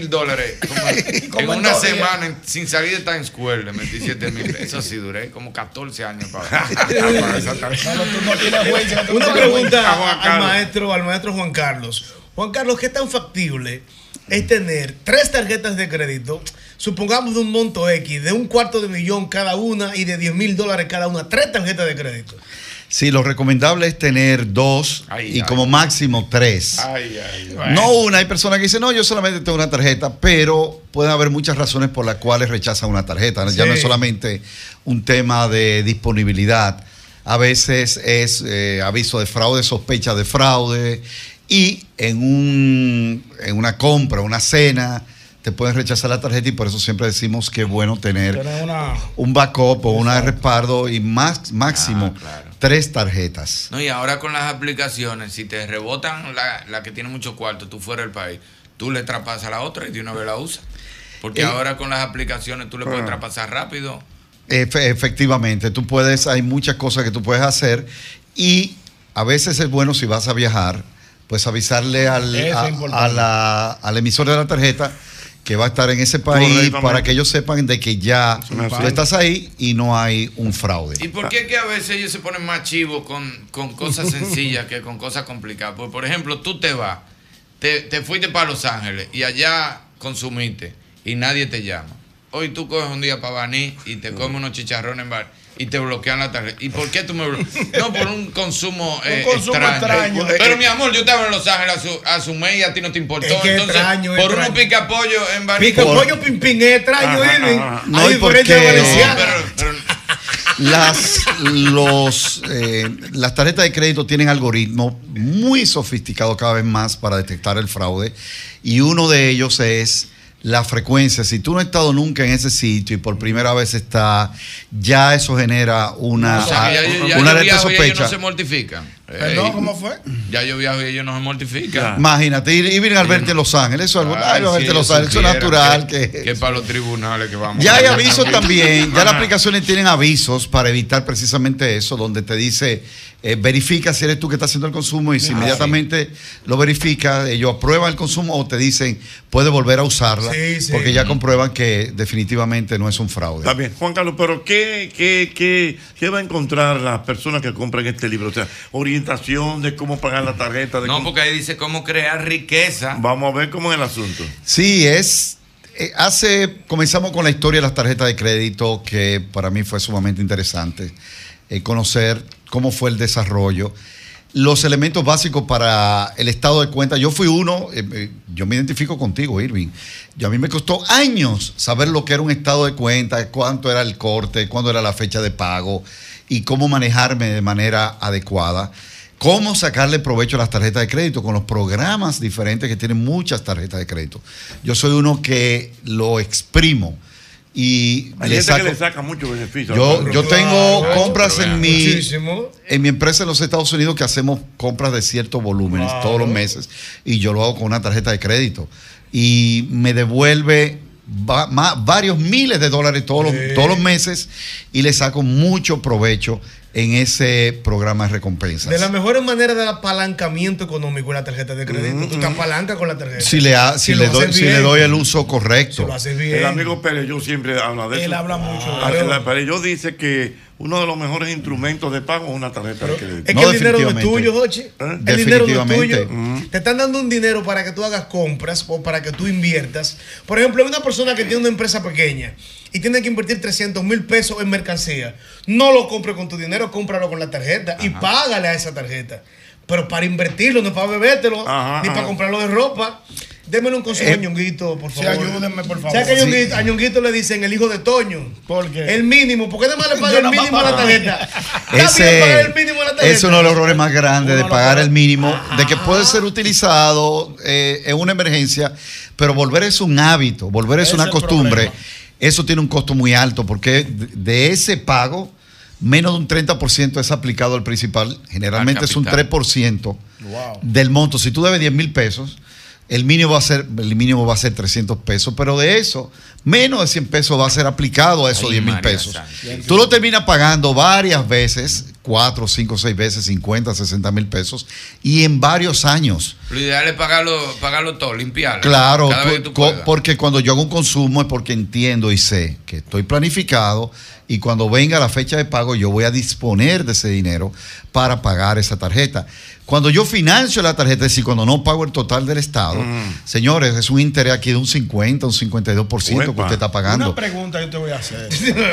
$7,000 en una semana sin salir de Times Square. Le metí $7,000. Eso sí, duré como 14 años para esa tarjeta. Una pregunta al maestro Juan Carlos. Juan Carlos, ¿qué tan factible es tener 3 tarjetas de crédito, supongamos de un monto X, de $250,000 cada una y de $10,000 cada una? 3 tarjetas de crédito. Sí, lo recomendable es tener 2 y como máximo 3. No una, hay personas que dicen, no, yo solamente tengo una tarjeta, pero pueden haber muchas razones por las cuales rechazan una tarjeta. Ya no es solamente un tema de disponibilidad. A veces es aviso de fraude, sospecha de fraude, y en una compra, una cena, te pueden rechazar la tarjeta, y por eso siempre decimos que es bueno tener un backup o una de respaldo y máximo 3 tarjetas. No, y ahora con las aplicaciones, si te rebotan la que tiene mucho cuarto, tú fuera del país, tú le traspasas a la otra y de una vez la usas. Porque ahora con las aplicaciones tú le puedes traspasar rápido. Efectivamente, hay muchas cosas que tú puedes hacer, y a veces es bueno, si vas a viajar, pues avisarle al emisor de la tarjeta que va a estar en ese país, para que ellos sepan de que ya tú estás ahí y no hay un fraude. ¿Y por qué que a veces ellos se ponen más chivos con cosas sencillas que con cosas complicadas? Pues, por ejemplo, tú te vas, te fuiste para Los Ángeles y allá consumiste y nadie te llama. Hoy tú coges un día para Baní y te comes unos chicharrones en bar y te bloquean la tarjeta. ¿Y por qué tú me bloqueas? No, por un consumo extraño. Pero mi amor, yo estaba en Los Ángeles a su mes y a ti no te importó. Entonces, extraño, por unos pica-pollo en Baní. Pica-pollo pin es extraño, Irving. No, Hay ¿y por diferentes qué? valencianas. Las tarjetas de crédito tienen algoritmos muy sofisticados cada vez más para detectar el fraude, y uno de ellos es la frecuencia. Si tú no has estado nunca en ese sitio y por primera vez está, ya eso genera una alerta sospecha. Ellos no se mortifican. ¿Perdón, cómo fue? Ya yo viajo y ellos no se mortifican. Imagínate, y vienen al verte en Los Ángeles, eso es algo, verte en Los Ángeles, eso es natural. Que para los tribunales que vamos. Ya hay avisos también, ya las aplicaciones tienen avisos para evitar precisamente eso, donde te dice, verifica si eres tú que estás haciendo el consumo, y si inmediatamente lo verifica, ellos aprueban el consumo o te dicen, puedes volver a usarla, porque ya comprueban que definitivamente no es un fraude. Está bien, Juan Carlos, pero ¿qué va a encontrar las personas que compran este libro? O sea, orientación de cómo pagar la tarjeta. Porque ahí dice cómo crear riqueza. Vamos a ver cómo es el asunto. Sí, comenzamos con la historia de las tarjetas de crédito, que para mí fue sumamente interesante conocer cómo fue el desarrollo, los elementos básicos para el estado de cuenta. Yo fui uno, yo me identifico contigo, Irving. A mí me costó años saber lo que era un estado de cuenta, cuánto era el corte, cuándo era la fecha de pago y cómo manejarme de manera adecuada. Cómo sacarle provecho a las tarjetas de crédito con los programas diferentes que tienen muchas tarjetas de crédito. Yo soy uno que lo exprimo. Y hay gente que le saca mucho beneficio. Yo tengo compras en mi empresa en los Estados Unidos, que hacemos compras de ciertos volúmenes todos los meses, y yo lo hago con una tarjeta de crédito y me devuelve varios miles de dólares todos los meses, y le saco mucho provecho en ese programa de recompensas. De las mejores maneras de apalancamiento económico es la tarjeta de crédito. Tú te apalancas con la tarjeta. Si le doy el uso correcto. Si lo haces bien. El amigo Pérez, yo siempre habla de eso. Él habla mucho. Pérez, yo dice que uno de los mejores instrumentos de pago es una tarjeta de crédito. Es que el dinero no es tuyo, Jochi. El dinero no es tuyo. Mm. Te están dando un dinero para que tú hagas compras o para que tú inviertas. Por ejemplo, hay una persona que tiene una empresa pequeña y tiene que invertir 300,000 pesos en mercancía. No lo compre con tu dinero, cómpralo con la tarjeta y págale a esa tarjeta. Pero para invertirlo, no es para bebértelo, ni para comprarlo de ropa. Démelo un consejo a Ñonguito, por favor. Sí, ayúdenme, por favor. ¿Sabes que a Ñonguito le dicen el hijo de Toño? ¿Por qué? El mínimo. ¿Por qué además le paga el mínimo a la tarjeta? Es uno de los errores más grandes de pagar el mínimo, de que puede ser utilizado en una emergencia, pero volver es un hábito, volver es una costumbre. Eso tiene un costo muy alto, porque de ese pago, menos de un 30% es aplicado al principal. Generalmente es un 3% del monto. Si tú debes 10,000 pesos, el mínimo va a ser 300 pesos, pero de eso, menos de 100 pesos va a ser aplicado a esos 10,000 pesos. Tú lo terminas pagando varias veces, 4, 5, 6 veces, 50, 60,000 pesos, y en varios años. Lo ideal es pagarlo todo, limpiarlo. Claro, porque cuando yo hago un consumo es porque entiendo y sé que estoy planificado, y cuando venga la fecha de pago yo voy a disponer de ese dinero para pagar esa tarjeta. Cuando yo financio la tarjeta, es decir, cuando no pago el total del Estado, señores, es un interés aquí de un 50, un 52% que usted está pagando. Una pregunta yo te voy a hacer.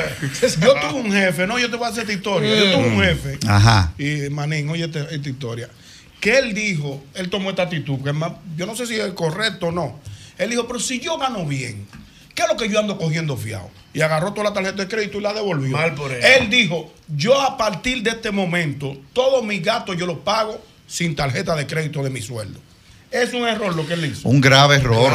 Yo tuve un jefe, yo te voy a hacer esta historia. Yo tuve un jefe. Ajá. Y Manín, oye esta historia. Que él dijo, él tomó esta actitud, que es más, yo no sé si es correcto o no. Él dijo, pero si yo gano bien, ¿qué es lo que yo ando cogiendo fiado? Y agarró toda la tarjeta de crédito y la devolvió. Mal por él. Él dijo, yo a partir de este momento, todos mis gastos yo los pago sin tarjeta de crédito de mi sueldo. Es un error lo que él hizo. Un grave error,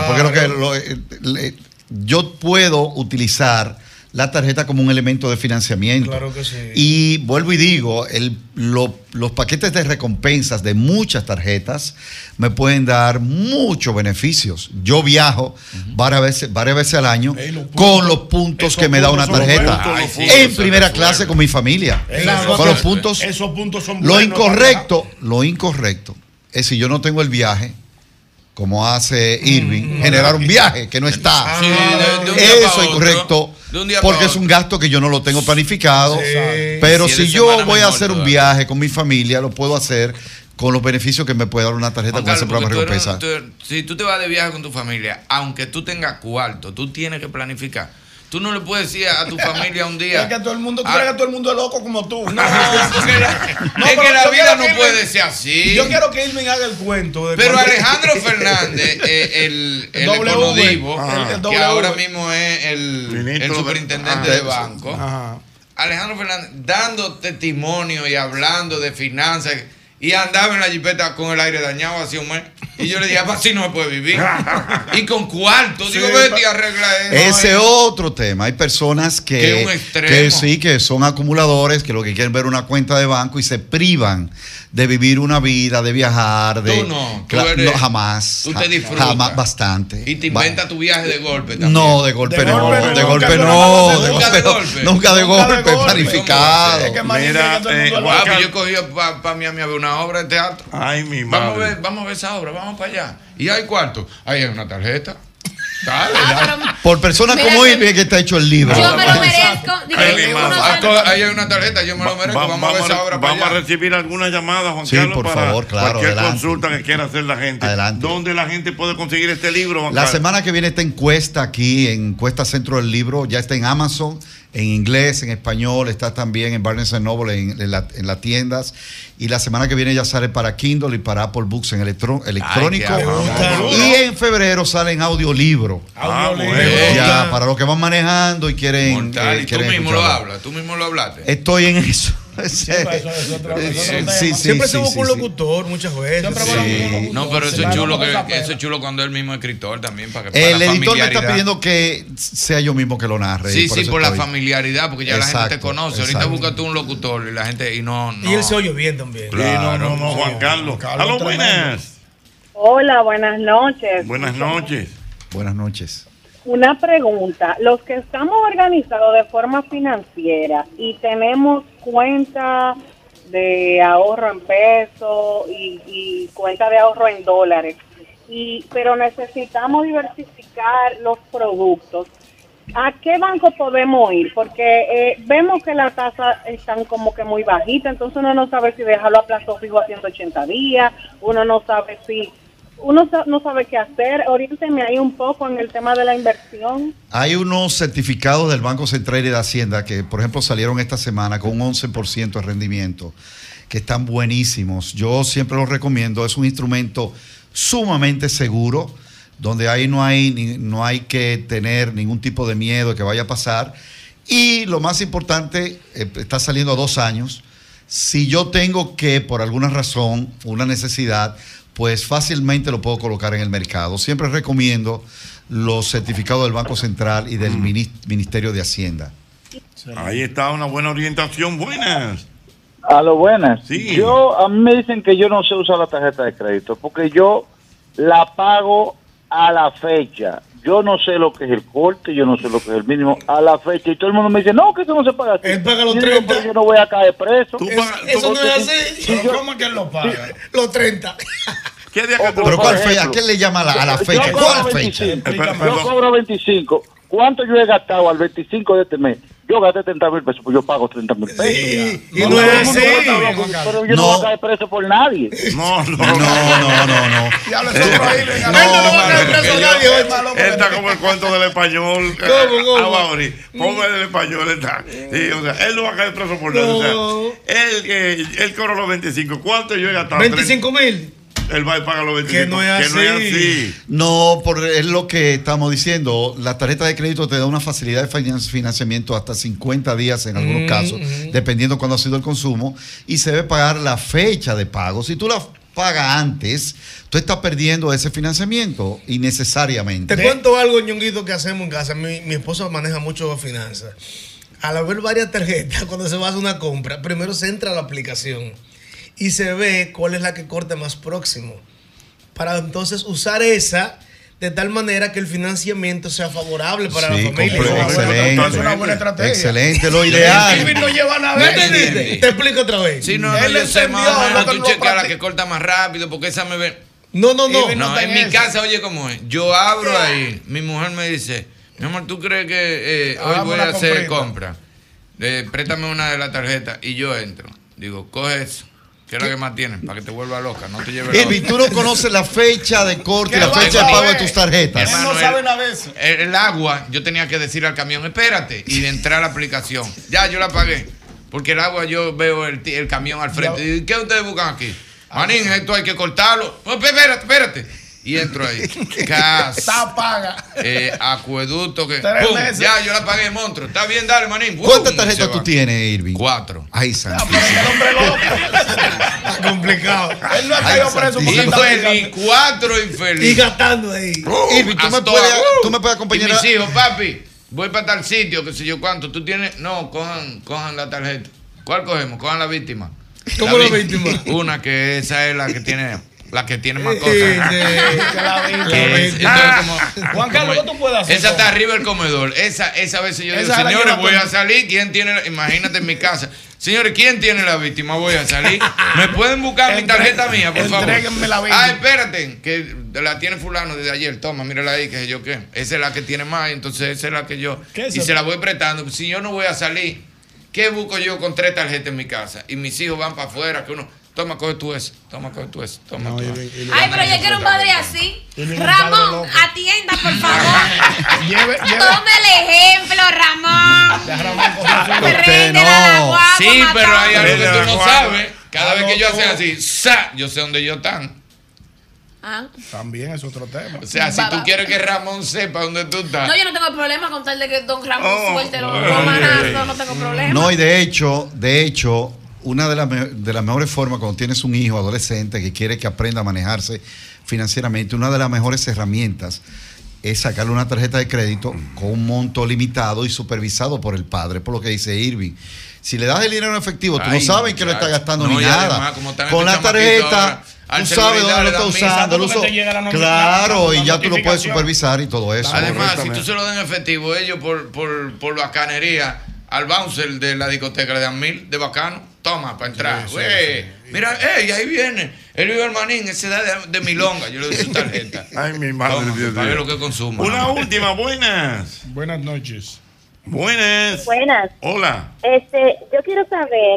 porque yo puedo utilizar la tarjeta como un elemento de financiamiento. Claro que sí. Y vuelvo y digo, los paquetes de recompensas de muchas tarjetas me pueden dar muchos beneficios. Yo viajo varias veces al año con los puntos que me da una tarjeta. En primera clase con mi familia. Con los puntos. Esos puntos son Lo buenos. incorrecto es si yo no tengo el viaje, como hace Irving, generar un viaje que no está. Eso es incorrecto, porque es un gasto que yo no lo tengo planificado. Pero si yo voy a hacer un viaje con mi familia, lo puedo hacer con los beneficios que me puede dar una tarjeta con ese programa de recompensa. Si tú te vas de viaje con tu familia, aunque tú tengas cuarto, tú tienes que planificar. Tú no le puedes decir a tu familia un día. Es que todo el mundo, tú crees que todo el mundo es loco como tú. No, es que la vida no puede ser así. Yo quiero que Irving haga el cuento. Pero Alejandro Fernández, el econodivo, que ahora mismo es el superintendente de banco. Alejandro Fernández dando testimonio y hablando de finanzas. Y andaba en la jipeta con el aire dañado hace un mes. Y yo le dije, así no se puede vivir. Y con cuarto. Digo, vete y arregla eso. Ese otro tema. Hay personas que son acumuladores, que lo que quieren ver una cuenta de banco y se privan de vivir una vida, de viajar. Tú no. No, jamás. Tú te disfrutas. Jamás, bastante. Y te inventas tu viaje de golpe también. No, de golpe no. Nunca de golpe, planificado. Mira, yo cogí para Miami a ver una obra de teatro. Ay, mi madre. Vamos a ver esa obra, vamos para allá. Y hay cuarto. Ahí hay una tarjeta. Dale. Por personas como Irving que está hecho el libro. Yo me lo merezco. Ahí hay una tarjeta, yo me lo merezco. Vamos a ver esa obra. Vamos a recibir algunas llamadas, Juan Carlos, por favor, claro. Cualquier consulta que quiera hacer la gente. Adelante. ¿Dónde la gente puede conseguir este libro, Juan La Carlos? semana que viene esta encuesta aquí, Encuesta Centro del Libro, ya está en Amazon, en inglés, en español, está también en Barnes & Noble, en las tiendas. Y la semana que viene ya sale para Kindle y para Apple Books en electrónico. Y en febrero sale en audiolibro. Ya, para los que van manejando y quieren. Y tú mismo lo hablas, tú mismo lo hablaste. Estoy en eso. Siempre se busca un locutor muchas veces. No, pero eso es chulo cuando él mismo es escritor también. El editor me está pidiendo que sea yo mismo que lo narre. Sí, por la familiaridad, porque ya la gente te conoce. Ahorita busca tú un locutor y la gente. Y él se oye bien también. Claro, no, Juan Carlos. Aló, buenas. Hola, buenas noches. Buenas noches. Buenas noches. Una pregunta. Los que estamos organizados de forma financiera y tenemos cuenta de ahorro en pesos y cuenta de ahorro en dólares. Pero necesitamos diversificar los productos. ¿A qué banco podemos ir? Porque vemos que las tasas están como que muy bajitas, entonces uno no sabe si dejarlo a plazo fijo a 180 días, uno no sabe qué hacer. Oriénteme ahí un poco en el tema de la inversión. Hay unos certificados del Banco Central y de Hacienda que, por ejemplo, salieron esta semana con un 11% de rendimiento, que están buenísimos. Yo siempre los recomiendo. Es un instrumento sumamente seguro, donde ahí no hay que tener ningún tipo de miedo de que vaya a pasar. Y lo más importante, está saliendo a 2 años. Si yo tengo que, por alguna razón, una necesidad, pues fácilmente lo puedo colocar en el mercado. Siempre recomiendo los certificados del Banco Central y del Ministerio de Hacienda. Ahí está una buena orientación. Buenas. A lo buenas. Sí. A mí me dicen que yo no sé usar la tarjeta de crédito porque yo la pago a la fecha. Yo no sé lo que es el corte, yo no sé lo que es el mínimo a la fecha. Y todo el mundo me dice, no, que eso no se paga así. Él paga los Yo 30. digo, pero yo no voy a caer preso. Eso no es así. ¿Cómo es que él lo paga? Los 30. ¿Qué día que ¿Pero cuál fecha? ¿A qué le llama a la fecha? Yo ¿Cuál cobro fecha? 25. Yo cobro 25. ¿Cuánto yo he gastado al 25 de este mes? Yo gasté 30,000 pesos, pues yo pago 30,000 pesos. Sí, y no es así. Pero yo no voy a caer preso por nadie. No. Él está como el cuento del español. Ponme el español. Sí, o sea, él no va a caer preso por nada. O sea, él cobra los 25. ¿Cuánto yo he gastado? 25,000. Él va a pagar los 25. Que no es así. No, es lo que estamos diciendo. La tarjeta de crédito te da una facilidad de financiamiento hasta 50 días en algunos casos, dependiendo cuándo ha sido el consumo, y se debe pagar la fecha de pago. Si tú la pagas antes, tú estás perdiendo ese financiamiento innecesariamente. Te cuento algo, Ñonguito, que hacemos en casa. Mi esposo maneja mucho finanzas. Al haber varias tarjetas, cuando se va a hacer una compra, primero se entra a la aplicación y se ve cuál es la que corte más próximo, para entonces usar esa de tal manera que el financiamiento sea favorable para la familia. Excelente. Es una buena estrategia. Excelente, lo ideal. El no lleva nada. Te explico otra vez. Sí, no, yo sé más o menos, tú checas la que corta más rápido, porque esa me ve. No, en mi casa, oye cómo es. Yo abro ahí, mi mujer me dice, mi amor, ¿tú crees que hoy voy a hacer compra? Préstame una de las tarjetas y yo entro. Digo, coge eso. ¿Qué es lo que más tienes? Para que te vuelva loca, no te lleves loca. Tú no conoces la fecha de corte y la fecha de pago de tus tarjetas. Hermano, no saben a veces. El agua, yo tenía que decir al camión, espérate, y de entrar a la aplicación. Ya, yo la pagué. Porque el agua, yo veo el camión al frente. ¿Y qué ustedes buscan aquí? Manín, esto hay que cortarlo. No, espérate. Y entro ahí. Casa. Está paga. Acueducto que. 3 ¡Pum! meses. Ya, yo la pagué, monstruo. Está bien, dale, manín. ¿Cuántas tarjetas tú tienes, Irving? 4. Ay, santísimo. Está complicado. Él no ha caído preso porque está Infeliz, 4 infeliz. Y gastando ahí. Irving, tú me puedes acompañar. Y mis hijos, papi, voy para tal sitio, qué sé yo cuánto. Tú tienes. No, cojan la tarjeta. ¿Cuál cogemos? Cojan la víctima. ¿Cómo la víctima? Una que esa es la que tiene más cosas. Juan Carlos, ¿qué tú puedes hacer? Esa está arriba del comedor. Esa a veces yo digo, señores, voy a salir. ¿Quién tiene? Imagínate en mi casa. Señores, ¿quién tiene la víctima? Voy a salir. ¿Me pueden buscar mi tarjeta mía, por favor? Entréguenme la víctima. Espérate, que la tiene fulano desde ayer. Toma, mírala ahí, que sé yo qué. Esa es la que tiene más, entonces esa es la que yo. Y se la voy prestando. Si yo no voy a salir, ¿qué busco yo con 3 tarjetas en mi casa? Y mis hijos van para afuera, que uno... Toma, coge tú eso. Toma, coge tú eso. Toma, Ay, pero yo quiero un padre así. Ramón, atienda, por favor. Tome el ejemplo, Ramón. Prende la guagua. Sí, pero hay algo que tú no sabes. Cada vez que yo hago así, yo sé dónde ellos están. También es otro tema. O sea, si tú quieres que Ramón sepa dónde tú estás. No, yo no tengo problema con tal de que don Ramón suelte los manazos. No tengo problema. No, y de hecho, una de las mejores formas cuando tienes un hijo adolescente que quiere que aprenda a manejarse financieramente, una de las mejores herramientas es sacarle una tarjeta de crédito con un monto limitado y supervisado por el padre, por lo que dice Irving. Si le das el dinero en efectivo, tú no sabes que lo está gastando ni nada. Además, con la tarjeta, tú sabes dónde lo está usando. Claro, y ya tú lo puedes supervisar y todo eso. Además, si tú se lo das en efectivo, ellos por bacanería al bouncer de la discoteca, le dan 1,000 de bacano. Toma, para entrar. Sí, Mira, ahí viene. El vive Manín, ese da de milonga. Yo le doy su tarjeta. Ay, mi madre. Toma, para ver lo que consuma. Una última, buenas. Buenas noches. Buenas. Buenas. Hola. Yo quiero saber,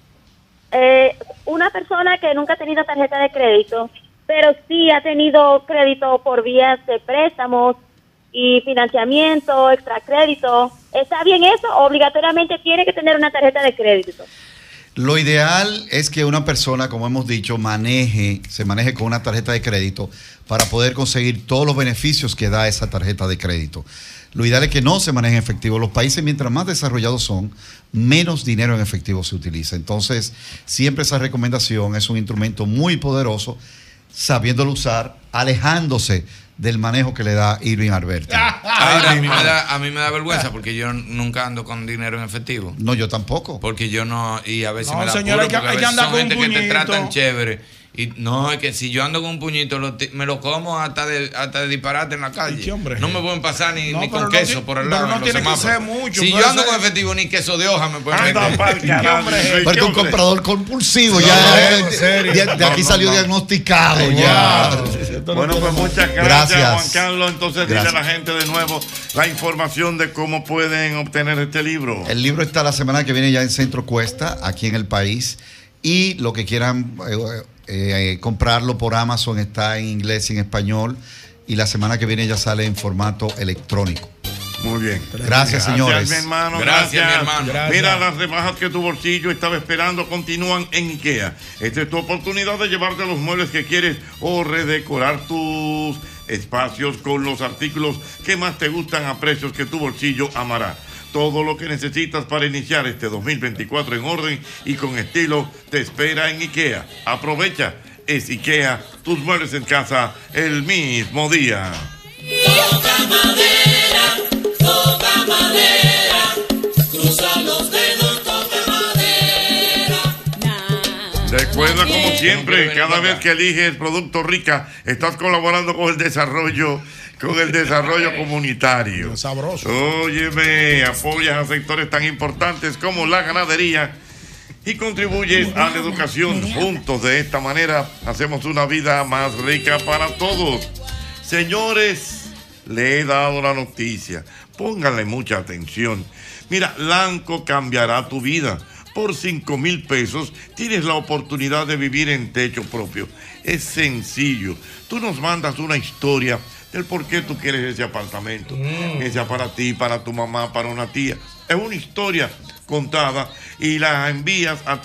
una persona que nunca ha tenido tarjeta de crédito, pero sí ha tenido crédito por vías de préstamos y financiamiento, extra crédito, ¿está bien eso o obligatoriamente tiene que tener una tarjeta de crédito? Lo ideal es que una persona, como hemos dicho, se maneje con una tarjeta de crédito para poder conseguir todos los beneficios que da esa tarjeta de crédito. Lo ideal es que no se maneje en efectivo. Los países, mientras más desarrollados son, menos dinero en efectivo se utiliza. Entonces, siempre esa recomendación es un instrumento muy poderoso, sabiéndolo usar, alejándose del manejo que le da Irving Alberti. Ahora, a mí me da vergüenza porque yo nunca ando con dinero en efectivo. No, yo tampoco. Porque yo no, y a veces No, me da señora, apuro, porque a hay que veces andar son con gente un que te puñito. tratan chévere. Y no, es que si yo ando con un puñito, me lo como hasta de disparate en la calle. No me pueden pasar ni con queso por el lado. Pero no en los tiene que semáforos. ser mucho. Si puede yo ando ser- con efectivo, ni queso de hoja me pueden meter. Pero tú un comprador compulsivo, No, ya en serio. de aquí salió diagnosticado. Ya. Bueno, pues muchas gracias, Gracias. Juan Carlos. Entonces, dile a Gracias. la gente de nuevo la información de cómo pueden obtener este libro. El libro está la semana que viene ya en Centro Cuesta, aquí en el país. Y lo que quieran comprarlo por Amazon está en inglés y en español. Y la semana que viene ya sale en formato electrónico. Muy bien. Gracias, señores. mi hermano. Gracias, mi hermano. Mira, las rebajas que tu bolsillo estaba esperando continúan en IKEA. Esta es tu oportunidad de llevarte los muebles que quieres o redecorar tus espacios con los artículos que más te gustan a precios que tu bolsillo amará. Todo lo que necesitas para iniciar este 2024 en orden y con estilo te espera en IKEA. Aprovecha. Es IKEA, tus muebles en casa el mismo día. Toca madera, cruza los dedos, toca madera. Recuerda, como siempre, cada vez que eliges Producto Rica, estás colaborando con el desarrollo comunitario. Sabroso. Óyeme, apoyas a sectores tan importantes como la ganadería y contribuyes a la educación. Juntos, de esta manera, hacemos una vida más rica para todos. Señores, le he dado la noticia. Pónganle mucha atención. Mira, Lanco cambiará tu vida. Por 5,000 pesos tienes la oportunidad de vivir en techo propio. Es sencillo. Tú nos mandas una historia del por qué tú quieres ese apartamento. Que sea para ti, para tu mamá, para una tía. Es una historia contada y la envías a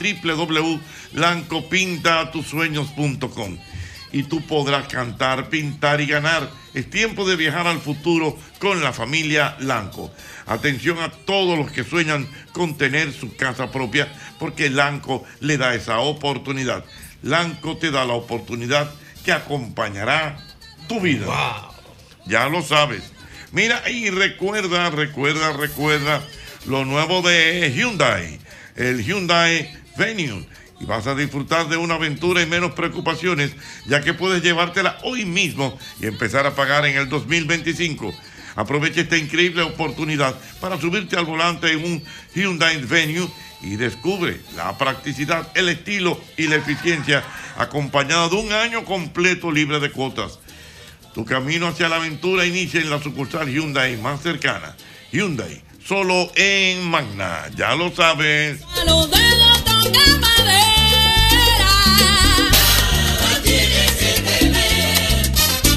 www.lancopintatusueños.com y tú podrás cantar, pintar y ganar. Es tiempo de viajar al futuro con la familia Lanco. Atención a todos los que sueñan con tener su casa propia, porque Lanco le da esa oportunidad. Lanco te da la oportunidad que acompañará tu vida. Wow. Ya lo sabes. Mira, y recuerda lo nuevo de Hyundai, el Hyundai Venue. Y vas a disfrutar de una aventura y menos preocupaciones, ya que puedes llevártela hoy mismo y empezar a pagar en el 2025. Aprovecha esta increíble oportunidad para subirte al volante en un Hyundai Venue y descubre la practicidad, el estilo y la eficiencia, acompañada de un año completo libre de cuotas. Tu camino hacia la aventura inicia en la sucursal Hyundai más cercana. Hyundai, solo en Magna, ya lo sabes. A los dedos toca madera. Nada tienes que temer.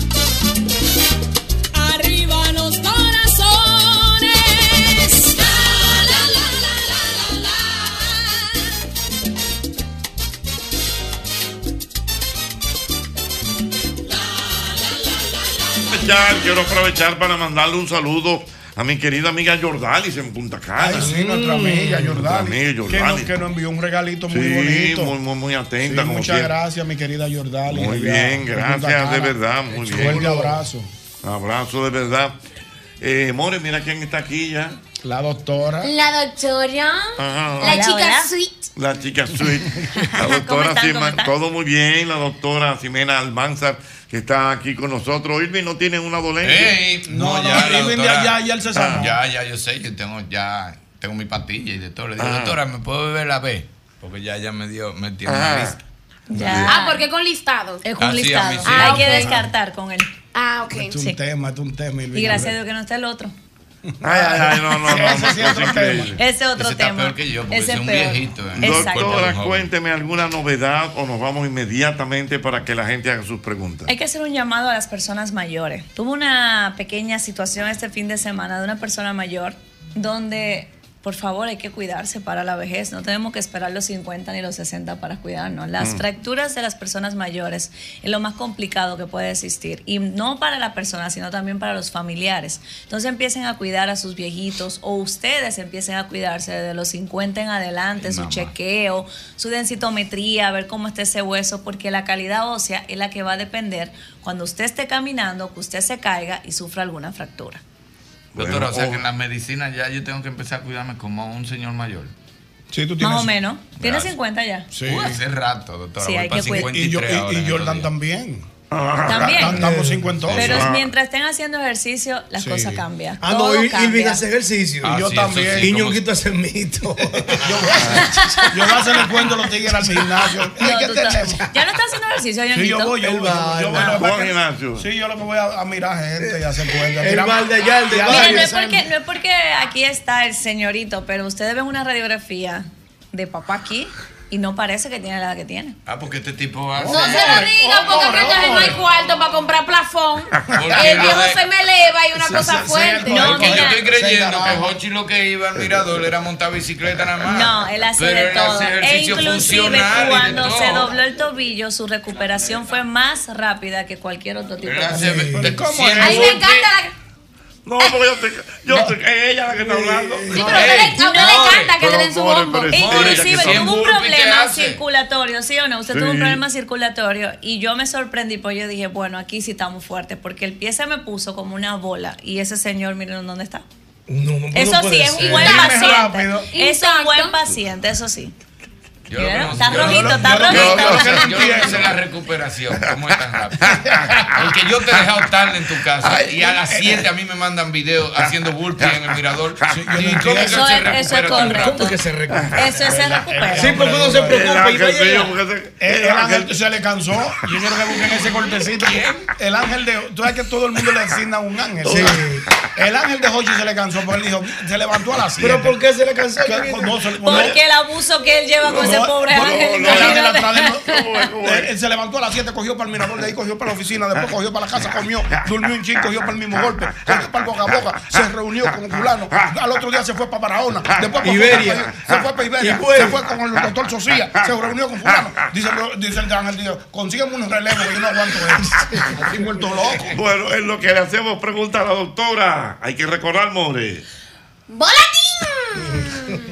Arriba los corazones. La, la, la, la, Quiero aprovechar para mandarle un saludo a mi querida amiga Yordalis en Punta Cana. Ay, sí, nuestra amiga Yordalis. Yordalis. Que nos envió un regalito muy Sí, bonito. muy atenta. Sí, como muchas siempre. gracias, mi querida Yordalis. Muy allá bien, en Punta gracias, Cana. de verdad, muy bien. Fuerte abrazo. Abrazo, de verdad. More, mira quién está aquí ya. La doctora. La doctora. Ajá. La chica sweet. La chica sweet. La doctora Ximena, todo muy bien. La doctora Ximena Almanzar, que está aquí con nosotros. Irving no tiene una dolencia. No, ya, la Irving doctora- ya él se sanó. Ya, yo sé, yo tengo ya tengo mi pastilla y de todo. Le digo, doctora, ¿me puedo beber la B? Porque ya ella me tiene una lista. Ya. Porque con listado. Es con Así listado. a mí sí. Hay que descartar con él. Ok. Es un tema, es un tema. Y gracias a Dios que no está el otro. No. Ese es otro tema. Ese otro Ese está tema. peor que yo, porque Ese es un peor. viejito. Doctora, cuénteme alguna novedad o nos vamos inmediatamente para que la gente haga sus preguntas. Hay que hacer un llamado a las personas mayores. Tuve una pequeña situación este fin de semana de una persona mayor donde, por favor, hay que cuidarse para la vejez. No tenemos que esperar los 50 ni los 60 para cuidarnos. Las fracturas de las personas mayores es lo más complicado que puede existir. Y no para la persona, sino también para los familiares. Entonces empiecen a cuidar a sus viejitos o ustedes empiecen a cuidarse desde los 50 en adelante, su chequeo, su densitometría, ver cómo está ese hueso, porque la calidad ósea es la que va a depender cuando usted esté caminando, que usted se caiga y sufra alguna fractura. Doctora, o sea que en la medicina ya yo tengo que empezar a cuidarme como un señor mayor. Sí, tú tienes. Más o menos. ¿Tienes 50 ya? Sí. Hace rato, doctora. Sí, voy hay para que cuidar. 53 ahora en Y Jordan estos días. también. También. Estamos 50. Pero mientras estén haciendo ejercicio, las cosas cambian. Ah, no, Todo Irving cambia. hace ejercicio. Y yo sí, también. eso sí, Y como- Ñonguito hace mito. Yo voy a hacer el cuento de los tigres al gimnasio. No, ¿Qué tú tenemos? ¿Ya no estás haciendo ejercicio, Sí, Ñonguito? yo voy. ¿Tú al gimnasio? Sí, yo lo que voy a mirar gente y hacer cuentas. El mal de allá, el de Mira, barrio. no es porque aquí está el señorito, pero ustedes ven una radiografía de papá aquí y no parece que tiene la edad que tiene. Ah, porque este tipo hace. No se lo diga porque entonces no hay cuarto para comprar plafón. El viejo se me eleva y una cosa fuerte. No, Porque yo mira. estoy creyendo que Jochi lo que iba al mirador era montar bicicleta nada más. No, él hace Pero de él todo. hace E ejercicio inclusive funcional y de cuando todo. se dobló el tobillo, su recuperación fue más rápida que cualquier otro tipo Él de hace cosa. ¿Cómo es? Ay, me encanta la... No, porque es ella la que está hablando. Sí, pero a usted le encanta que le den su bombo. Inclusive que tuvo un burpee, ¿qué problema hace? circulatorio, ¿sí o no? Usted Sí. tuvo un problema circulatorio y yo me sorprendí porque yo dije, bueno, aquí sí estamos fuertes porque el pie se me puso como una bola y ese señor, miren dónde está. Eso sí, es un buen paciente. Es un buen paciente, eso sí. Yo lo que no Está sé- yo rojito, lo- está yo lo que rojito. no sé- yo lo que sé es la recuperación, cómo es tan rápido. Porque yo te he dejado tarde en tu casa y a las 7 a mí me mandan videos haciendo burpee en el mirador. ¿Y cómo que Eso se es recupera tan correcto. ¿Cómo que se recupera? Eso es se recupera. Sí, porque uno se preocupa y va a llegar. El ángel se le cansó. Yo quiero que busquen ese cortecito. El ángel de. Tú sabes que todo el mundo le asigna un ángel. Sí. El ángel de Jochi se le cansó porque él dijo, se levantó a las 7. ¿Pero por qué se le cansó? Porque el abuso que él lleva con ese pobre ángel. El ángel atrás de ¿Cómo es? él se levantó a las 7, cogió para el mirador, de ahí cogió para la oficina, después cogió para la casa, comió, durmió un chin, cogió para el mismo golpe, cogió para el boca a boca, se reunió con fulano, al otro día se fue para Barahona, después para Iberia. se fue para Iberia, se fue con el doctor Socía, se reunió con fulano. Dice el ángel, dice, consígueme un relevo que yo no aguanto eso. Estoy muerto loco. Bueno, en lo que le hacemos pregunta a la doctora, hay que recordar, More. ¡Volatín!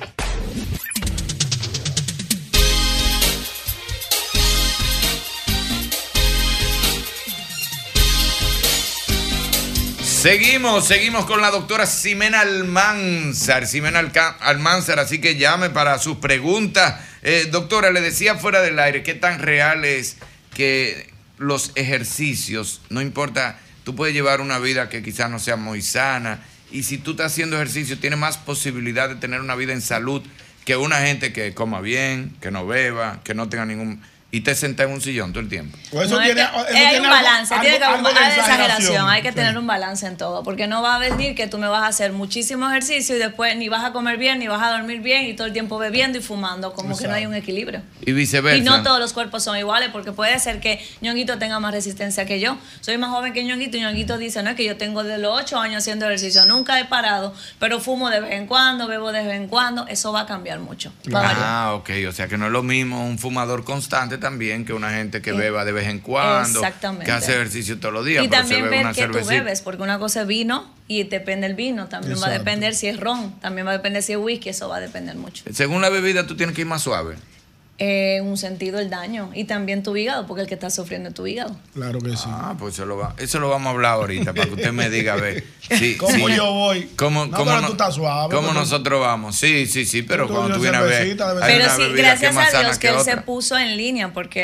Seguimos con la doctora Ximena Almanzar. Almanzar, así que llame para sus preguntas. Doctora, le decía fuera del aire, ¿qué tan real es que los ejercicios, no importa, tú puedes llevar una vida que quizás no sea muy sana, y si tú estás haciendo ejercicio, tienes más posibilidad de tener una vida en salud que una gente que coma bien, que no beba, que no tenga ningún... y te sentas en un sillón todo el tiempo. Pues No, eso tiene, es que eso hay tiene un balance, tiene que haber algo un de poco de exageración, hay que tener Sí. un balance en todo, porque no va a venir que tú me vas a hacer muchísimo ejercicio y después ni vas a comer bien, ni vas a dormir bien y todo el tiempo bebiendo y fumando, como que no hay un equilibrio. Y viceversa. Y no todos los cuerpos son iguales, porque puede ser que Ñonguito tenga más resistencia que yo. Soy más joven que Ñonguito y Ñonguito dice, no, es que yo tengo de los 8 años haciendo ejercicio, nunca he parado, pero fumo de vez en cuando, bebo de vez en cuando, eso va a cambiar mucho. Va a variar. Ah, ok, o sea que no es lo mismo un fumador constante también que una gente que beba de vez en cuando, Exactamente. que hace ejercicio todos los días, Y pero se también bebe ver una qué tú cervecita. bebes, porque una cosa es vino y depende el vino, también va a Exacto. depender si es ron, también va a depender si es whisky, eso va a depender mucho. Según la bebida, tú tienes que ir más suave. En un sentido el daño y también tu hígado, porque el que está sufriendo es tu hígado. Claro que sí. Ah, pues eso lo vamos a hablar ahorita para que usted me diga, a ver. Sí, ¿Cómo sí. yo voy? ¿Cómo, No, cómo pero no- tú estás suave, cómo pero tú- nosotros vamos? Sí, pero Tú cuando tú una vienes a ver. cervecita, hay Pero una sí, bebida que es gracias más a sana Dios que él se otra. puso en línea, porque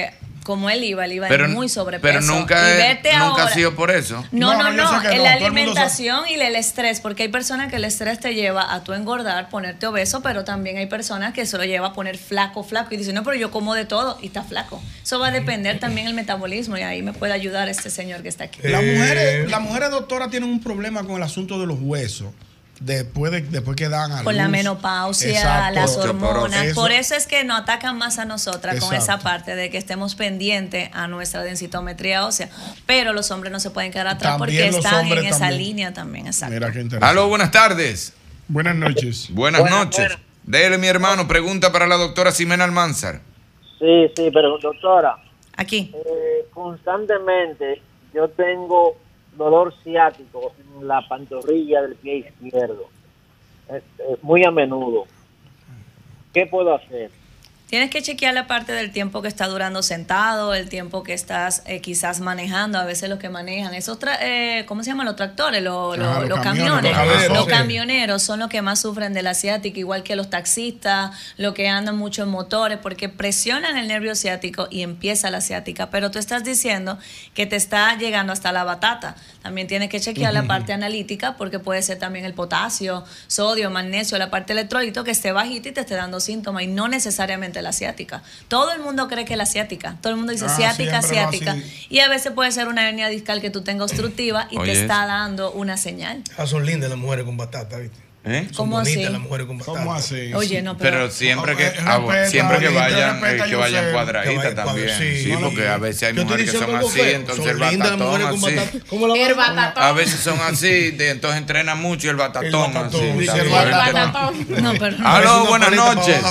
Como él iba Pero- muy sobrepeso. Pero nunca, Y vete nunca ahora. ha sido por eso. No, yo sé que en no, la todo el mundo alimentación y el estrés, porque hay personas que el estrés te lleva a tú engordar, ponerte obeso, pero también hay personas que eso lo lleva a poner flaco y dicen, no, pero yo como de todo y está flaco. Eso va a depender también del metabolismo y ahí me puede ayudar este señor que está aquí. Las mujeres, doctora, tienen un problema con el asunto de los huesos. Después que dan a Con la luz. menopausia, Exacto. las hormonas. Eso- Por eso es que nos atacan más a nosotras con Exacto. esa parte de que estemos pendientes a nuestra densitometría ósea. Pero los hombres no se pueden quedar atrás También porque los están en hombres esa también. línea también. Exacto. Mira qué interesante. Aló, buenas tardes. Buenas noches. Buenas noches. Dele, mi hermano, pregunta para la doctora Ximena Almanzar. Sí, pero doctora. Aquí. Constantemente yo tengo dolor ciático en la pantorrilla del pie izquierdo. Muy a menudo. ¿Qué puedo hacer? Tienes que chequear la parte del tiempo que está durando sentado, el tiempo que estás quizás manejando. A veces los que manejan esos, ¿cómo se llaman los tractores? Los camiones. Los camioneros son los que más sufren de la ciática, igual que los taxistas, los que andan mucho en motores, porque presionan el nervio ciático y empieza la ciática. Pero tú estás diciendo que te está llegando hasta la batata. También tienes que chequear la parte analítica, porque puede ser también el potasio, sodio, magnesio, la parte electrolito que esté bajita y te esté dando síntomas y no necesariamente la ciática. Todo el mundo cree que es la ciática. Todo el mundo dice ciática. Y a veces puede ser una hernia discal que tú tengas obstructiva y te está dando una señal. Son lindas las mujeres con batata, ¿viste? ¿Eh? Son ¿Cómo bonitas así? las mujeres con batata. ¿Cómo así? Oye, no, Pero siempre que, respeta, siempre que vayan, respeta, que vayan Yosel. cuadraditas también. Sí, porque a veces hay Yo estoy mujeres que son diciendo así, algo feo. entonces Son el lindas las mujeres batatón con así. batata. ¿Cómo la El van? batatón. A veces son así, entonces entrenan mucho y el batatón así. Dice el batatón. No, pero Aló, buenas noches.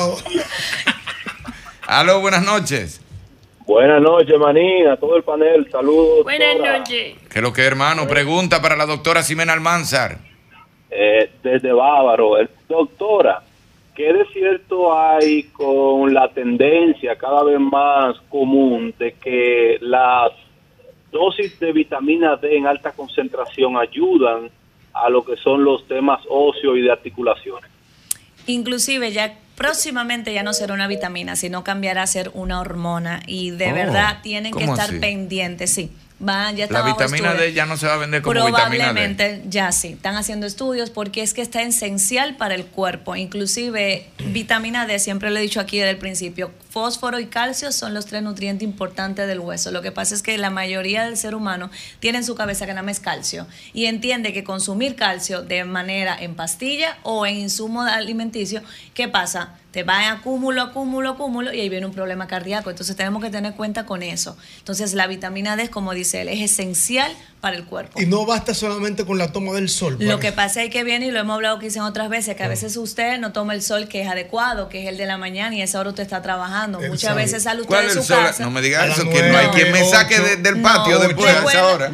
Aló, buenas noches. Buenas noches, manina, todo el panel, saludos. Buenas doctora. noches. ¿Qué es lo que, hermano? Pregunta para la doctora Ximena Almanzar. Desde Bávaro. Doctora, ¿qué de cierto hay con la tendencia cada vez más común de que las dosis de vitamina D en alta concentración ayudan a lo que son los temas óseos y de articulaciones? Inclusive ya próximamente ya no será una vitamina, sino cambiará a ser una hormona y de verdad tienen que ¿cómo estar así? pendientes, sí. Ya está La bajo vitamina estudio. D ya no se va a vender como vitamina D. Probablemente ya sí, están haciendo estudios porque es que está esencial para el cuerpo. Inclusive vitamina D, siempre lo he dicho aquí desde el principio, fósforo y calcio son los 3 nutrientes importantes del hueso. Lo que pasa es que la mayoría del ser humano tiene en su cabeza que nada más es calcio y entiende que consumir calcio de manera en pastilla o en insumo alimenticio, ¿qué pasa? Te va en acúmulo y ahí viene un problema cardíaco. Entonces tenemos que tener cuenta con eso. Entonces la vitamina D, como dice él, es esencial para el cuerpo. Y no basta solamente con la toma del sol. Lo que pasa es que viene, y lo hemos hablado quizás otras veces, que a veces usted no toma el sol que es adecuado, que es el de la mañana, y a esa hora usted está trabajando. Muchas veces sale usted ¿Cuál de es su el sol? casa. No me diga eso, que no hay quien me saque del patio después a esa hora.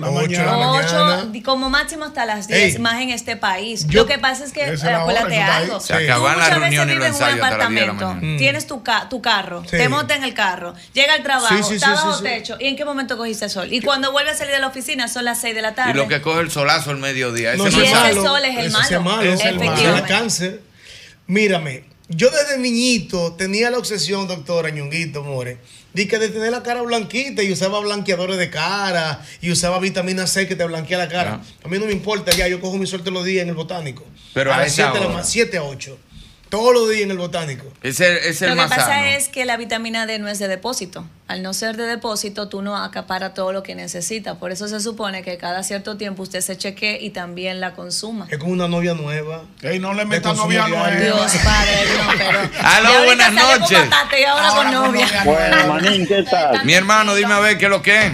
8, como máximo hasta las 10, Ey. más en este país. Yo- Lo que pasa es que, Esa es la hora acuérdate que está ahí. algo. Se acaban Tú las muchas veces reuniones y los vives en un ensayos hasta las 10 de la apartamento, mañana. tienes tu carro, Sí. te montas en el carro, llega al trabajo, Sí, sí, está sí, bajo sí, sí. techo, ¿y en qué momento cogiste sol? Y cuando vuelves a salir de la oficina son las 6 de la tarde. Y lo que coge el solazo al mediodía. No, Ese ese no es malo. sol es el Eso sí malo. es malo. Efectivamente. Da cáncer. Mírame, yo desde niñito tenía la obsesión, doctora Ñonguito More, de que de tener la cara blanquita y usaba blanqueadores de cara y usaba vitamina C que te blanquea la cara. A mí no me importa ya, yo cojo mi suerte los días en el botánico. Pero a las esa 7 hora. 7 a 8. Todos los días en el botánico. Es el Lo que más pasa sano. es que la vitamina D no es de depósito. Al no ser de depósito, tú no acaparas todo lo que necesitas. Por eso se supone que cada cierto tiempo usted se chequee y también la consuma. Es como una novia nueva. Ey, no le metas metas novia nueva. Dios padre, no, pero. Aló, Y ahorita buenas sale con noches. batata y ahora con novia. Bueno, manín, ¿qué tal? Mi hermano, dime a ver qué es lo que es.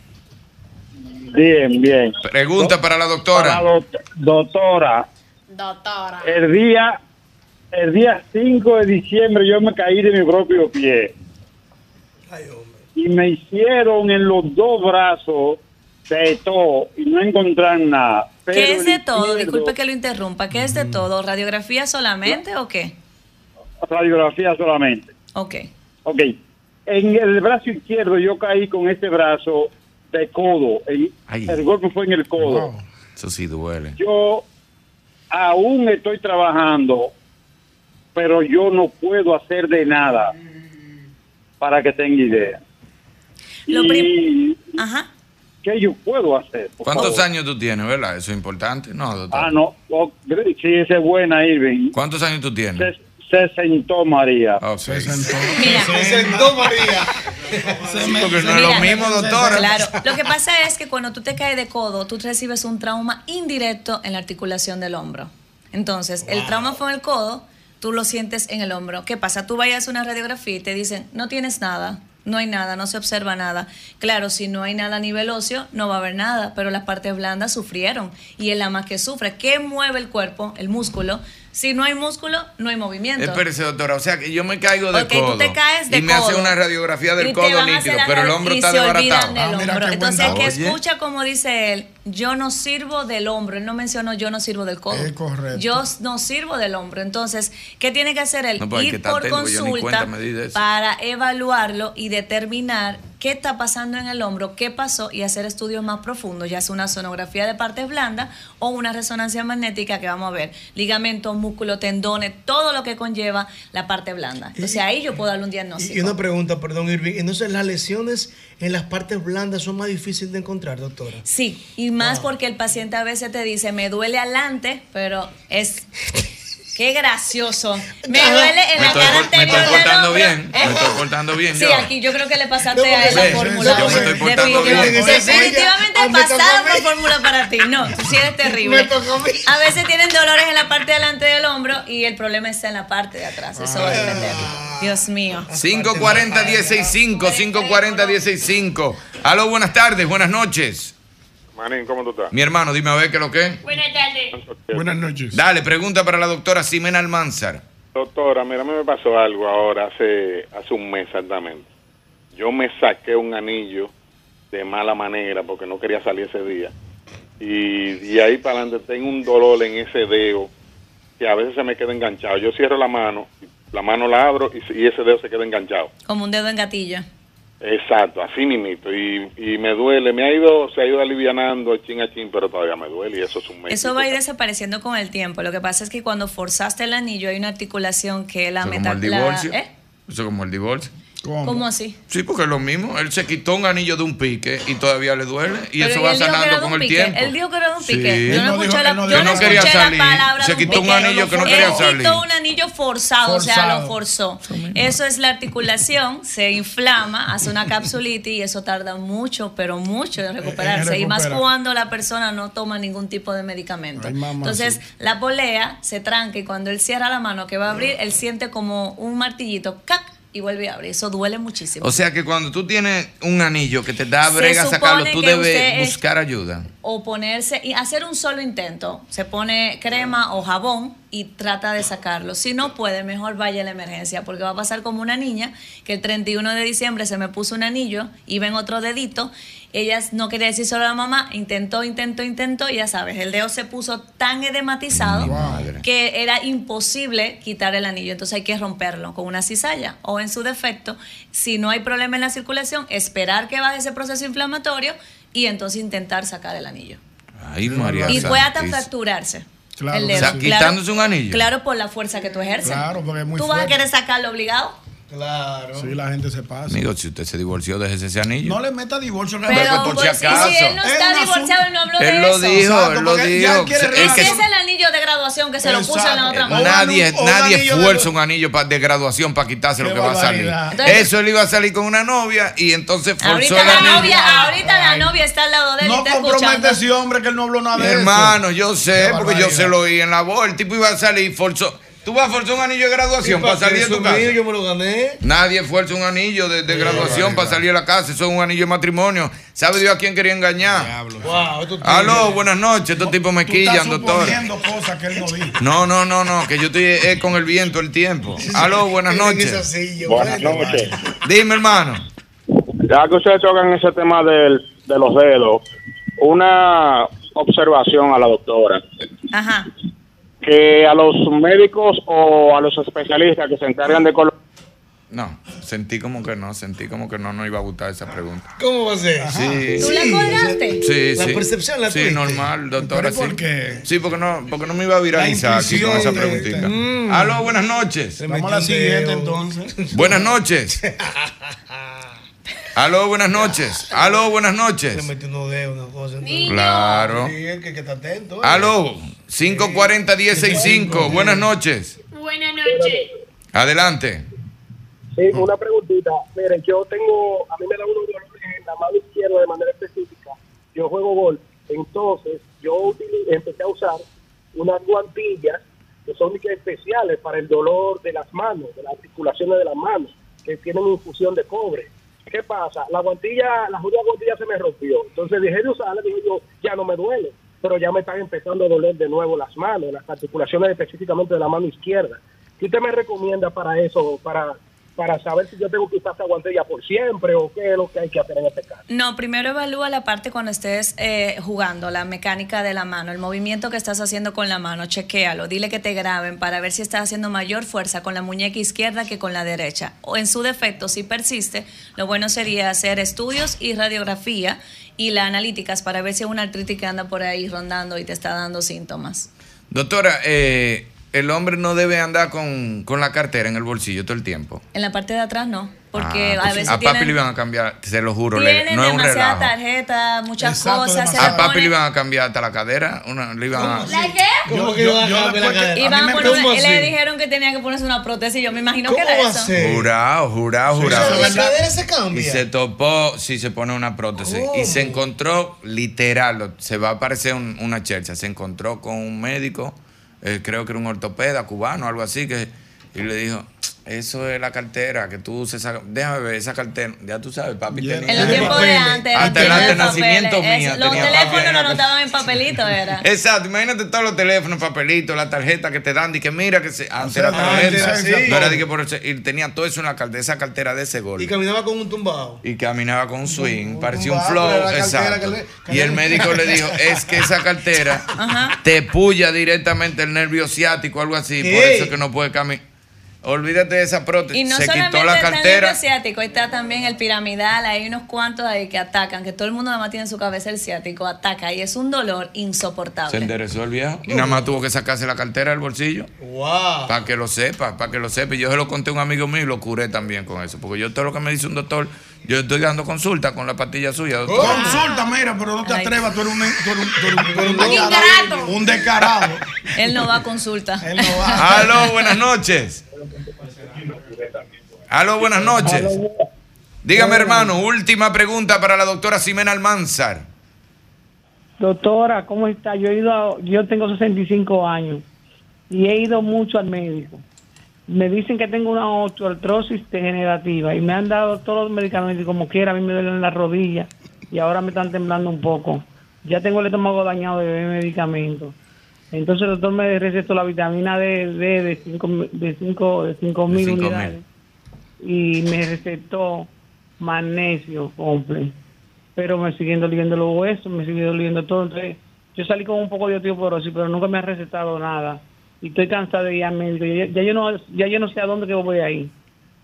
Bien, bien. Pregunta para la doctora. Doctora, Doctora. el día 5 de diciembre yo me caí de mi propio pie. Y me hicieron en los 2 brazos de todo y no encontraron nada. Pero ¿Qué es de el todo? izquierdo, Disculpe que lo interrumpa. ¿Qué es de todo? ¿Radiografía solamente o qué? Radiografía solamente. Ok. Ok. En el brazo izquierdo yo caí con este brazo de codo. El golpe fue en el codo. Eso sí duele. Yo aún estoy trabajando, pero yo no puedo hacer de nada para que tenga idea. Ajá. ¿Qué yo puedo hacer? ¿Cuántos años tú tienes, verdad? Eso es importante. No, doctor. Ah, no. Sí, esa es buena, Irving. ¿Cuántos años tú tienes? Se sentó María. Se sentó María. Porque no es lo mismo, doctora. Claro. Lo que pasa es que cuando tú te caes de codo, tú recibes un trauma indirecto en la articulación del hombro. Entonces, el trauma fue en el codo, tú lo sientes en el hombro. ¿Qué pasa? Tú vayas a una radiografía y te dicen, no tienes nada. No hay nada, no se observa nada. Claro, si no hay nada a nivel óseo, no va a haber nada, pero las partes blandas sufrieron y es la más que sufre. ¿Qué mueve el cuerpo? El músculo. Si no hay músculo, no hay movimiento. Espérese, doctora, o sea que yo me caigo de codo. Tú te caes de y me codo. hace una radiografía del codo nítido, pero el hombro está desbaratado. Entonces, que escucha como dice él, yo no sirvo del hombro. Él no mencionó yo no sirvo del codo. Es correcto. Yo no sirvo del hombro. Entonces, ¿qué tiene que hacer él? Ir por consulta para evaluarlo y determinar qué está pasando en el hombro, qué pasó y hacer estudios más profundos, ya sea una sonografía de partes blandas o una resonancia magnética que vamos a ver, ligamentos, músculos, tendones, todo lo que conlleva la parte blanda. Entonces ahí yo puedo darle un diagnóstico. Y una pregunta, perdón, Irving. Entonces, ¿las lesiones en las partes blandas son más difíciles de encontrar, doctora? Sí, y más porque el paciente a veces te dice, me duele adelante, pero es... Qué gracioso. Me duele en la cara anterior. Me estoy portando bien. Me estoy portando bien. Sí, aquí yo creo que le pasaste a él la fórmula. Yo me estoy portando bien. Definitivamente pasaron por fórmula para ti. No, tú sí eres terrible. A veces tienen dolores en la parte de delante del hombro y el problema está en la parte de atrás. Eso va a depender. Dios mío. 540-165, 540-165. Aló, buenas tardes, buenas noches. Manín, ¿cómo tú estás? Mi hermano, dime a ver qué es lo que es. Buenas tardes. Buenas noches. Dale, pregunta para la doctora Ximena Almanzar. Doctora, mira, a mí me pasó algo ahora hace un mes exactamente. Yo me saqué un anillo de mala manera porque no quería salir ese día. Y de ahí para adelante tengo un dolor en ese dedo que a veces se me queda enganchado. Yo cierro la mano la abro y ese dedo se queda enganchado. Como un dedo en gatillo. Exacto, así mismito, y me duele, se ha ido alivianando chin a chin, pero todavía me duele y eso es un mes. Eso va a ir desapareciendo con el tiempo. Lo que pasa es que cuando forzaste el anillo hay una articulación que la metal... Eso es como el divorcio. ¿Cómo así? Sí, porque es lo mismo. Él se quitó un anillo de un pique y todavía le duele. Y pero eso va sanando con el tiempo. Él dijo que era de un pique. Sí. Yo no escuché quería salir. la palabra. Se quitó un anillo que no quería salir. Él quitó un anillo forzado, o sea, lo forzó. Eso es la articulación, se inflama, hace una capsulitis y eso tarda mucho, pero mucho en recuperarse. Y más cuando la persona no toma ningún tipo de medicamento. Entonces, la polea se tranca y cuando él cierra la mano que va a abrir, él siente como un martillito, ¡cac! Y vuelve a abrir. Eso duele muchísimo. O sea que cuando tú tienes un anillo que te da brega sacarlo, tú debes buscar ayuda. O ponerse y hacer un solo intento. Se pone crema o jabón y trata de sacarlo. Si no puede, mejor vaya a la emergencia, porque va a pasar como una niña que el 31 de diciembre se me puso un anillo y ven otro dedito. Ella no quería decir solo a la mamá, intentó, y ya sabes, el dedo se puso tan edematizado que era imposible quitar el anillo, entonces hay que romperlo con una cizalla o en su defecto, si no hay problema en la circulación, esperar que baje ese proceso inflamatorio y entonces intentar sacar el anillo. Ay, María. Y puede hasta fracturarse. Claro. El dedo. O sea, quitándose un anillo. Claro, por la fuerza que tú ejerces. Claro, porque es muy ¿Tú vas fuerte. a querer sacarlo obligado? Claro. Sí, la gente se pasa. Amigo, si usted se divorció, déjese ese anillo. No le meta divorcio. Pero por si acaso. si él no está divorciado, él no habló de eso. Él lo dijo. ¿Y si es el anillo de graduación que se lo puso en la otra mano? Nadie fuerza un anillo de graduación para quitarse lo que va a salir. Eso él iba a salir con una novia y entonces forzó el anillo. Ahorita la novia está al lado de él y está escuchando. No compromete ese hombre que él no habló nada de eso. Hermano, yo sé, porque yo se lo oí en la voz. El tipo iba a salir y forzó. ¿Tú vas a forzar un anillo de graduación para salir de tu casa? Yo me lo gané. Nadie fuerza un anillo de graduación para salir de la casa. Eso es un anillo de matrimonio. ¿Sabe Dios a quién quería engañar? Aló, buenas noches. Estos tipos me quillan, doctor. Cosas que él no dijo. No, que yo estoy con el viento el tiempo. Aló, buenas noches. Buenas noches. Dime, hermano. Ya que ustedes tocan ese tema de los dedos, una observación a la doctora. Ajá. Que a los médicos o a los especialistas que se encargan de No, sentí como que no iba a gustar esa pregunta. ¿Cómo va a ser? Sí. ¿Tú la colgaste? Sí, La percepción la sí, tuviste. normal, doctora. ¿Pero por qué? Sí, porque no me iba a viralizar aquí con esa preguntita. Aló, buenas noches. Vamos a la siguiente entonces. Buenas noches. Aló, buenas noches. Aló, buenas noches. Le metí unos dedos, una cosa. Claro. Sí, el que está atento. Aló, 540-1065. Buenas noches. Buenas noches. Adelante. Sí, una preguntita. Mire, a mí me da unos dolores en la mano izquierda de manera específica. Yo juego golf. Entonces, empecé a usar unas guantillas que son especiales para el dolor de las manos, de las articulaciones de las manos, que tienen infusión de cobre. ¿Qué pasa? La guantilla se me rompió. Entonces dejé de usarla, dije yo, ya no me duele, pero ya me están empezando a doler de nuevo las manos, las articulaciones específicamente de la mano izquierda. ¿Qué usted me recomienda para eso, para saber si yo tengo que usar esa guantilla por siempre o qué es lo que hay que hacer en este caso? No, primero evalúa la parte cuando estés jugando, la mecánica de la mano, el movimiento que estás haciendo con la mano, chequéalo, dile que te graben para ver si estás haciendo mayor fuerza con la muñeca izquierda que con la derecha. O en su defecto, si persiste, lo bueno sería hacer estudios y radiografía y las analíticas para ver si es una artritis que anda por ahí rondando y te está dando síntomas. Doctora, el hombre no debe andar con la cartera en el bolsillo todo el tiempo. En la parte de atrás no, porque Pues a veces a papi le iban a cambiar, se lo juro, no es un demasiada relajo. tarjeta, muchas cosas. A papi le iban a cambiar hasta la cadera. Le iban a... ¿La qué? ¿Cómo que iban a cambiar la cadera? Iban a poner, le dijeron que tenía que ponerse una prótesis. Yo me imagino que era eso. Jurado. ¿La cadera se cambia? Y se topó, si se pone una prótesis. Y se encontró, literal, se va a parecer una chercha. Se encontró con un médico, creo que era un ortopeda cubano, algo así, y le dijo, eso es la cartera que tú uses. Déjame ver esa cartera. Ya tú sabes, papi. En los tiempos de antes. Hasta el antes de nacimiento mía. Los teléfonos lo anotaban en papelito, era. Exacto, imagínate todos los teléfonos, papelitos, la tarjeta que te dan, y que mira que antes era tarjeta. No era de que por eso, y tenía todo eso en la cartera, esa cartera de ese gol. Y caminaba con un tumbado. Y caminaba con un swing, parecía un flow. Exacto. Y el médico le dijo, es que esa cartera te puya directamente el nervio ciático, algo así, por eso es que no puede caminar. Olvídate de esa prótesis. Y no se solamente quitó la está el cartera. nervio ciático, está también el piramidal, hay unos cuantos ahí que atacan, que todo el mundo nada más tiene en su cabeza el ciático, ataca y es un dolor insoportable. Se enderezó el viejo y nada más tuvo que sacarse la cartera del bolsillo. Wow. Para que lo sepa, Y yo se lo conté a un amigo mío y lo curé también con eso. Porque yo todo lo que me dice un doctor, yo estoy dando consulta con la pastilla suya, doctor. Consulta, mira, pero no te atrevas, tú eres un descarado. Él no va a consulta. Aló, buenas noches. Aló, buenas noches. Dígame, hermano, última pregunta para la doctora Ximena Almanzar. Doctora, ¿cómo está? Yo tengo 65 años y he ido mucho al médico. Me dicen que tengo una osteoartrosis degenerativa y me han dado todos los medicamentos y como quiera a mí me duelen las rodillas y ahora me están temblando un poco. Ya tengo el estómago dañado de beber medicamentos. Entonces el doctor me recetó la vitamina D de 5.000 unidades y me recetó magnesio completo. Pero me siguen doliendo los huesos, me sigue doliendo todo. Entonces yo salí con un poco de osteoporosis, pero nunca me ha recetado nada. Y estoy cansada de ir al médico. Ya yo no sé a dónde que voy a ir.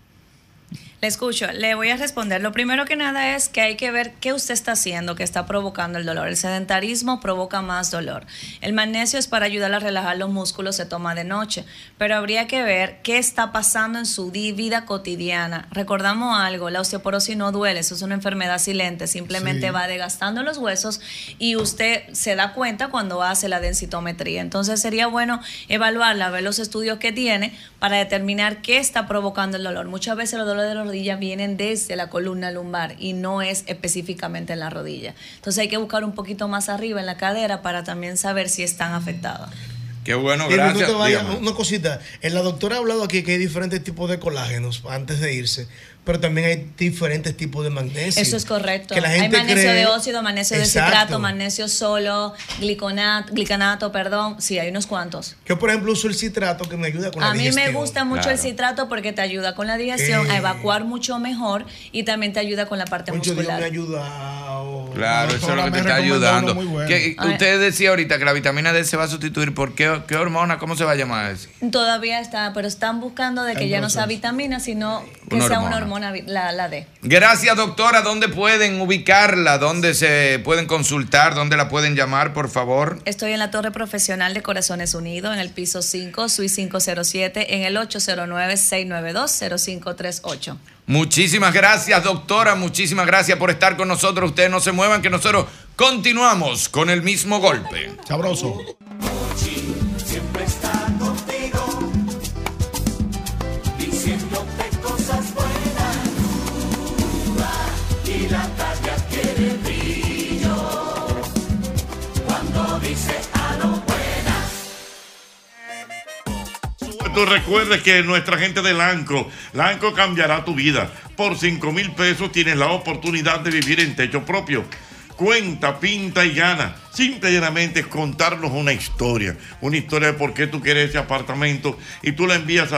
Le escucho, le voy a responder. Lo primero que nada es que hay que ver qué usted está haciendo que está provocando el dolor. El sedentarismo provoca más dolor. El magnesio es para ayudar a relajar los músculos, se toma de noche, pero habría que ver qué está pasando en su vida cotidiana. Recordamos algo, la osteoporosis no duele, eso es una enfermedad silente, simplemente va desgastando los huesos y usted se da cuenta cuando hace la densitometría. Entonces sería bueno evaluarla, ver los estudios que tiene para determinar qué está provocando el dolor. Muchas veces los dolores de los rodillas vienen desde la columna lumbar y no es específicamente en la rodilla. Entonces hay que buscar un poquito más arriba en la cadera para también saber si están afectadas. Qué bueno, Y gracias. no te vayas, una cosita. La doctora ha hablado aquí que hay diferentes tipos de colágenos antes de irse, pero también hay diferentes tipos de magnesio. Eso es correcto. Que la Hay gente magnesio cree- de óxido, magnesio de Exacto. citrato, magnesio solo, glicanato, sí, hay unos cuantos. Yo, por ejemplo, uso el citrato que me ayuda con la A mí digestión. me gusta mucho el citrato porque te ayuda con la digestión, a evacuar mucho mejor y también te ayuda con la parte Concho, Dios muscular. me ha ayudado. Claro, eso es lo que te está ayudando. Usted decía ahorita que la vitamina D se va a sustituir por qué hormona, ¿cómo se va a llamar eso? Todavía está, pero están buscando de que En ya no proceso. sea vitamina, sino que Una sea hormona. una hormona, la D. Gracias, doctora. ¿Dónde pueden ubicarla? ¿Dónde se pueden consultar? ¿Dónde la pueden llamar, por favor? Estoy en la Torre Profesional de Corazones Unidos, en el piso 5, Suite 507, en el 809-692-0538. Muchísimas gracias, doctora. Muchísimas gracias por estar con nosotros. Ustedes no se muevan, que nosotros continuamos con el mismo golpe. Sabroso. Siempre está contigo, diciéndote cosas buenas, y la tarde adquiere brillo cuando dice a lo buenas. Tú recuerdes que nuestra gente de Lanco cambiará tu vida. Por 5,000 pesos tienes la oportunidad de vivir en techo propio. Cuenta, pinta y gana. Simple y llanamente es contarnos una historia de por qué tú quieres ese apartamento y tú la envías a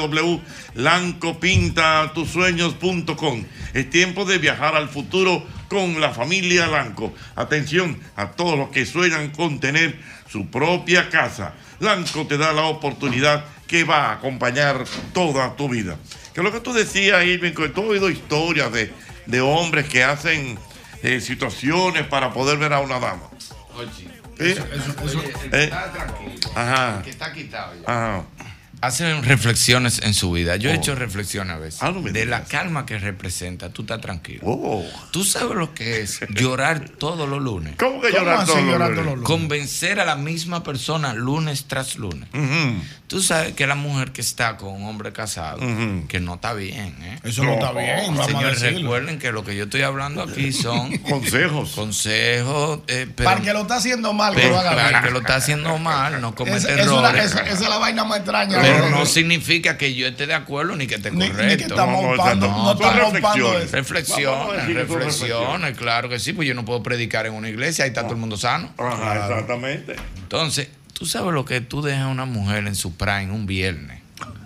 www.lancopintatusueños.com. Es tiempo de viajar al futuro con la familia Lanco. Atención a todos los que sueñan con tener su propia casa. Lanco te da la oportunidad que va a acompañar toda tu vida. Que es lo que tú decías, Irving, que tú has oído historias de hombres que hacen situaciones para poder ver a una dama. Oye, está tranquilo. Ajá. Que está quitado ya. Ajá. Hacen reflexiones en su vida. Yo he hecho reflexiones a veces. No me de digas. la calma que representa, tú estás tranquilo. Oh. Tú sabes lo que es llorar todos los lunes. ¿Cómo que llorar todos los lunes? Convencer a la misma persona lunes tras lunes. Tú sabes que la mujer que está con un hombre casado, que no está bien, ¿eh? Eso no está bien, vamos a Señores, decirlo. recuerden que lo que yo estoy hablando aquí son consejos. Para el que lo está haciendo mal, que lo haga para el bien. que lo está haciendo mal, no comete Esa errores. es la vaina más extraña. Pero no significa que yo esté de acuerdo ni que esté correcto. Ni que estamos upando, no estamos upando eso. Reflexiones, claro que sí, pues yo no puedo predicar en una iglesia, ahí está todo el mundo sano. Ajá, exactamente. Entonces, tú sabes lo que tú dejas a una mujer en su prime un viernes.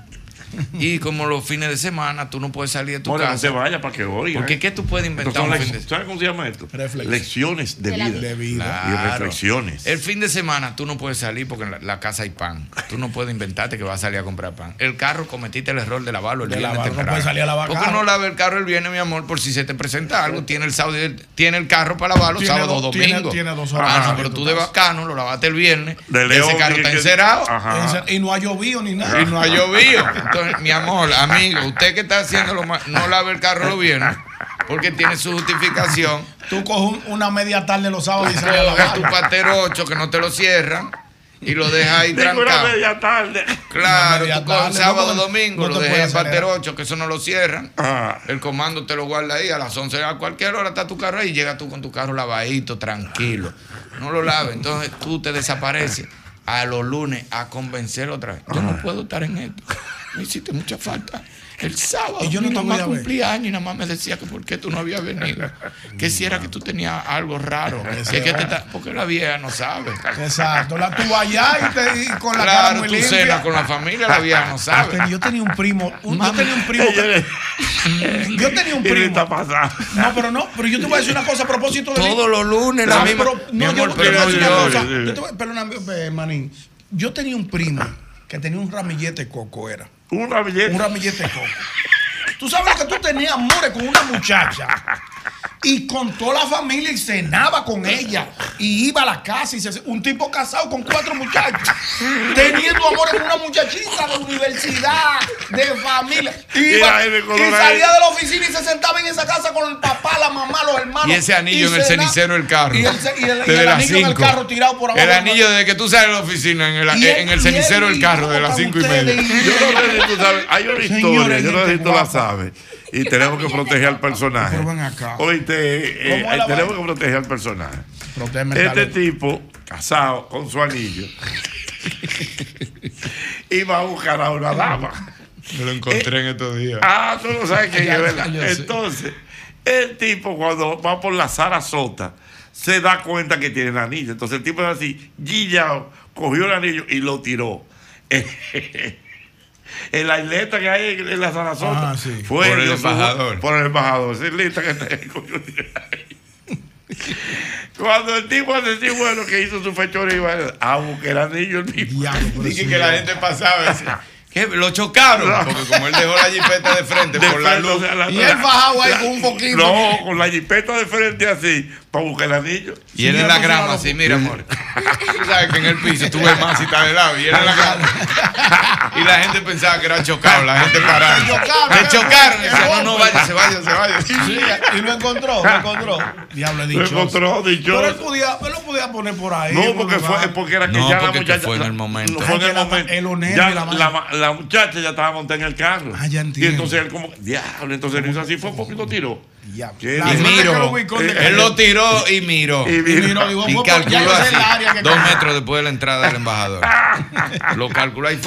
Y como los fines de semana tú no puedes salir de tu casa. No se vaya para que oiga. Porque ¿qué tú puedes inventar un fin de semana? ¿Sabes cómo se llama esto? Lecciones de vida. Claro. Y reflexiones. El fin de semana tú no puedes salir porque en la casa hay pan. Tú no puedes inventarte que vas a salir a comprar pan. El carro cometiste el error de lavarlo el viernes temprano. No puedes salir a lavar ¿Por qué no lave el carro el viernes, mi amor? Por si se te presenta algo. Tiene el sábado, tiene el carro para lavarlo sábado o domingo. Tiene 2 horas. No, pero tú de bacano lo lavaste el viernes. De León, ese carro está encerado. Y no ha llovido ni nada. Y no ha llovido. Entonces, mi amor, amigo, usted que está haciéndolo mal, no lave el carro los viernes porque tiene su justificación. Tú coges una media tarde los sábados y sales a Coges lavar. tu patero 8 que no te lo cierran y lo dejas ahí trancado. Una media tarde. Claro, media tú coges tarde, sábado, no, domingo, no lo te dejas en puedes patero acelerar. 8 que eso no lo cierran. El comando te lo guarda ahí a las 11, a cualquier hora está tu carro ahí y llegas tú con tu carro lavadito, tranquilo. No lo laves, entonces tú te desapareces a los lunes a convencer otra vez. Yo no puedo estar en esto. Me hiciste mucha falta. El sábado Y yo no mi te voy mamá a ver. cumplía años y nada más me decía que por qué tú no habías venido. Que si era que tú tenías algo raro. Porque la vieja no sabe. Exacto. Tú vas allá y con la cara Claro, muy tú limpia. cenas con la familia, la vieja no sabe. Yo tenía un primo. Yo tenía un primo. Yo tenía un primo. Pero yo te voy a decir una cosa a propósito de Todos los lunes la misma. Mi amor, yo te pero voy a decir no una llores. cosa. Yo te voy- Perdóname, Manín. Yo tenía un primo que tenía un ramillete de coco, era. Un ramillete. Un ramillete de coco. Tú sabes que tú tenías amores con una muchacha y con toda la familia y cenaba con ella y iba a la casa y un tipo casado con 4 muchachos teniendo amores con una muchachita de universidad, de familia. Iba, y salía de la oficina y se sentaba en esa casa con el papá, la mamá, los hermanos. Y ese anillo en el cenaba. cenicero del carro. Y el Desde las anillo en el 5. carro tirado por abajo. El anillo desde que tú sales de la oficina en el cenicero del carro de las 5:30. Yo no sé si tú sabes, hay una historia, yo no sé si tú la sabes. Y tenemos que proteger al personaje. Pero ven acá. Oíste, ¿Cómo la tenemos vaina? que proteger al personaje. Protégeme el Este talento. tipo, casado con su anillo, iba a buscar a una dama. Me lo encontré en estos días. Tú no sabes quién Ya, es, ¿verdad? yo sé. Entonces, el tipo cuando va por la Sarasota se da cuenta que tiene el anillo. Entonces el tipo es así, guillao, cogió el anillo y lo tiró. En la isleta que hay en la Sarasota. Fue Por el dio embajador. Por el embajador. Esa isleta que está ahí. Cuando el tipo hace así, bueno, que hizo su fechoría, iba a buscar el anillo. El tipo. Dije que la gente pasaba y decía, ¿qué? Lo chocaron. Porque como él dejó la jipeta de frente por la luz. Y él bajaba ahí con un poquito. No, con la jipeta de frente así. para buscar el anillo. Y él en la grama, así, mira, amor. Tú sabes que en el piso tú ves más si está de lado. Y él en la grama. Y la gente pensaba que era chocado, la gente parada. Me chocaron. Y decía, no, vaya. Sí, y lo encontró. Diablo, dichoso. Lo encontró, dichoso. Pero él lo podía poner por ahí. No, porque era que no, ya porque la muchacha. fue en el momento. Fue en el momento. El honor Ya y la muchacha ya estaba montada en el carro. Ah, ya entiendo. Y entonces él como, diablo, entonces él hizo así, fue un poquito tiró. Y miró. Él lo tiró y miró. Y calculó así. 2 metros después de la entrada del embajador. Lo calculó y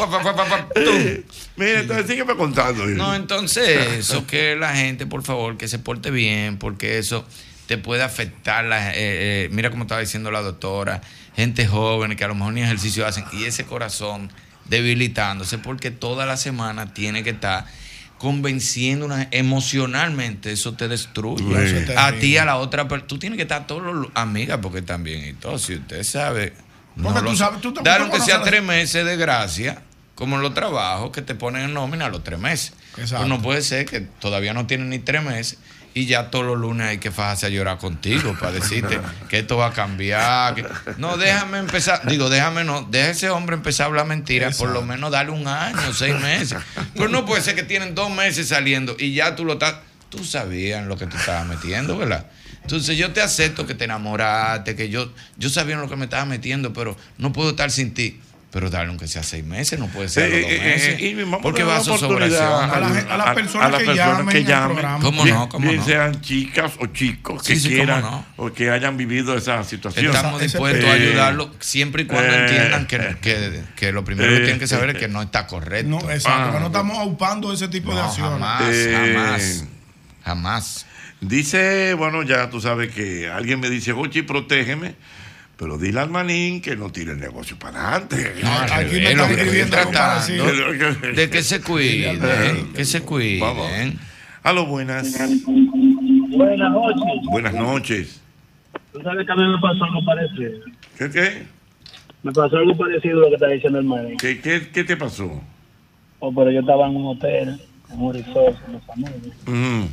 Mira, entonces sígueme contando. No, entonces, eso que la gente, por favor, que se porte bien, porque eso te puede afectar. Mira como estaba diciendo la doctora, gente joven que a lo mejor ni ejercicio hacen, y ese corazón debilitándose, porque toda la semana tiene que estar convenciendo emocionalmente, eso te destruye. A ti, a la otra persona. Tú tienes que estar todos los amigas, porque también, y todo, si usted sabe, dar aunque sea 3 meses de gracia, como en los trabajos que te ponen en nómina a los 3 meses. Pero no puede ser que todavía no tienen ni 3 meses y ya todos los lunes hay que fajarse a llorar contigo para decirte que esto va a cambiar. No, déjame empezar. Deja ese hombre empezar a hablar mentiras. Por lo menos darle 1 año, 6 meses. Pero no puede ser que tienen 2 meses saliendo y ya tú lo estás. Tú sabías en lo que tú estabas metiendo, ¿verdad? Entonces yo te acepto que te enamoraste, que yo sabía en lo que me estaba metiendo, pero no puedo estar sin ti. Pero darle aunque sea 6 meses, no puede ser 2 meses. Porque va a su sobración. A las personas que llamen. ¿Cómo no? Bien sean chicas o chicos que quieran o que hayan vivido esa situación. Estamos dispuestos a ayudarlo siempre y cuando entiendan que lo primero que tienen que saber es que no está correcto. No, exacto, que no estamos aupando ese tipo de acciones. Jamás. Dice, bueno, ya tú sabes que alguien me dice, Jochi, protégeme. Pero dile al manín que no tire el negocio para adelante. No, aquí me están escribiendo tratando de que se cuiden, que se cuiden. Vamos. Aló, buenas. Buenas noches. Buenas noches. Tú sabes que a mí me pasó algo parecido. ¿Qué? Me pasó algo parecido a lo que está diciendo el manín. ¿Qué te pasó? Pero yo estaba en un hotel, en un resort, con los amigos.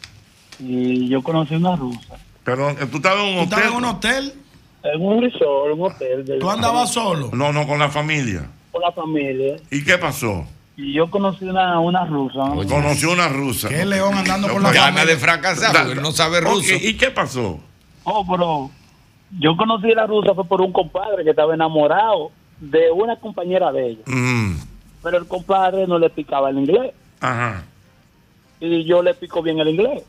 Y yo conocí una rusa. Pero tú estabas en un hotel. ¿Estabas en un hotel? En un resort, en un hotel. ¿Tú andabas solo? No, con la familia. Con la familia. ¿Y qué pasó? Y yo conocí una rusa. Conoció una rusa. ¿Qué león andando por la familia? familia? Gana de fracasar, él no sabe ruso. ¿Y qué pasó? Pero yo conocí a la rusa fue por un compadre que estaba enamorado de una compañera de ella. Pero el compadre no le picaba el inglés. Ajá. Y yo le pico bien el inglés.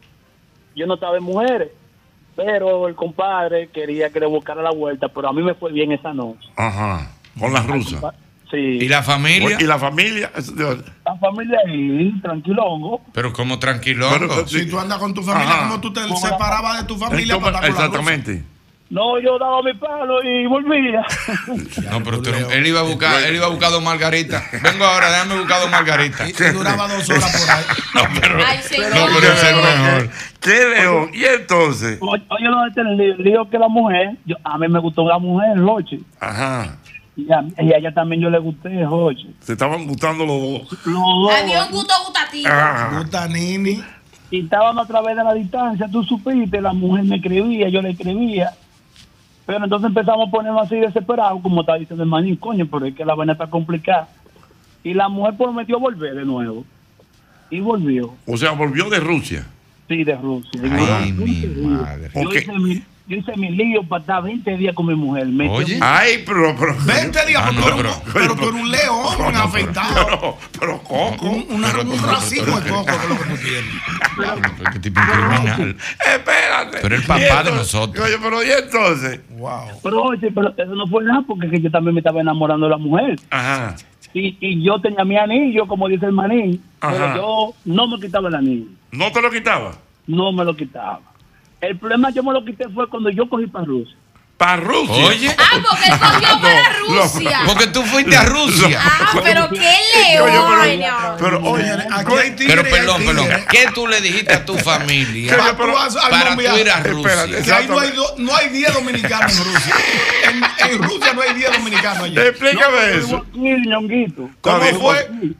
Yo no estaba en mujeres. Pero el compadre quería que le buscara la vuelta, pero a mí me fue bien esa noche. Ajá, con la rusa. Sí. ¿Y la familia? ¿Y la familia? La familia ahí, tranquilongo. Pero como tranquilongo. Pero, si tú andas con tu familia, ¿cómo tú te separabas de tu familia para estar con exactamente. La rusa? No, yo daba mi palo y volvía. No, pero él iba a buscar 2 margaritas. Vengo ahora, déjame buscar 2 margaritas. Y duraba 2 horas por ahí. No, pero es el mejor. ¿Qué león? ¿Y entonces? Oye, no, el lío que la mujer, a mí me gustó la mujer, Jochi. Ajá. Y a ella también yo le gusté, Jochi. Se estaban gustando los dos. Los dos. Adiós, gusto gustativo. Gustanini. Y estábamos a través de la distancia, tú supiste, la mujer me escribía, yo le escribía. Pero entonces empezamos a ponernos así desesperados, como está diciendo el manín, coño, pero es que la vaina está complicada. Y la mujer prometió volver de nuevo. Y volvió. O sea, volvió de Rusia. Sí, de Rusia. Ay, mi madre. Yo hice mi lío para estar 20 días con mi mujer. Oye. Ay, pero 20 días, pero tú eres un león, un afeitado. Pero Coco. Un racimo de Coco, que es lo que tú tienes. ¿Qué tipo criminal? Espérate. Pero el papá de nosotros. Oye, pero ¿y entonces? Wow. Pero oye, pero eso no fue nada porque yo también me estaba enamorando de la mujer. Ajá. Y yo tenía mi anillo, como dice el manín. Ajá. Pero yo no me quitaba el anillo. ¿No te lo quitaba? No me lo quitaba. El problema yo me lo quité fue cuando yo cogí para Rusia. ¿Para Rusia? Oye. Porque él cogió para Rusia. Porque tú fuiste a Rusia. Pero qué león. Pero oye, aquí hay tigres. Pero perdón. ¿Qué tú le dijiste a tu familia para tú ir a Rusia? Que ahí no hay 10 dominicanos en Rusia. En Rusia no hay 10 dominicanos allá. Explícame eso. Ñonguito. ¿Cómo fue?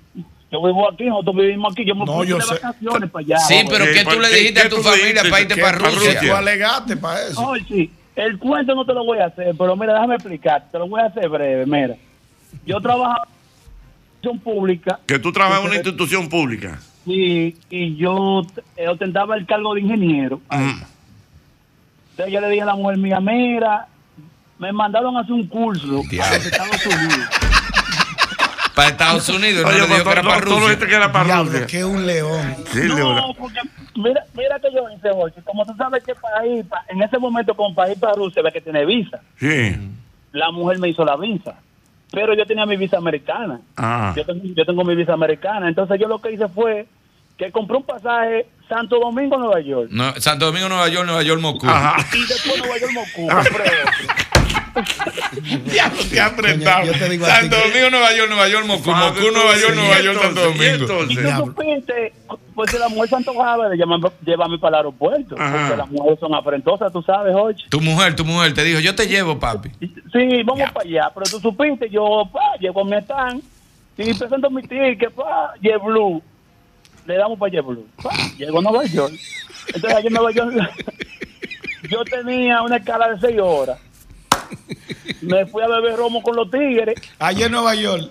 Yo vivo aquí, nosotros vivimos aquí. Yo me fui de vacaciones para allá. Sí, pero ¿qué tú le dijiste a tu familia para irte para Rusia? Tú alegaste para eso. No, sí. El cuento no te lo voy a hacer, pero mira, déjame explicar. Te lo voy a hacer breve, mira. Yo trabajaba en una institución pública. ¿Que tú trabajas en una institución pública? Sí, y yo ostentaba el cargo de ingeniero. Entonces yo le dije a la mujer mía, mira, me mandaron a hacer un curso a los Estados Unidos. Para Estados Unidos, Oye, no le dijo que era para Rusia. Que era para Rusia. Que es un león. Sí, no, porque mira que yo hice, Jorge. Como tú sabes que para ir, en ese momento, como para ir para Rusia, ve que tiene visa. Sí. La mujer me hizo la visa. Pero yo tenía mi visa americana. Yo tengo mi visa americana. Entonces yo lo que hice fue que compré un pasaje Santo Domingo, Nueva York. No, Santo Domingo, Nueva York, Moscú. Y después Nueva York, Moscú. Diablo, te ha apretado. Santo Domingo, Nueva York, Moscú. Moscú, Nueva York, Santo Domingo. Y tú supiste, pues la mujer se antojaba de llevarme para el aeropuerto. Porque las mujeres son afrentosas, tú sabes, Jorge. Tu mujer te dijo, yo te llevo, papi. Sí, vamos para allá. Pero tú supiste, yo llego a mi stand y presento mi ticket, JetBlue. Le damos para JetBlue. Llego a Nueva York. Entonces allá en Nueva York yo tenía una escala de 6 horas. Me fui a beber romo con los tigres. Allá en Nueva York.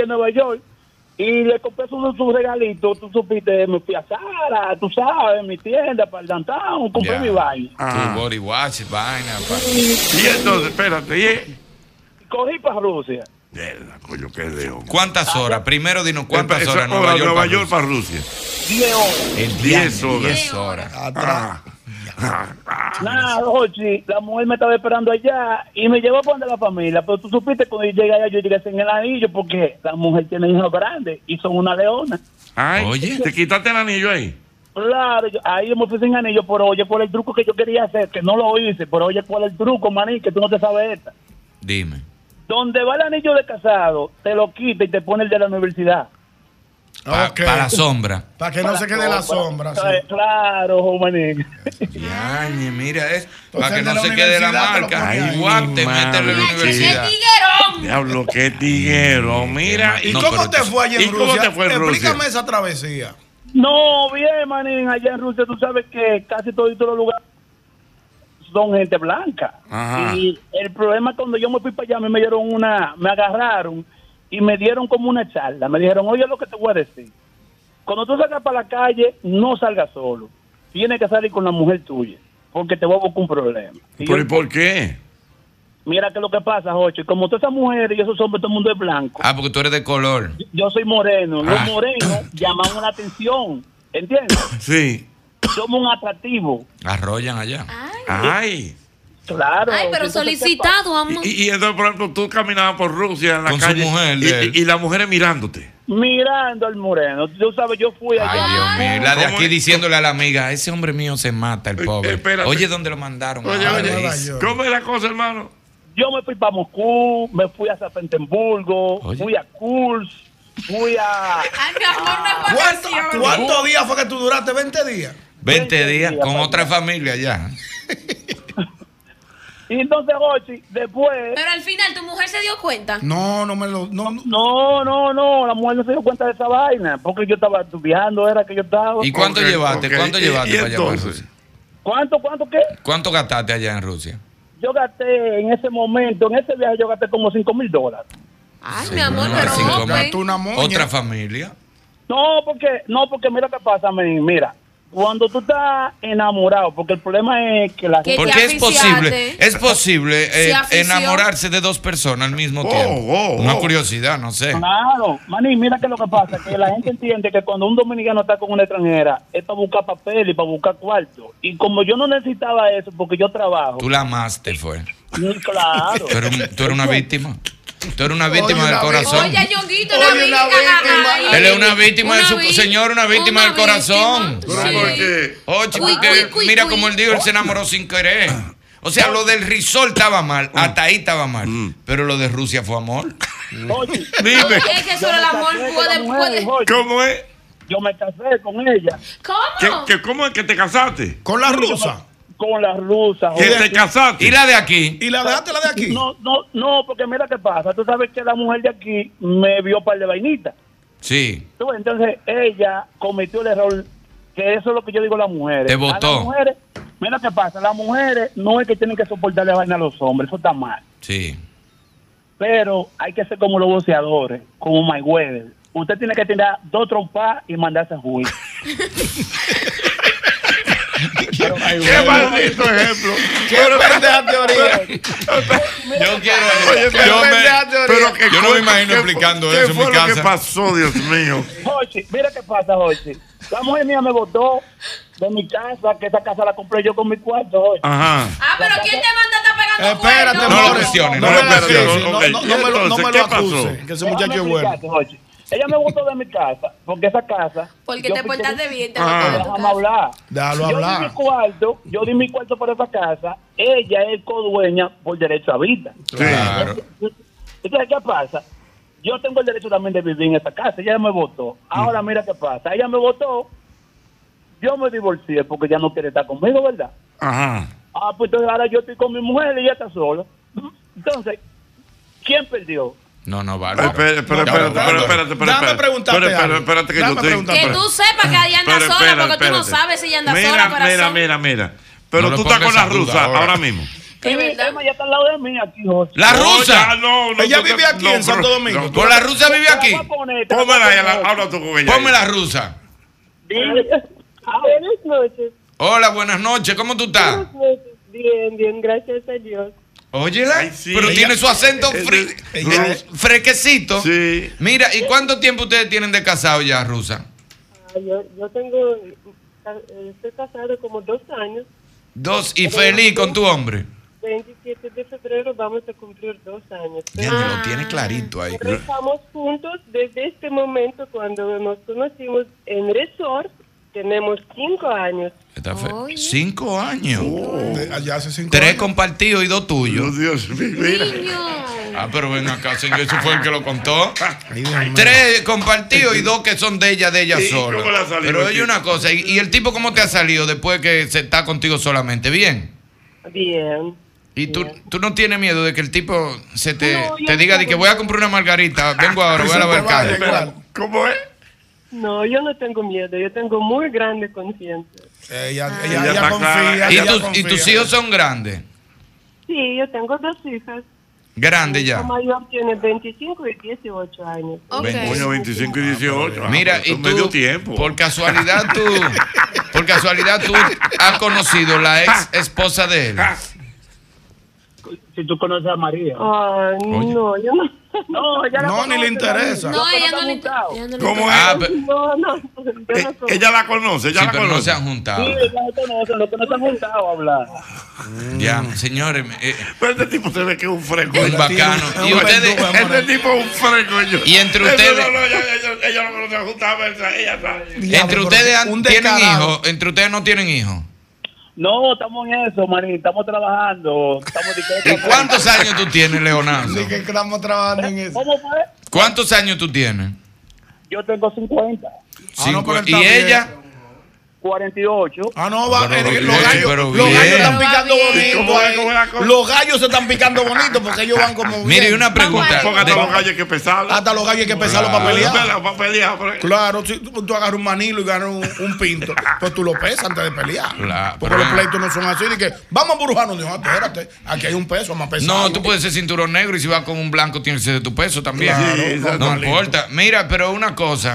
Y le compré sus regalitos. Tú supiste, me fui a Zara, tú sabes, mi tienda para el downtown. Compré mi vaina. Tu body wash, vaina. Y entonces, espérate. Cogí para Rusia. Coño, qué león. ¿Cuántas horas? Primero dinos cuántas horas. Nueva York para Rusia. 10 horas. 10 horas. Nada, Jochi, la mujer me estaba esperando allá y me llevó a poner la familia. Pero tú supiste cuando yo llegué allá, yo llegué sin el anillo porque la mujer tiene hijos grandes y son una leona. Ay, oye, ¿te quitaste el anillo ahí? Claro, ahí yo me fui sin anillo, pero oye, ¿cuál es el truco que yo quería hacer? Que no lo hice, pero oye, ¿cuál es el truco, maní? Que tú no te sabes esta. Dime. Donde va el anillo de casado, te lo quita y te pone el de la universidad. Para la sombra. Para que no se quede la sombra. Claro, maní. Yañe, mira eso. Para que no se quede la marca. Ay, guante, mételo en la universidad. Diablo, qué tiguero. Mira. ¿Y cómo te fue allá en Rusia? Explícame esa travesía. No, bien, manín. Allá en Rusia tú sabes que casi todos los lugares son gente blanca. Ajá. Y el problema cuando yo me fui para allá, me agarraron y me dieron como una charla. Me dijeron, oye, lo que te voy a decir. Cuando tú salgas para la calle, no salgas solo. Tienes que salir con la mujer tuya, porque te voy a buscar un problema. ¿Pero y por qué? Mira que lo que pasa, Jochi, como todas esas mujeres y esos hombres, todo el mundo es blanco. Porque tú eres de color. Yo soy moreno. Los morenos llaman la atención, ¿entiendes? Sí. Somos un atractivo. Arrollan allá. Ay. Claro. Ay, pero solicitado, amor. Y entonces, por ejemplo, tú caminabas por Rusia en la con calle su mujer, y las mujeres mirándote. Mirando al moreno. Tú sabes, yo fui allá. Ay, Dios mío. La de aquí diciéndole a la amiga, ese hombre mío se mata, el pobre. Oye, ¿dónde lo mandaron? Oye, ¿cómo es la cosa, hermano? Yo me fui para Moscú, me fui a San Petersburgo, fui a Kursk, fui a... Ay, mi amor, no es vacaciones. ¿Cuántos días fue que tú duraste? 20 días. 20 días con otra familia ya. Y entonces, Jochi, después... Pero al final, ¿tu mujer se dio cuenta? No, la mujer no se dio cuenta de esa vaina, porque yo estaba estudiando, era que yo estaba... ¿Y cuánto llevaste? ¿Cuánto llevaste para allá para Rusia? ¿Cuánto qué? ¿Cuánto gastaste allá en Rusia? Yo gasté en ese momento, en ese viaje yo gasté como $5,000. Ay, mi amor, pero otra familia. No, porque mira qué pasa, mira. Cuando tú estás enamorado, porque el problema es que la gente... Porque es posible enamorarse de dos personas al mismo tiempo. Una curiosidad, no sé. Claro, maní, mira que lo que pasa, que la gente entiende que cuando un dominicano está con una extranjera, es para buscar papel y para buscar cuarto. Y como yo no necesitaba eso, porque yo trabajo... Tú la amaste, fue. Claro. Tú eres una víctima. Tú eres una vítima del corazón. Oye, Ñonguito, él es una vítima de su señor, una vítima del corazón. Oye, porque mira como él dijo, él se enamoró sin querer. O sea, lo del risol estaba mal, hasta ahí estaba mal. Pero lo de Rusia fue amor. Oye, dime. Es que solo el amor puede. ¿Cómo es? Yo me casé con ella. ¿Cómo? ¿Cómo es que te casaste? ¿Con la rusa? Con la rusa. ¿Que te casaste? ¿Y la de aquí? ¿Y la dejaste la de aquí? No, porque mira qué pasa. Tú sabes que la mujer de aquí me vio par de vainita. Sí. Entonces ella cometió el error, que eso es lo que yo digo a las mujeres. Te botó. A las mujeres, mira qué pasa, las mujeres no es que tienen que soportarle vaina a los hombres, eso está mal. Sí. Pero hay que ser como los boxeadores, como Mayweather. Usted tiene que tirar 2 trompas y mandarse a juicio. Qué maldito ejemplo. Qué pendeja teoría. Yo quiero. Yo no me imagino explicando eso en mi casa. ¿Qué pasó, Dios mío? Jochi, mira qué pasa, Jochi. La mujer mía me botó de mi casa, que esa casa la compré yo con mi cuarto, Jochi. Ajá. Pero ¿quién te manda a estar pegando Espérate, cuernos? No lo presiones, no me lo acuse, que ese muchacho es bueno. Jochi. Ella me botó de mi casa, porque esa casa... Porque te portaste bien, te Déjame hablar. Déjalo hablar. Yo di mi cuarto por esa casa, ella es codueña por derecho a vida. Claro. Entonces, ¿qué pasa? Yo tengo el derecho también de vivir en esa casa, ella me votó. Ahora mira qué pasa, ella me votó, yo me divorcié porque ya no quiere estar conmigo, ¿verdad? Ajá. Pues entonces ahora yo estoy con mi mujer y ella está sola. Entonces, ¿quién perdió? No, vale. Espérate, Dame preguntarte algo. Espérate que yo tengo. Que tú sepas que ella anda sola, porque tú no sabes si ella anda sola, corazón. Mira. Pero No tú le estás con la pongas rusa ahora. ahora mismo. Emma ya está al lado de mí aquí, José. ¡La rusa! Ella vive aquí en Santo Domingo. ¿Con la rusa vive aquí? Póngala, habla tú con ella. Ponme la rusa. Buenas noches. Hola, buenas noches. ¿Cómo tú estás? Buenas noches. Bien, gracias a Dios. Óyela, pero tiene su acento fresquecito. Sí. Mira, ¿y cuánto tiempo ustedes tienen de casado ya, rusa? Yo tengo, estoy casado como 2 años. 2 y feliz con tu hombre. 27 de febrero vamos a cumplir 2 años. Ya lo tiene clarito ahí. Pero estamos juntos desde este momento cuando nos conocimos en resort. Tenemos 5 años. Está 5 años. Allá hace 5 3 años. compartidos y 2 tuyos. Dios mío, mira. Pero ven acá, señor, eso fue el que lo contó. 3 compartidos y 2 que son de ella sola. ¿Cómo le ha salido Pero aquí? oye una cosa, ¿y el tipo cómo te ha salido después que se está contigo solamente? ¿Bien? Bien. ¿Y tú no tienes miedo de que el tipo te diga de que voy a comprar una margarita, vengo ahora, voy a lavar el carro? ¿Cómo es? No, yo no tengo miedo, yo tengo muy grande conciencia. Ella confía. ¿Y tus hijos son grandes? Sí, yo tengo 2 hijas. Grandes ya. La mayor tiene 25 y 18 años. Coño, 25 y 18. Mira, y tú, medio tiempo. Por casualidad tú has conocido la ex esposa de él. Si tú conoces a María. No, yo no. No, ella no, ni le interesa. No, ella no le interesa. ¿Cómo es? Ella la conoce, ella la pero conoce. no se han juntado. Sí, ella no conoce, lo que no se han juntado a hablar. Ya, señores. Pero este tipo se ve que es un fresco. Es bacano. Y ustedes. Este tipo es un fresco. Y entre ustedes. Ella no conoce justamente. Ella sabe. Entre ustedes tienen hijos. Entre ustedes no tienen hijos. No, estamos en eso, maní, estamos trabajando. ¿Y cuántos años tú tienes, Leonardo? Sí, que estamos trabajando en eso. ¿Cómo fue? ¿Cuántos años tú tienes? Yo tengo 50. ¿Y ella? 48. No, va. Los gallos están picando bonito. Los gallos se están picando bonito porque ellos van como. Mire, y una pregunta. Hasta los gallos hay que pesarlos. Hasta los gallos hay que pesarlos para pelear. Para pelear. Claro, si tú agarras un manilo y ganas un pinto, pues tú lo pesas antes de pelear. Claro, porque los pleitos no son así. De que vamos a brujarnos. Dijo, espérate, aquí hay un peso más pesado. No, tú puedes ser cinturón negro y si vas con un blanco tienes que ser de tu peso también. Claro, no importa. Mira, pero una cosa.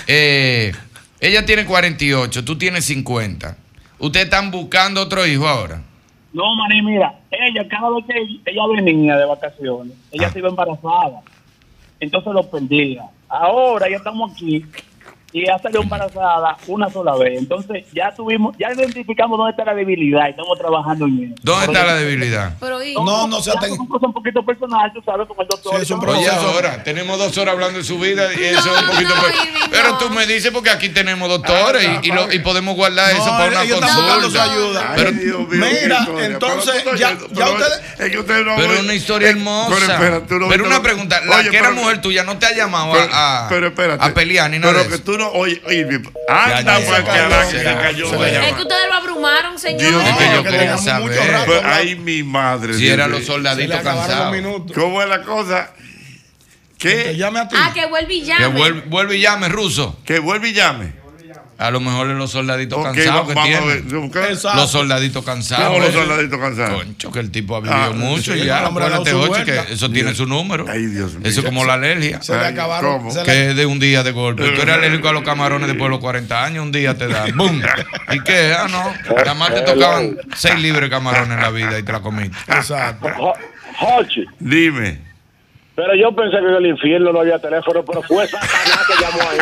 Ella tiene 48, tú tienes 50. ¿Ustedes están buscando otro hijo ahora? No, maní, mira, ella cada vez que ella venía de vacaciones, ella se iba embarazada. Entonces lo perdía. Ahora ya estamos aquí y ella salió embarazada una sola vez. Entonces ya identificamos dónde está la debilidad y estamos trabajando en eso. ¿Dónde está la debilidad? No se atende. Es una cosa un poquito personal, tú sabes, con el doctor. Sí, es un proceso. Ahora, tenemos 2 horas hablando de su vida y eso es un poquito. Pero tú me dices porque aquí tenemos doctores y podemos guardar eso para una consulta. Pero mira, entonces ya ustedes. Es que ustedes no. Pero es una historia hermosa. Pero una pregunta, la que era mujer tuya no te ha llamado a pelear ni nada de eso. No, oye, anda, pues que se cayó. Es que ustedes lo abrumaron, señor. Es que yo quería saber. Ay, mi madre. Si eran los soldaditos cansados. ¿Cómo es la cosa? ¿Qué? Que te llame a ti. Ah, que vuelve y llame. Que vuelve y llame, ruso. Que vuelve y llame. A lo mejor es los soldaditos Ok, cansados que vamos a tienen. ver. Exacto. Los soldaditos cansados. ¿Cómo los soldaditos cansados? Concho, que el tipo ha vivido mucho sí, y ya. el hombre ha dado Acuérdate, su Jochi, que vuelta. eso tiene su número. Ay, Dios mío. Eso es como la alergia. Se le acabaron. ¿Cómo? se le- Que es de un día de golpe. Tú eres alérgico a los camarones después de los 40 años, un día te da. ¡Bum! ¿Y qué? Ah, no. Nada más te tocaban 6 libres de camarones en la vida y te la comiste. Exacto. Jochi, Dime. pero yo pensé que en el infierno no había teléfono, pero fue Satanás que llamó ahí.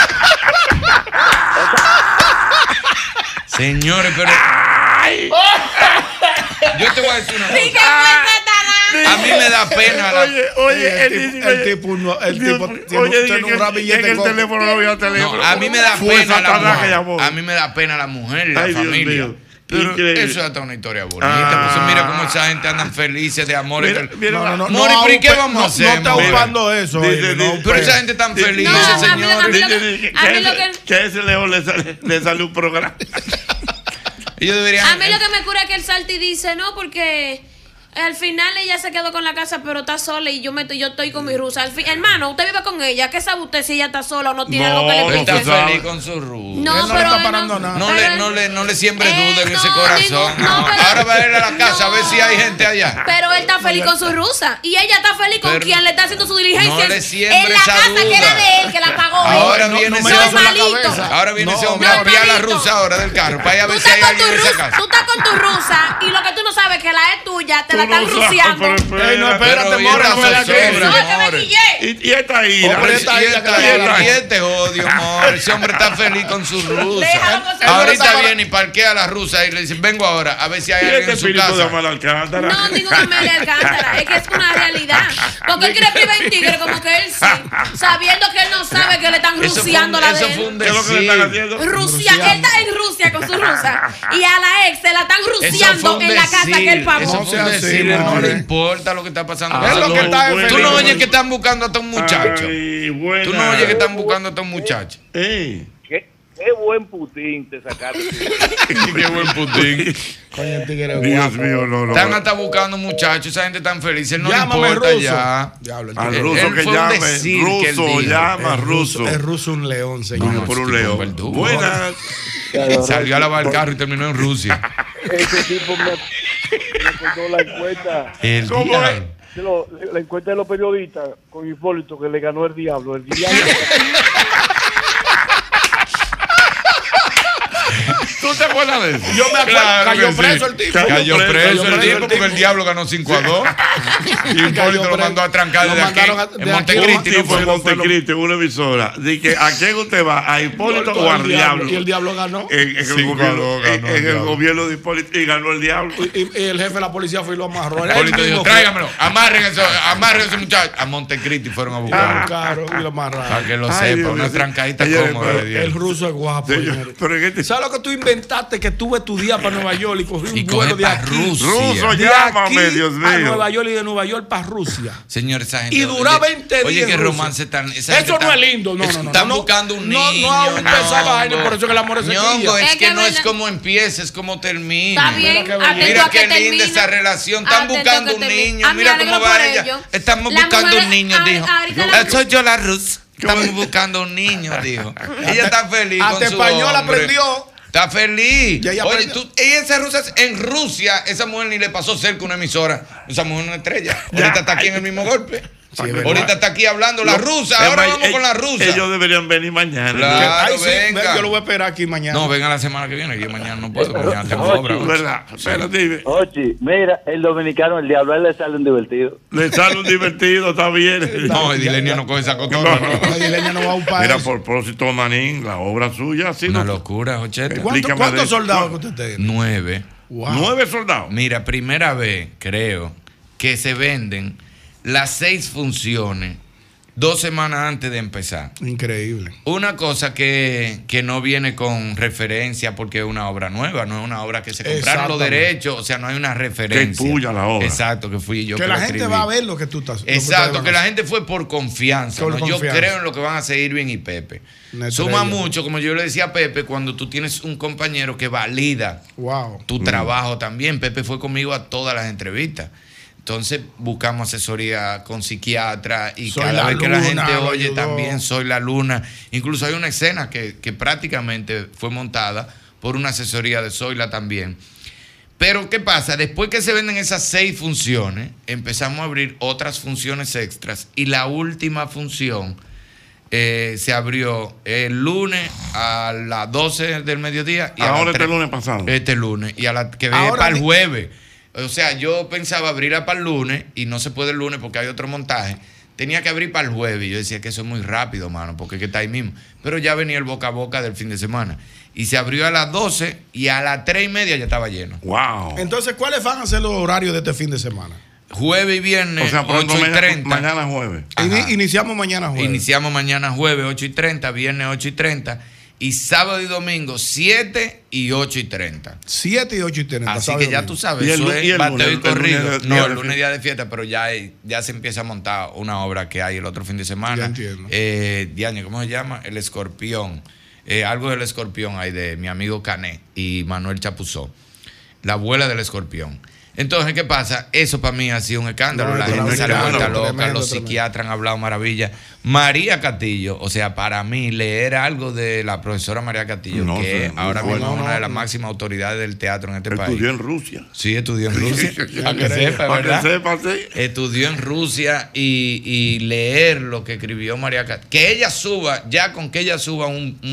Señores, pero. Yo te voy a decir una Sí, que cosa. fue Satanás. A mí me da pena. Oye, El tipo tiene un ramillete en el con- teléfono no había teléfono. No, a mí me da Fue pena la Satanás que mujer. llamó. A mí me da pena la mujer y la Ay, Dios familia. mío. Pero Increíble. eso es hasta una historia bonita. Pues mira cómo esa gente anda felices de amor. Mira, Mori, ¿pero y qué vamos a hacer? No está Mori? ocupando eso. Dice, oye, no, Pero esa gente tan feliz, No, a mí señores. lo que- Que a ese León le sale un programa. Ellos deberían. A mí lo que me cura es que el Salti dice, no, porque al final ella se quedó con la casa, pero está sola y yo estoy con mi rusa. Hermano, usted vive con ella. ¿Qué sabe usted si ella está sola o no tiene algo que le Él pique? está feliz con su rusa. No, Él no pero le está él parando nada. No le siembre duda en ese no, corazón. no, pero- Ahora va a ir a la casa a ver si hay gente allá. Pero él está feliz con su rusa. Y ella está feliz con Pero quien le está haciendo su diligencia no le siembre en la esa casa duda. que era de él, que la pagó Ahora él. viene me ese das en la malito. cabeza. Ahora viene ese hombre no, a pillar la malito. rusa ahora del carro para ir a Tú ver si hay estás con tu alguien en esa rusa, casa. tú estás con tu rusa y lo que tú no sabes es que la es tuya, te la Tú no están sabes, ruciando. Ey, no, espérate, Pero More, esta no me la zozobra, quieres. No, es que me More. quillé. Y esta ira. Hombre, Y esta ira que le da la- este odio, amor. Ese hombre está feliz con su rusa. Déjalo con su Ahorita rusa. viene y parquea a la rusa y le dice, vengo ahora a ver si hay Y alguien este en su espíritu de casa. Amal Alcántara. No, digo que me le Alcántara, es que es una realidad. Porque él quiere privar en tigre como que él sí, sabiendo que él no sabe que le están ruciando la de Eso fue él. un ¿Qué es lo que le están haciendo? Rusia, él está en Rusia con su rusa y a la ex se la están Eso fue ruciando un en la casa que él decir, pagó. eso No fue sea un así, decir, él no More. le importa lo que está pasando. Ah, Es lo no, que está bueno. Tú no oyes que están buscando a estos muchachos. Ay, buena. Tú no oyes que están buscando a estos muchachos. Ey. Qué buen putín te sacaste. Qué buen putín. Coño, el tigre es Dios guapo. mío, no. Están hasta buscando muchachos, esa gente tan feliz, él no le Llámame, importa ruso. ya. Diablo, el Al tigre- ruso Él que fue un llame. decir que él Ruso, dijo. llama, ruso. Es ruso un león, señor. No, por un tipo, león. verdugo. Buenas. Salió a lavar el carro y terminó en Rusia. Ese tipo me acordó la encuesta. El ¿Cómo diablo. La encuesta de los periodistas con Hipólito que le ganó el diablo. El diablo. ¿Tú te acuerdas de eso? Yo me acuerdo, Claro cayó que sí. preso el tipo. Cayó preso el tipo porque tipo. el diablo ganó 5-2. Y Hipólito lo mandó a trancar Lo desde aquí. mandaron En de Un Montecristi. ¿no tipo fue? en Montecristi, en una emisora. Dice, ¿a quién usted va? ¿A Hipólito o al diablo? Y el diablo ganó. En el 5-2 gobierno, ganó el en el diablo. gobierno de Hipólito y ganó el diablo. Y el jefe de la policía fue y lo amarró. Él Hipólito mismo dijo, fue tráigamelo, amarren a ese muchacho. A Montecristi fueron a a buscarlo. buscarlo y lo amarraron. Para que lo Ay, sepa, Dios una mío. trancadita Señores, cómoda pero de 10. El ruso es guapo. Señor, señores. pero en este- ¿Sabes lo que tú inventaste? Que tú estudiar para Nueva York y cogí un Y vuelo coge de pa' aquí. Rusia. Ruso, De llámame, aquí Dios a mío. Nueva York y de Nueva York para Rusia. Señor, esa gente. Y dura 20 días Oye, en qué Rusia. romance tan. esa gente Eso no tan- es lindo. No. Están buscando un niño. No ha empezado Ñongo. vaina, por eso que el amor es Ñongo, sequía. es Es que que no es verdad. como empieza, es como termina. Está bien, Mira qué belleza. atento Mira a que qué linda termine. esa relación. Están Atento buscando que un termine. niño. Ah, me Mira alegro cómo va por ella. ello. Estamos Las buscando mujeres- un niño, dijo. ahorita la- Soy yo la Rus. Estamos buscando un niño, dijo. Ella está feliz con Hasta su español hombre. aprendió. Está feliz. Ya ella Oye, aprendió. esa rusa, en Rusia, esa mujer ni le pasó cerca una emisora. Esa mujer es una estrella. Ahorita está aquí en el mismo golpe. Sí, es verdad. Ahorita está aquí hablando la rusa. Ahora vamos con la rusa. Ellos deberían venir mañana. Claro. Ay, sí, venga. yo lo voy a esperar aquí mañana. No, venga la semana que viene. Yo mañana no puedo. Mañana tengo obra. ¿Verdad? Pero dime. Ochi, mira, el dominicano, el diablo, a él le sale un divertido. Le sale un divertido, está bien. No, Edilenia no coge esa cotorra. No. La Dileña no va a un país. Mira, por propósito, Manín, la obra suya, sí. Una no- locura, Jocheta. Explícame ¿Cuántos de eso. soldados que usted tiene? 9. Wow. 9 soldados. Mira, primera vez, creo, que se venden las 6 funciones 2 semanas antes de empezar. Increíble. Una cosa que no viene con referencia porque es una obra nueva, no es una obra que se compraron los Exactamente. derechos, o sea, no hay una referencia. Que es tuya la obra. Exacto, que fui yo Que que la lo gente escribí. va a ver lo que tú estás. lo que Exacto, ustedes que van a la hacer. gente fue por confianza. Por ¿no? Yo confianza. creo en lo que van a hacer Irving y Pepe. Una Suma estrella. mucho, como yo le decía a Pepe, cuando tú tienes un compañero que valida Wow. tu trabajo también. Pepe fue conmigo a todas las entrevistas. Entonces buscamos asesoría con psiquiatra y Soy cada la vez que la luna, gente lo oye ayudó. también Soy la Luna. Incluso hay una escena que prácticamente fue montada por una asesoría de Zoila también. Pero ¿qué pasa? Después que se venden esas 6 funciones, empezamos a abrir otras funciones extras y la última función se abrió el lunes a las 12 del mediodía. Y ahora este lunes pasado. Este lunes. Y a la que viene para el jueves. O sea, yo pensaba abrirla para el lunes y no se puede el lunes porque hay otro montaje. Tenía que abrir para el jueves. Y yo decía que eso es muy rápido, mano, porque es que está ahí mismo. Pero ya venía el boca a boca del fin de semana. Y se abrió a las 12 y a las 3:30 ya estaba lleno. ¡Wow! Entonces, ¿cuáles van a ser los horarios de este fin de semana? Jueves y viernes, O sea, por ejemplo, 8:30. mañana jueves. Iniciamos mañana jueves. Iniciamos mañana jueves, 8:30, viernes 8:30. Y sábado y domingo, 7 y 8:30. 7 y 8:30. Así sábado que y ya domingo. tú sabes, eso es bateo y corrido. No, el lunes día de fiesta, pero ya se empieza a montar una obra que hay el otro fin de semana. Ya entiendo. Diaño, ¿cómo se llama? El Escorpión. Algo del Escorpión hay de mi amigo Cané y Manuel Chapuzó. La abuela del Escorpión. Entonces, ¿qué pasa? Eso para mí ha sido un escándalo. No, la gente sale vuelta loca, tremendo, los psiquiatras han hablado maravilla. María Castillo, o sea, para mí leer algo de la profesora María Castillo, No, que sí, ahora muy mismo es bueno. una de las máximas autoridades del teatro en este país. Estudió en Rusia. Sí, estudió en Rusia. Para que sepa, Para que ¿verdad? sepa, sí. Estudió en Rusia y leer lo que escribió María Castillo. Que ella suba, ya con que ella suba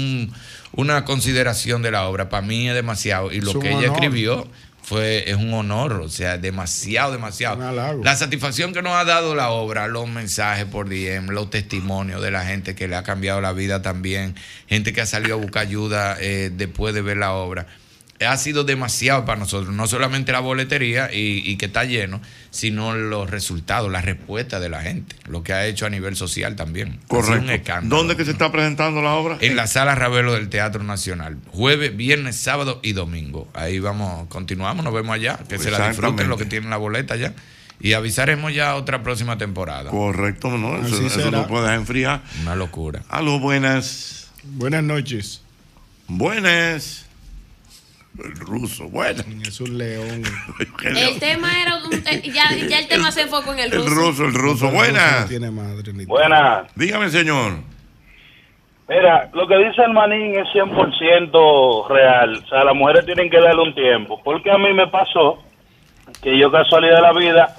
una consideración de la obra, para mí es demasiado. Y lo Es un que ella honor. escribió es un honor, o sea, demasiado. La satisfacción que nos ha dado la obra, los mensajes por DM, los testimonios de la gente que le ha cambiado la vida también, gente que ha salido a buscar ayuda después de ver la obra. Ha sido demasiado para nosotros, no solamente la boletería y que está lleno, sino los resultados, la respuesta de la gente, lo que ha hecho a nivel social también. Ha sido un Correcto. escándalo. ¿Dónde que se está presentando la obra? En la Sala Ravelo del Teatro Nacional. Jueves, viernes, sábado y domingo. Ahí vamos, continuamos, nos vemos allá. Que se la disfruten los que tienen la boleta ya. Y avisaremos ya otra próxima temporada. Correcto, ¿no? Así Eso será. no puedes enfriar. Una locura. Aló, buenas. Buenas noches. Buenas. El ruso, bueno. Es un león. El tema era. Ya el tema se enfocó en el ruso. El ruso, buenas. No tiene madre ni Buenas. Dígame, señor. Mira, lo que dice el manín es 100% real. O sea, las mujeres tienen que darle un tiempo. Porque a mí me pasó que yo, casualidad de la vida,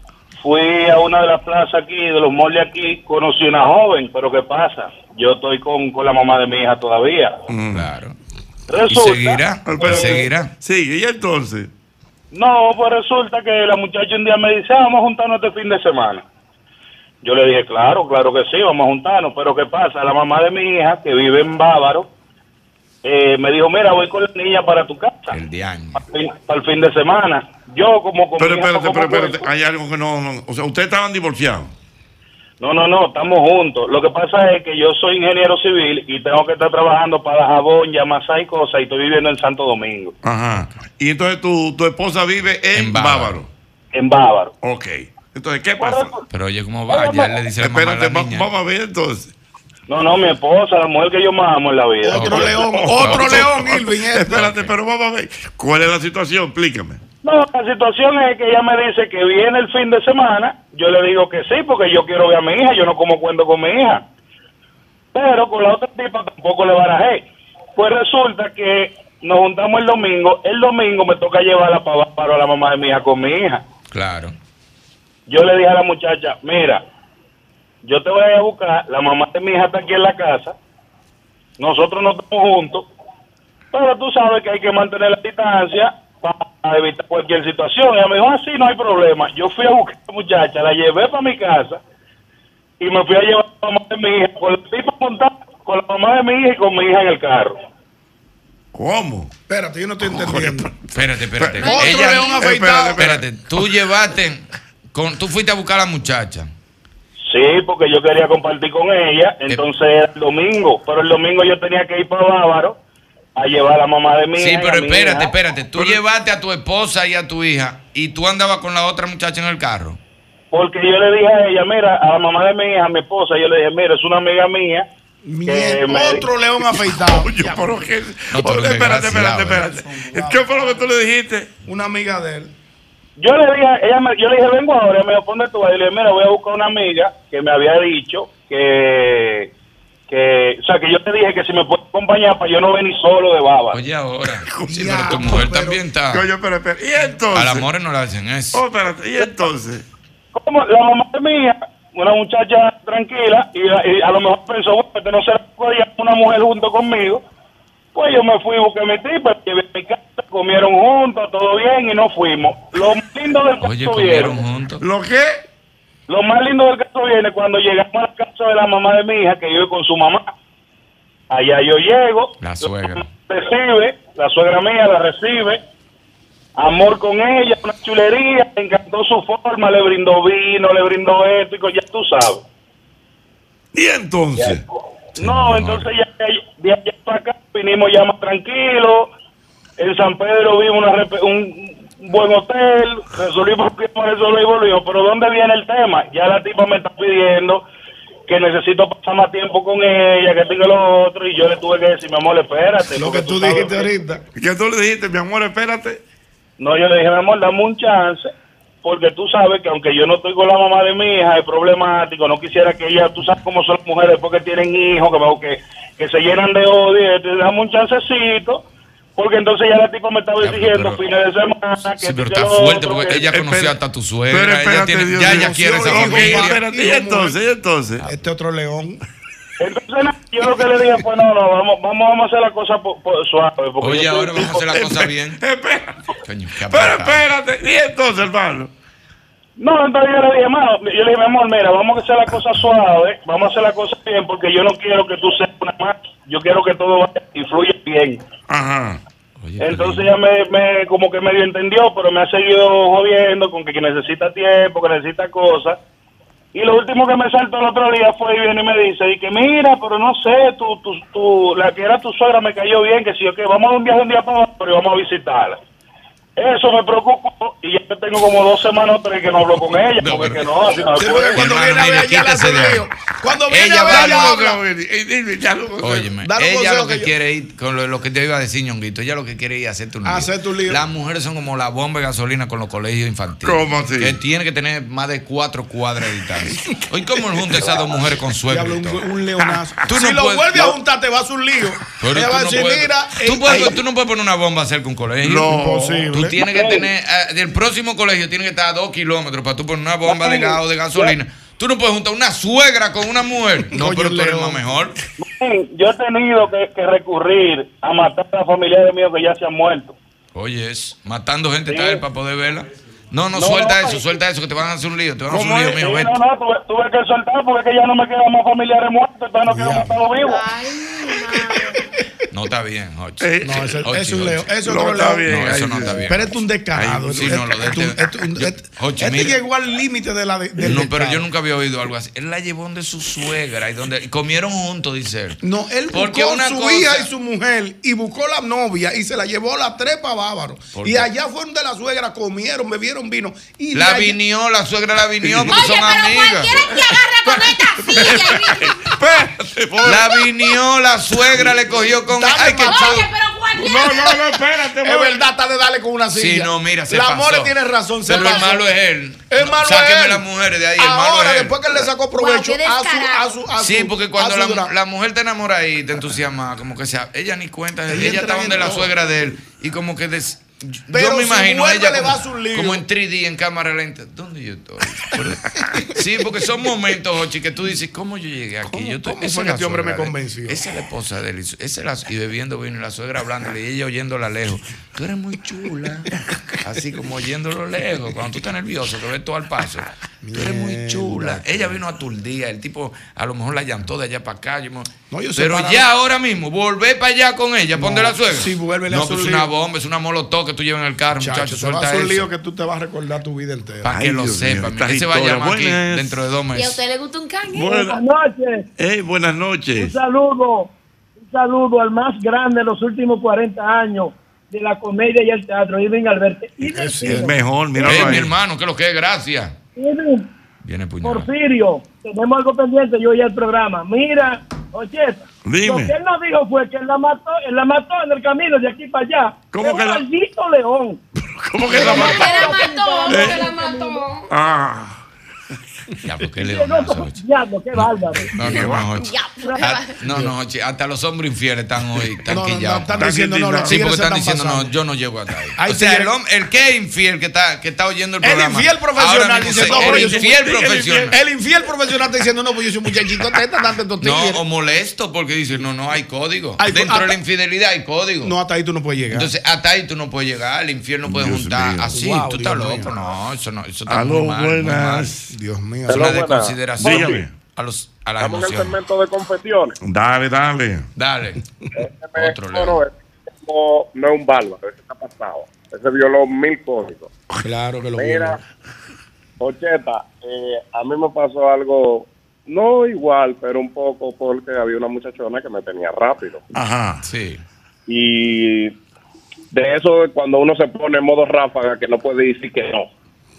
fui a una de las plazas aquí, de los moldes aquí, conocí una joven, pero ¿qué pasa? Yo estoy con la mamá de mi hija todavía. Claro. Resulta, ¿Y seguirá? ¿Seguirá? Sí, y entonces. No, pues resulta que la muchacha un día me dice, vamos a juntarnos este fin de semana. Yo le dije, claro que sí, vamos a juntarnos. Pero ¿qué pasa? La mamá de mi hija, que vive en Bávaro, me dijo, mira, voy con la niña para tu casa. El día. Para el fin de semana. Yo como... Pero espérate, hay algo que no... O sea, ustedes estaban divorciados. No, estamos juntos. Lo que pasa es que yo soy ingeniero civil y tengo que estar trabajando para Jabón, Yamasá y cosas, y estoy viviendo en Santo Domingo. Ajá. Y entonces tu esposa vive en Bávaro. En Bávaro. Ok. Entonces, ¿qué pasa? Pero oye, ¿cómo va? Ya le dice la mamá a la niña. Vamos a ver entonces. No, mi esposa, la mujer que yo más amo en la vida. Otro león, Irving. Espérate, pero vamos a ver. ¿Cuál es la situación? Explícame. No, la situación es que ella me dice que viene el fin de semana. Yo le digo que sí, porque yo quiero ver a mi hija. Yo no como cuento con mi hija. Pero con la otra tipa tampoco le barajé. Pues resulta que nos juntamos el domingo. El domingo me toca llevarla para la mamá de mi hija con mi hija. Claro. Yo le dije a la muchacha, mira, yo te voy a ir a buscar. La mamá de mi hija está aquí en la casa. Nosotros no estamos juntos. Pero tú sabes que hay que mantener la distancia para evitar cualquier situación. Y ella me dijo, sí, no hay problema. Yo fui a buscar a la muchacha, la llevé para mi casa y me fui a llevar a la mamá de mi hija con la tipa montada, con la mamá de mi hija y con mi hija en el carro. ¿Cómo? Espérate, yo no estoy entendiendo. Espérate. Otro león afeitado. Espérate, tú llevaste, tú fuiste a buscar a la muchacha. Sí, porque yo quería compartir con ella, entonces era el domingo, pero el domingo yo tenía que ir para Bávaro a llevar a la mamá de mi hija. Sí, pero y a mi hija. espérate. Tú llevaste a tu esposa y a tu hija y tú andabas con la otra muchacha en el carro. Porque yo le dije a ella, mira, a la mamá de mi hija, a mi esposa, yo le dije, mira, es una amiga mía. Otro león afeitado. Pero espérate. ¿Qué fue lo que tú le dijiste? Una amiga de él. Yo le dije, yo le dije, vengo ahora, me dijo, ¿dónde tú vas? Y le dije, mira, voy a buscar una amiga que me había dicho que o sea, que yo te dije que si me puedes acompañar para yo no venir solo de baba. Oye, ahora. Sí, pero tu mujer también está. Coño, espera. ¿Y entonces? A las mujeres no le hacen eso. Oh, espérate. ¿Y entonces? Como la mamá de mía, una muchacha tranquila, y a lo mejor pensó, bueno, este no será una mujer junto conmigo. Pues yo me fui y busqué mi tipa, llevé a mi casa, comieron juntos, todo bien y nos fuimos. Lo más lindo del caso comieron juntos. ¿Lo qué? Lo más lindo del caso viene cuando llegamos a la casa de la mamá de mi hija, que vive con su mamá. Allá yo llego. La suegra. La suegra mía la recibe. Amor con ella, una chulería. Me encantó su forma, le brindó vino, le brindó esto, y ya tú sabes. ¿Y entonces? No, entonces ya de allá para acá vinimos ya más tranquilos. En San Pedro vimos un buen hotel, resolvimos que volvimos, pero ¿dónde viene el tema? Ya la tipa me está pidiendo que necesito pasar más tiempo con ella, que tenga lo otro, y yo le tuve que decir, mi amor, espérate. Lo que tú dijiste ahorita. ¿Qué tú le dijiste, mi amor, espérate? No, yo le dije, mi amor, dame un chance, porque tú sabes que aunque yo no estoy con la mamá de mi hija, es problemático, no quisiera que ella, tú sabes cómo son las mujeres porque tienen hijos, que se llenan de odio, te dame un chancecito. Porque entonces ya la tipa me estaba exigiendo fines de semana. Sí, pero está fuerte porque ella conoció hasta tu suegra. Ella quiere esa familia. ¿Y entonces? Este otro león. Entonces yo lo que le dije fue, no, vamos a hacer la cosa suave. Oye, ahora vamos a hacer la cosa bien. Pero espérate. ¿Y entonces, hermano? No, entonces yo le dije, mi amor, mira, vamos a hacer la cosa suave, vamos a hacer la cosa bien, porque yo no quiero que tú seas una más. Yo quiero que todo vaya y fluya bien. Ajá. Oye, entonces ya me como que medio entendió, pero me ha seguido jodiendo con que necesita tiempo, que necesita cosas. Y lo último que me saltó el otro día fue y viene y me dice, y que mira, pero no sé, la que era tu suegra me cayó bien, que si yo que vamos a un día para abajo, pero vamos a visitarla. Eso me preocupó y ya tengo como 2 semanas o 3 que no hablo con ella. No, porque no, así no puede. Cuando viene a ver allá la lío. Cuando viene a ver allá habla. Óyeme, ella lo que quiere ir, con lo que te iba a decir, Ñonguito, ella lo que quiere ir a hacer tu lío. Hacer tu lío. Las mujeres son como la bomba de gasolina con los colegios infantiles. ¿Cómo así? Que tiene que tener más de 4 cuadras de distancia. Hoy, ¿cómo junta esas 2 mujeres con suegra? Un leonazo. Si lo vuelve a juntar, te va a hacer un lío. Ella va a decir, mira. Tú no puedes poner una bomba cerca de un colegio. No, imposible. Tú tienes que tener, del próximo colegio tiene que estar a 2 kilómetros para tú poner una bomba de gas o de gasolina. Tú no puedes juntar una suegra con una mujer. No, pero tú eres más mejor. Yo he tenido que recurrir a matar a familiares míos que ya se han muerto. Oye, matando gente tal para poder verla. No, suelta eso, que te van a hacer un lío. Te van a hacer un lío, mijo. Tuve que soltar porque ya no me quedan más familiares muertos, entonces no quiero matarlos vivos. No está bien, Jochi. No, eso es un león. Eso no está bien. No, eso no está bien. Pero es un descarado. Este llegó al límite de la. No, pero yo nunca había oído algo así. Él la llevó donde su suegra y comieron juntos, dice él. No, él buscó su hija y su mujer y buscó la novia y se la llevó a las 3 para Bávaro. Y allá fueron de la suegra, comieron, bebieron vino. Y la suegra la vinió porque son amigas. Oye, pero cualquiera que agarra con esta silla. La vinió, la suegra le cogió con. Oye, pero cualquiera. No, espérate. Es verdad, está de darle con una silla. Sí, no, mira, la More tiene razón. Pero el malo es él. El malo Sáqueme es él. las mujeres de ahí. Ahora, después que él le sacó provecho a su. Sí, porque cuando la mujer te enamora y te entusiasma, como que sea, ella ni cuenta. Ella está donde la suegra de él. Y como que. Yo me imagino a ella como en 3D, en cámara lenta. ¿Dónde yo estoy? Sí, porque son momentos, Jochi, que tú dices, ¿cómo yo llegué aquí? ¿Cómo fue que este hombre me convenció? Esa es la esposa de él. Y bebiendo vino y la suegra hablándole y ella oyéndola lejos. Tú eres muy chula. Así como oyéndolo lejos. Cuando tú estás nervioso, que ves todo al paso. Tú eres muy chula. Ella vino aturdida. El tipo a lo mejor la llantó de allá para acá. Pero ya ahora mismo, volver para allá con ella, ponte la suegra. Sí, vuelve a no, pues es una bomba, es una molotov que tú llevas en el carro, muchacho. Suelta eso. Es un lío que tú te vas a recordar tu vida entera. Para que lo sepas. Que se va a llamar aquí dentro de 2 meses. ¿Y a usted le gusta un canje? Buenas noches. Buenas noches. Un saludo al más grande de los últimos 40 años de la comedia y el teatro, Irving Alberti. Es mejor, mira. Mi hermano, que lo que es, gracias. Viene puñalado. Porfirio, tenemos algo pendiente, yo ya el programa. Mira, Ocheta, lo que él nos dijo fue que él la mató en el camino de aquí para allá. ¿Cómo que maldito león. ¿Cómo que la mató? Que la mató, que la mató. Ah. Ya, porque leonazo. Diablo, qué bárbaro. No, Jochi, hasta los hombres infieles están hoy, están quillados. están diciendo, no, sí, porque están están diciendo, pasando. no, yo no llego hasta ahí. Ahí O sea, sí, el que es infiel, que está oyendo el programa. El infiel profesional ahora mismo dice, no, pero el yo soy infiel muy- profesional. El infiel profesional está diciendo, no, pues yo soy un muchachito teta, dante estos No, tigres. o molesto porque dice, no hay código. Hay- Dentro de hasta- la infidelidad hay código. No, hasta ahí tú no puedes llegar. Entonces, hasta ahí tú no puedes llegar. El infiel no puede Dios juntar mío. así. Wow, Tú estás Dios loco. mío. No, eso está Aló, muy mal. Muy mal. buenas. Dios mío. Es una buenas. desconsideración Dígame. a las Estamos en el emociones. segmento de confesiones. Dale. Dale. Otro No, Leo. no es un bárbaro, ese está pasado. Ese violó 1000 códigos. Claro que lo Mira, Ocheta, a mí me pasó algo, no igual, pero un poco, porque había una muchachona que me tenía rápido. Ajá. Sí. Y de eso, cuando uno se pone en modo ráfaga, que no puede decir que no.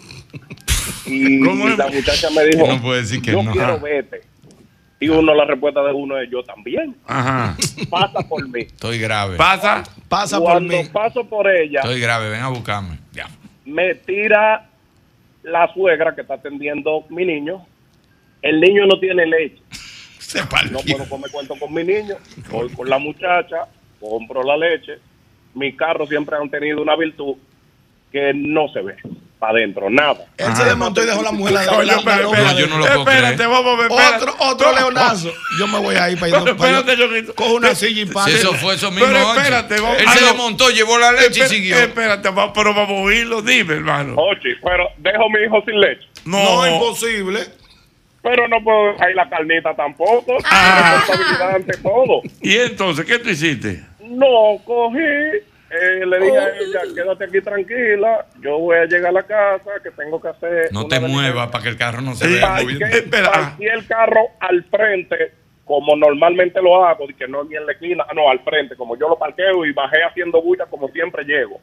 Y ¿Cómo es? la muchacha me dijo, Que no puede decir que yo no. quiero Ajá. verte. Y uno, la respuesta de uno es, yo también. Ajá. Pasa por mí. Estoy grave. Pasa. Pasa por Cuando mí. paso por ella, Estoy grave. Ven a buscarme. Ya. me tira la suegra que está atendiendo mi niño. El niño no tiene leche. Se No partió. puedo comer cuento con mi niño. Voy con la muchacha, compro la leche. Mis carros siempre han tenido una virtud que no se ve para adentro, nada. Él se desmontó y dejó la mujer Oye, espérate, yo no lo puedo espérate, creer. vamos a ver. espérate. Otro leonazo. Yo me voy ahí para Pero espérate, Yoguito. cojo una silla y Si pase. eso fue eso mismo. Pero Jochi. espérate, vamos- Él Ah, se no. desmontó, llevó la leche y siguió. Espérate, pero vamos a oírlo. Dime, hermano. Oye, pero dejo a mi hijo sin leche. No, imposible. Pero no puedo dejar ahí la carnita tampoco. Ah. Responsabilidad ante todo. ¿Y entonces qué tú hiciste? No, cogí, le dije a ella, quédate aquí tranquila, yo voy a llegar a la casa, que tengo que hacer... No una te diligencia. muevas para que el carro no se vea moviendo. Parqué el carro al frente, como normalmente lo hago, que no ni en la esquina, no, al frente, como yo lo parqueo y bajé haciendo bulla como siempre llego.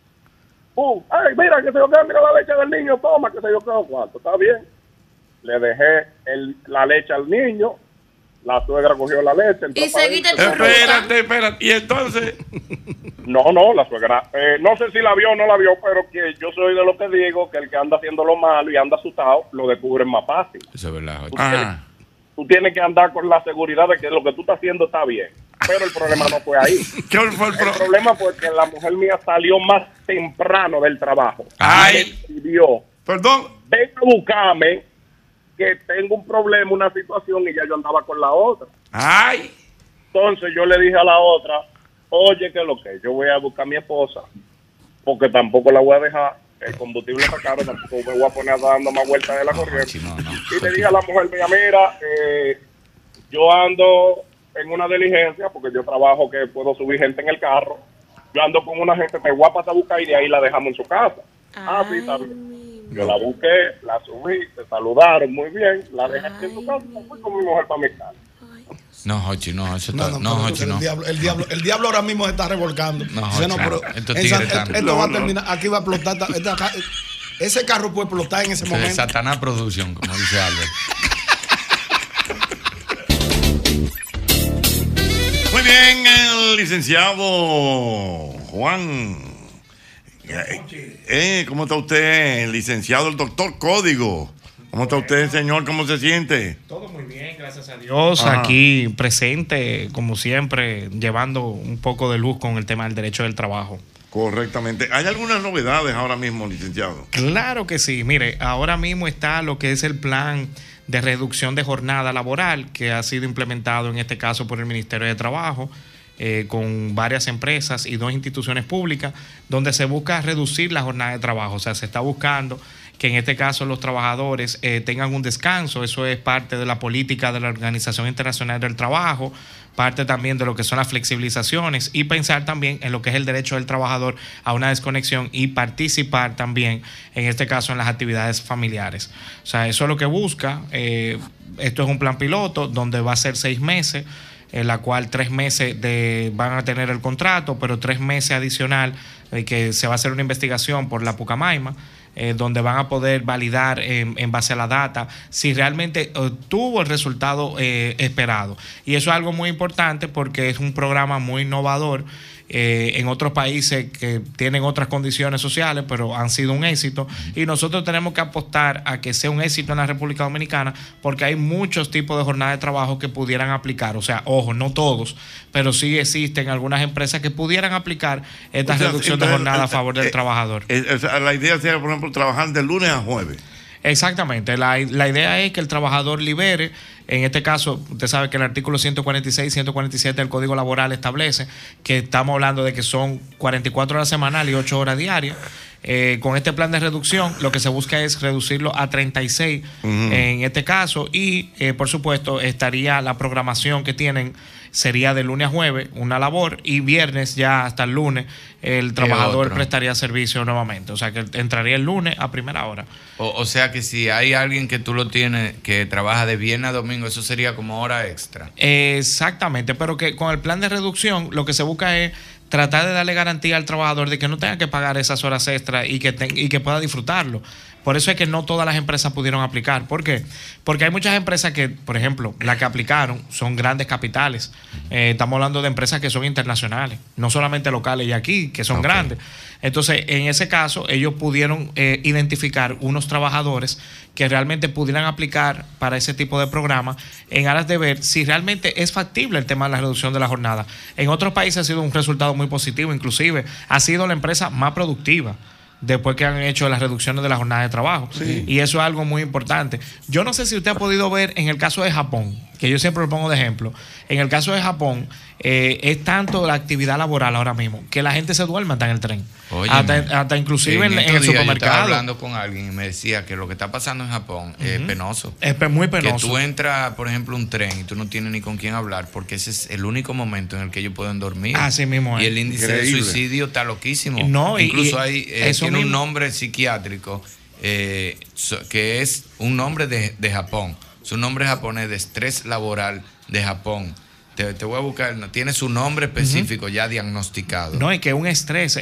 Ay, mira, que se yo quedo, mira la leche del niño, toma, que se yo quedo, ¿cuánto? Está bien. Le dejé la leche al niño, la suegra cogió la leche. entró Y para seguiste adentro. tu ruta. Espérate. Y entonces. No, la suegra, no sé si la vio o no la vio, pero que yo soy de lo que digo, que el que anda haciendo lo malo y anda asustado, lo descubren más fácil. Eso es verdad, Jochi. Ajá. Tú tienes que andar con la seguridad de que lo que tú estás haciendo está bien. Pero el problema no fue ahí. ¿Qué fue el El problema fue que la mujer mía salió más temprano del trabajo. Ay. Me pidió, Perdón. ven a buscarme, que tengo un problema, una situación, y ya yo andaba con la otra. Ay. Entonces yo le dije a la otra, oye, que lo que yo voy a buscar a mi esposa, porque tampoco la voy a dejar, el combustible está caro, tampoco me voy a poner dando más vueltas de la corriente. Y le dije a la mujer mía, mira, yo ando en una diligencia, porque yo trabajo que puedo subir gente en el carro, yo ando con una gente, te voy a pasar a buscar y de ahí la dejamos en su casa. Sí, está bien. Yo la busqué, la subí, se saludaron muy bien, la dejé aquí en su casa, me fui con mi mujer para mi casa. No, Jochi, no, eso está. No, pero Jochi, no. El diablo ahora mismo se está revolcando. No, Dice, Jochi, pero estos en tigres San- están- esto No, va a no. terminar, aquí va a explotar. Ese carro puede explotar en ese Eso es momento. Satanás Producción, como dice Albert. Muy bien, el licenciado Juan. ¿Cómo está usted, el licenciado, el doctor Código? ¿Cómo está usted, señor? ¿Cómo se siente? Todo muy bien, gracias a Dios. Ajá. Aquí presente, como siempre, llevando un poco de luz con el tema del derecho del trabajo. Correctamente. ¿Hay algunas novedades ahora mismo, licenciado? Claro que sí. Mire, ahora mismo está lo que es el plan de reducción de jornada laboral que ha sido implementado en este caso por el Ministerio de Trabajo con varias empresas y 2 instituciones públicas donde se busca reducir la jornada de trabajo. O sea, se está buscando que en este caso los trabajadores tengan un descanso. Eso es parte de la política de la Organización Internacional del Trabajo, parte también de lo que son las flexibilizaciones y pensar también en lo que es el derecho del trabajador a una desconexión y participar también, en este caso, en las actividades familiares. O sea, eso es lo que busca. Esto es un plan piloto donde va a ser 6 meses, en la cual 3 meses van a tener el contrato, pero 3 meses adicional que se va a hacer una investigación por la Pucamaima, donde van a poder validar en base a la data si realmente tuvo el resultado esperado. Y eso es algo muy importante porque es un programa muy innovador en otros países que tienen otras condiciones sociales, pero han sido un éxito. Y nosotros tenemos que apostar a que sea un éxito en la República Dominicana, porque hay muchos tipos de jornada de trabajo que pudieran aplicar. O sea, ojo, no todos, pero sí existen algunas empresas que pudieran aplicar esta reducción de jornada a favor del trabajador. La idea sería, por ejemplo, trabajar de lunes a jueves. Exactamente. La idea es que el trabajador libere. En este caso, usted sabe que el artículo 146 y 147 del Código Laboral establece que estamos hablando de que son 44 horas semanales y 8 horas diarias. Con este plan de reducción, lo que se busca es reducirlo a 36 en este caso. Y, por supuesto, estaría la programación que tienen. Sería de lunes a jueves una labor, y viernes ya hasta el lunes el trabajador prestaría servicio nuevamente. O sea que entraría el lunes a primera hora. O sea que si hay alguien que tú lo tienes que trabaja de viernes a domingo, eso sería como hora extra. Exactamente, pero que con el plan de reducción lo que se busca es tratar de darle garantía al trabajador de que no tenga que pagar esas horas extras y que pueda disfrutarlo. Por eso es que no todas las empresas pudieron aplicar. ¿Por qué? Porque hay muchas empresas que, por ejemplo, las que aplicaron son grandes capitales. Estamos hablando de empresas que son internacionales, no solamente locales y aquí, que son grandes. Entonces, en ese caso, ellos pudieron identificar unos trabajadores que realmente pudieran aplicar para ese tipo de programa en aras de ver si realmente es factible el tema de la reducción de la jornada. En otros países ha sido un resultado muy positivo, inclusive ha sido la empresa más productiva después que han hecho las reducciones de la jornada de trabajo. Sí. Y eso es algo muy importante. Yo no sé si usted ha podido ver en el caso de Japón, que yo siempre lo pongo de ejemplo. En el caso de Japón, es tanto la actividad laboral ahora mismo que la gente se duerme hasta en el tren. Oye, hasta inclusive en el supermercado. Yo estaba hablando con alguien y me decía que lo que está pasando en Japón es penoso. Es muy penoso. Que tú entras, por ejemplo, un tren y tú no tienes ni con quién hablar, porque ese es el único momento en el que ellos pueden dormir. Así mismo es. Y el índice de suicidio está loquísimo. No, incluso tiene un nombre psiquiátrico que es un nombre de Japón. Su nombre japonés de estrés laboral de Japón. Te voy a buscar, tiene su nombre específico ya diagnosticado. No, es que un estrés.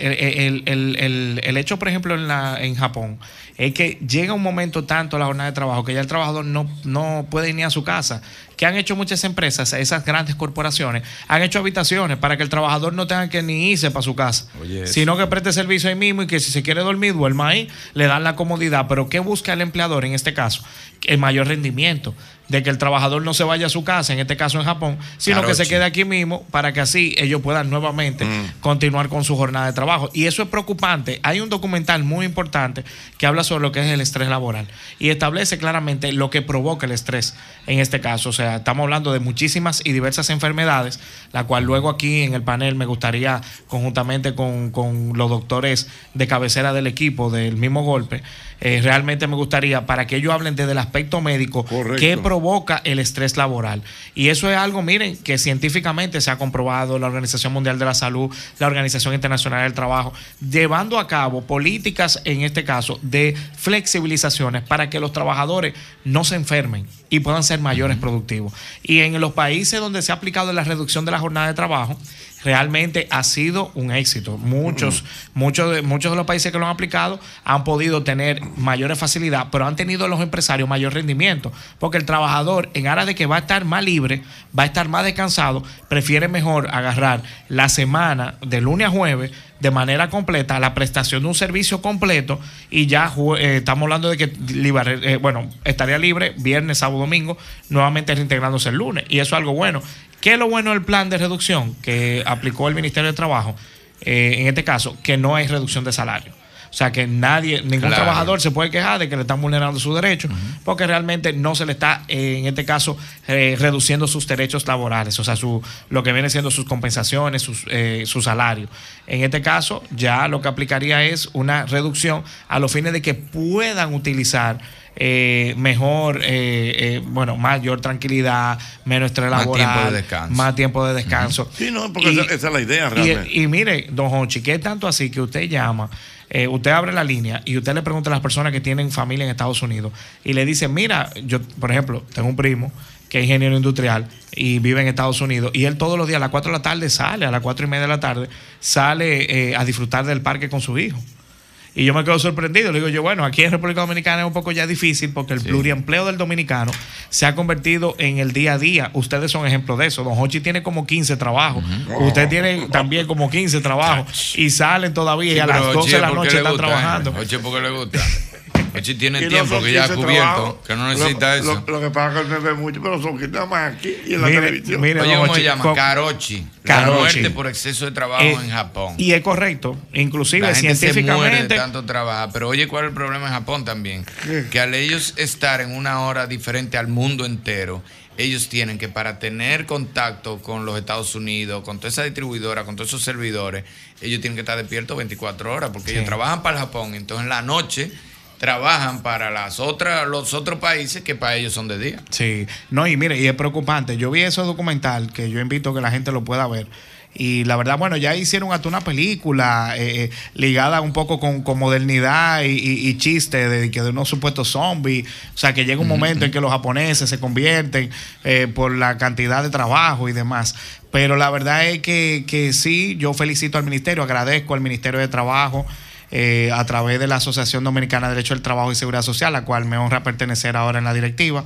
El hecho, por ejemplo, en Japón, es que llega un momento tanto la jornada de trabajo que ya el trabajador no puede ir ni a su casa. Que han hecho muchas empresas, esas grandes corporaciones, han hecho habitaciones para que el trabajador no tenga que ni irse para su casa, sino que preste servicio ahí mismo y que si se quiere dormir, duerma ahí, le dan la comodidad. Pero ¿qué busca el empleador en este caso? El mayor rendimiento, de que el trabajador no se vaya a su casa, en este caso en Japón, sino que se quede aquí mismo para que así ellos puedan nuevamente continuar con su jornada de trabajo. Y eso es preocupante. Hay un documental muy importante que habla sobre lo que es el estrés laboral y establece claramente lo que provoca el estrés en este caso. O sea, estamos hablando de muchísimas y diversas enfermedades, la cual luego aquí en el panel me gustaría, conjuntamente con los doctores de cabecera del equipo del mismo golpe, realmente me gustaría para que ellos hablen desde el aspecto médico qué provoca el estrés laboral. Y eso es algo, miren, que científicamente se ha comprobado, la Organización Mundial de la Salud, la Organización Internacional del Trabajo, llevando a cabo políticas, en este caso, de flexibilizaciones para que los trabajadores no se enfermen y puedan ser mayores productivos. Y en los países donde se ha aplicado la reducción de la jornada de trabajo, realmente ha sido un éxito. Muchos de los países que lo han aplicado han podido tener mayores facilidades, pero han tenido los empresarios mayor rendimiento, porque el trabajador, en aras de que va a estar más libre, va a estar más descansado, prefiere mejor agarrar la semana de lunes a jueves de manera completa, la prestación de un servicio completo, y ya estamos hablando de que estaría libre viernes, sábado, domingo, nuevamente reintegrándose el lunes, y eso es algo bueno. ¿Qué es lo bueno del plan de reducción que aplicó el Ministerio de Trabajo? En este caso, que no hay reducción de salario. O sea, que ningún trabajador se puede quejar de que le están vulnerando sus derechos, porque realmente no se le está, en este caso, reduciendo sus derechos laborales, o sea, lo que viene siendo sus compensaciones, su salario. En este caso, ya lo que aplicaría es una reducción a los fines de que puedan utilizar mejor, mayor tranquilidad, menos estrés laboral, más tiempo de descanso. Sí, no, porque esa es la idea realmente. Y mire, don Jonchi, que es tanto así que usted llama, usted abre la línea y usted le pregunta a las personas que tienen familia en Estados Unidos y le dice, mira, yo, por ejemplo, tengo un primo que es ingeniero industrial y vive en Estados Unidos, y él todos los días a las 4 de la tarde sale, a las 4:30 de la tarde, sale a disfrutar del parque con su hijo. Y yo me quedo sorprendido. Le digo yo, bueno, aquí en República Dominicana es un poco ya difícil porque el pluriempleo del dominicano se ha convertido en el día a día. Ustedes son ejemplo de eso. Don Hochi tiene como 15 trabajos. Usted tiene también como 15 trabajos. Y salen todavía y a las 12 de la noche están trabajando. Hochi, ¿por qué le gusta? Hochi tiene tiempo que ya ha cubierto, que no necesita eso. Lo que pasa es que él me ve mucho, pero son que nada más aquí y en la televisión. Oye, ¿cómo se llama? Karochi. La muerte por exceso de trabajo en Japón. Y es correcto. Inclusive la gente científicamente. se muere de tanto trabajar. Pero oye, ¿cuál es el problema en Japón también? Que al ellos estar en una hora diferente al mundo entero, ellos tienen que, para tener contacto con los Estados Unidos, con toda esa distribuidora, con todos esos servidores, ellos tienen que estar despiertos 24 horas porque ellos trabajan para el Japón. Entonces en la noche trabajan para los otros países que para ellos son de día. Sí, no, y mire, y es preocupante. Yo vi ese documental que yo invito a que la gente lo pueda ver. Y la verdad, bueno, ya hicieron hasta una película ligada un poco con modernidad y chiste de unos supuestos zombies. O sea, que llega un momento en que los japoneses se convierten por la cantidad de trabajo y demás. Pero la verdad es que sí, yo felicito al ministerio, agradezco al Ministerio de Trabajo, a través de la Asociación Dominicana de Derecho del Trabajo y Seguridad Social, la cual me honra pertenecer ahora en la directiva,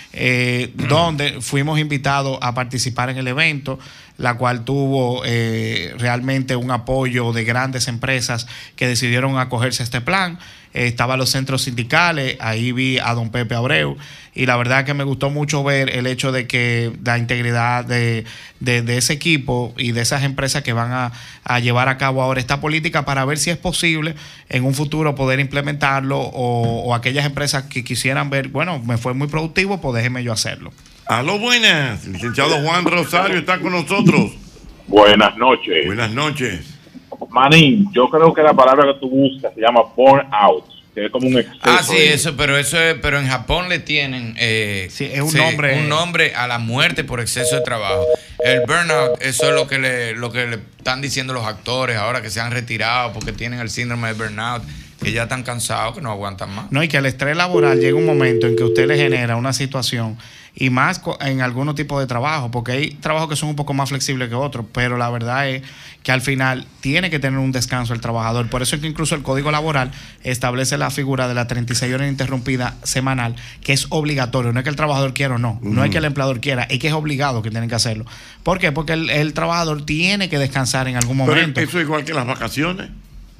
donde fuimos invitados a participar en el evento, la cual tuvo realmente un apoyo de grandes empresas que decidieron acogerse a este plan. Estaban los centros sindicales, ahí vi a don Pepe Abreu, y la verdad que me gustó mucho ver el hecho de que la integridad de ese equipo y de esas empresas que van a llevar a cabo ahora esta política para ver si es posible en un futuro poder implementarlo o aquellas empresas que quisieran ver, bueno, me fue muy productivo, pues déjeme yo hacerlo. Aló, buenas. El licenciado Juan Rosario está con nosotros. Buenas noches. Buenas noches. Manín, yo creo que la palabra que tú buscas se llama burnout, que es como un exceso. Ah, sí, pero en Japón le tienen es un nombre a la muerte por exceso de trabajo. El burnout, eso es lo que le están diciendo los actores ahora que se han retirado porque tienen el síndrome de burnout, que ya están cansados, que no aguantan más. No, y que el estrés laboral llega un momento en que usted le genera una situación, y más en algunos tipos de trabajo, porque hay trabajos que son un poco más flexibles que otros, pero la verdad es que al final tiene que tener un descanso el trabajador. Por eso es que incluso el Código Laboral establece la figura de la 36 horas ininterrumpida semanal, que es obligatorio. No es que el trabajador quiera o no, no es que el empleador quiera, es que es obligado que tienen que hacerlo. ¿Por qué? Porque el trabajador tiene que descansar en algún momento. Pero eso es igual que las vacaciones.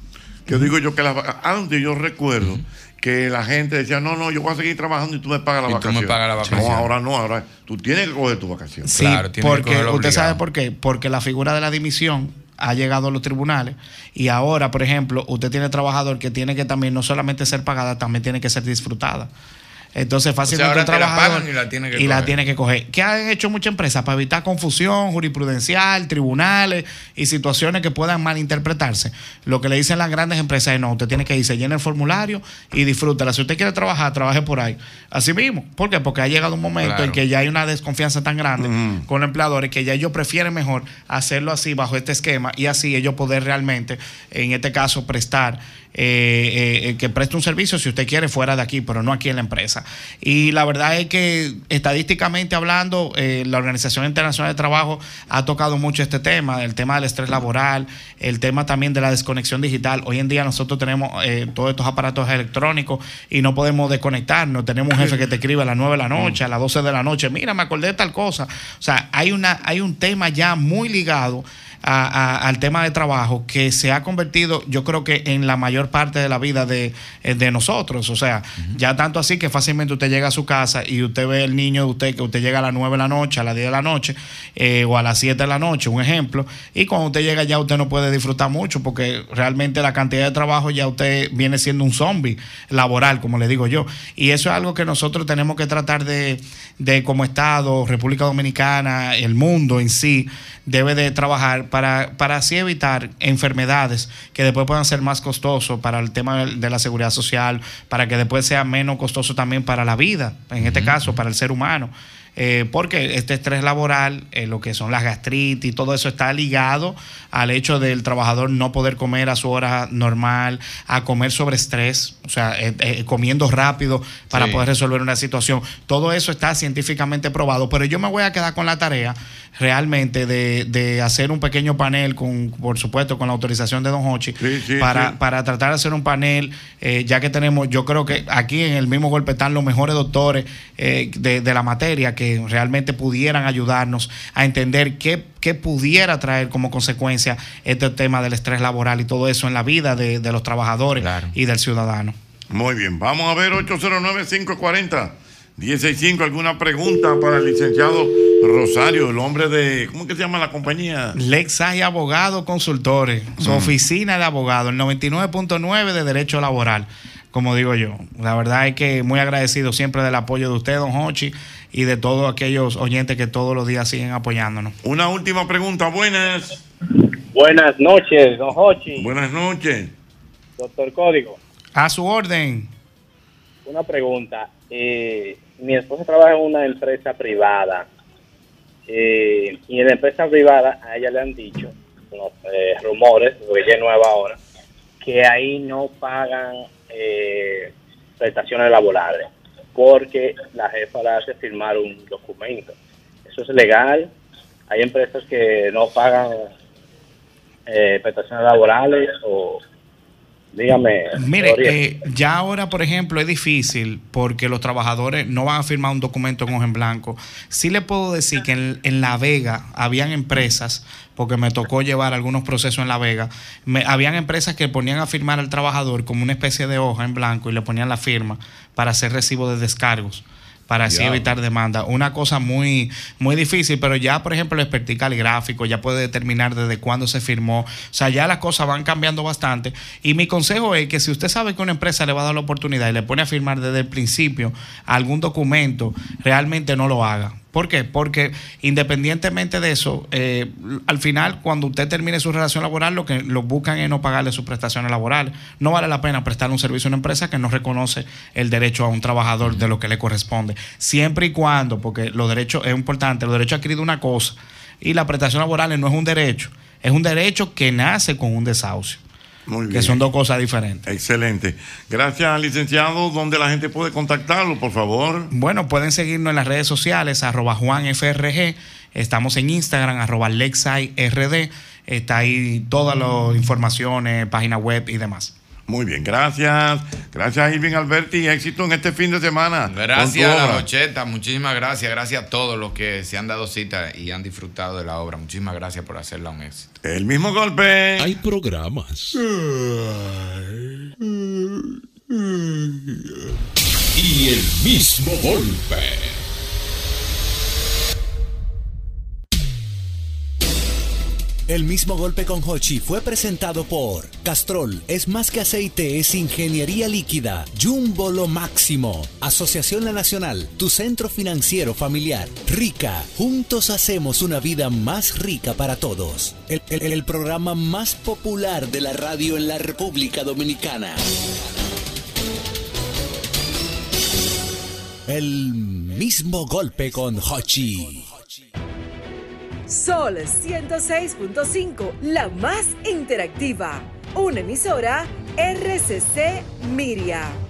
Que digo yo que antes yo recuerdo que la gente decía, no, yo voy a seguir trabajando y tú me pagas la vacación. Tú me pagas la vacación. No, ahora tú tienes que coger tu vacación. Sí, claro, porque usted sabe por qué. Porque la figura de la dimisión ha llegado a los tribunales y ahora, por ejemplo, usted tiene trabajador que tiene que también no solamente ser pagada, también tiene que ser disfrutada. Entonces fácilmente un trabajador y la tiene que coger. ¿Qué han hecho muchas empresas para evitar confusión jurisprudencial, tribunales y situaciones que puedan malinterpretarse? Lo que le dicen las grandes empresas es no, usted tiene que irse, llena el formulario y disfrútela. Si usted quiere trabajar, trabaje por ahí. Así mismo. ¿Por qué? Porque ha llegado un momento en que ya hay una desconfianza tan grande con los empleadores que ya ellos prefieren mejor hacerlo así bajo este esquema y así ellos poder realmente, en este caso, prestar que preste un servicio si usted quiere fuera de aquí, pero no aquí en la empresa. Y la verdad es que estadísticamente hablando, la Organización Internacional de Trabajo ha tocado mucho este tema, el tema del estrés laboral, el tema también de la desconexión digital. Hoy en día nosotros tenemos todos estos aparatos electrónicos y no podemos desconectarnos. Tenemos un jefe que te escribe a las 9 de la noche, a las 12 de la noche, mira, me acordé de tal cosa. O sea, hay un tema ya muy ligado al tema de trabajo que se ha convertido, yo creo que en la mayor parte de la vida de nosotros. O sea, ya tanto así que fácilmente usted llega a su casa y usted ve el niño de usted, que usted llega a las 9 de la noche, a las 10 de la noche o a las 7 de la noche, un ejemplo, y cuando usted llega ya usted no puede disfrutar mucho porque realmente la cantidad de trabajo ya usted viene siendo un zombie laboral, como le digo yo. Y eso es algo que nosotros tenemos que tratar de como Estado, República Dominicana, el mundo en sí, debe de trabajar para así evitar enfermedades que después puedan ser más costosos para el tema de la seguridad social, para que después sea menos costoso también para la vida, en este caso para el ser humano. porque este estrés laboral, lo que son las gastritis, todo eso está ligado al hecho del trabajador no poder comer a su hora normal, a comer sobre estrés, o sea, comiendo rápido para poder resolver una situación. Todo eso está científicamente probado, pero yo me voy a quedar con la tarea realmente de hacer un pequeño panel, por supuesto, con la autorización de don Hochi, para tratar de hacer un panel, ya que tenemos, yo creo que aquí en el mismo golpe están los mejores doctores de la materia que realmente pudieran ayudarnos a entender qué pudiera traer como consecuencia este tema del estrés laboral y todo eso en la vida de los trabajadores y del ciudadano. Muy bien, vamos a ver 809-540-165. ¿Alguna pregunta para el licenciado Rosario, el hombre de, ¿cómo que se llama la compañía? Lexai Abogados Consultores, su oficina de abogados, el 99.9 de Derecho Laboral, como digo yo. La verdad es que muy agradecido siempre del apoyo de usted, don Hochi, y de todos aquellos oyentes que todos los días siguen apoyándonos. Una última pregunta, buenas. Buenas noches, don Hochi. Buenas noches. Doctor Código. A su orden. Una pregunta. Mi esposa trabaja en una empresa privada. Y en la empresa privada a ella le han dicho, rumores, porque ella es nueva ahora, que ahí no pagan prestaciones laborales, porque la jefa le hace firmar un documento. ¿Eso es legal? ¿Hay empresas que no pagan prestaciones laborales? O dígame. Mire, ya ahora, por ejemplo, es difícil porque los trabajadores no van a firmar un documento en hoja en blanco. Sí le puedo decir que en La Vega habían empresas, porque me tocó llevar algunos procesos en La Vega, habían empresas que ponían a firmar al trabajador como una especie de hoja en blanco y le ponían la firma para hacer recibo de descargos, para así evitar demanda. Una cosa muy, muy difícil, pero ya, por ejemplo, el expertise caligráfico ya puede determinar desde cuándo se firmó. O sea, ya las cosas van cambiando bastante. Y mi consejo es que si usted sabe que una empresa le va a dar la oportunidad y le pone a firmar desde el principio algún documento, realmente no lo haga. ¿Por qué? Porque independientemente de eso, al final, cuando usted termine su relación laboral, lo que lo buscan es no pagarle sus prestaciones laborales. No vale la pena prestar un servicio a una empresa que no reconoce el derecho a un trabajador de lo que le corresponde. Siempre y cuando, porque los derechos es importante, los derechos adquiridos una cosa y la prestación laboral no es un derecho que nace con un desahucio. Muy bien. Que son dos cosas diferentes. Excelente. Gracias, licenciado. ¿Dónde la gente puede contactarlo, por favor? Bueno, pueden seguirnos en las redes sociales, @JuanFRG. Estamos en Instagram, @LexaiRD. Está ahí todas las informaciones, página web y demás. Muy bien, gracias. Gracias, Irving Alberti. Éxito en este fin de semana. Gracias a la Rocheta, muchísimas gracias. Gracias a todos los que se han dado cita y han disfrutado de la obra. Muchísimas gracias por hacerla un éxito. El mismo golpe. Hay programas. Y el mismo golpe. El mismo golpe con Hochi fue presentado por Castrol, es más que aceite, es ingeniería líquida. Jumbo, lo máximo. Asociación La Nacional, tu centro financiero familiar. Rica, juntos hacemos una vida más rica para todos. El programa más popular de la radio en la República Dominicana. El mismo golpe con Hochi. Sol 106.5, la más interactiva. Una emisora RCC Miria.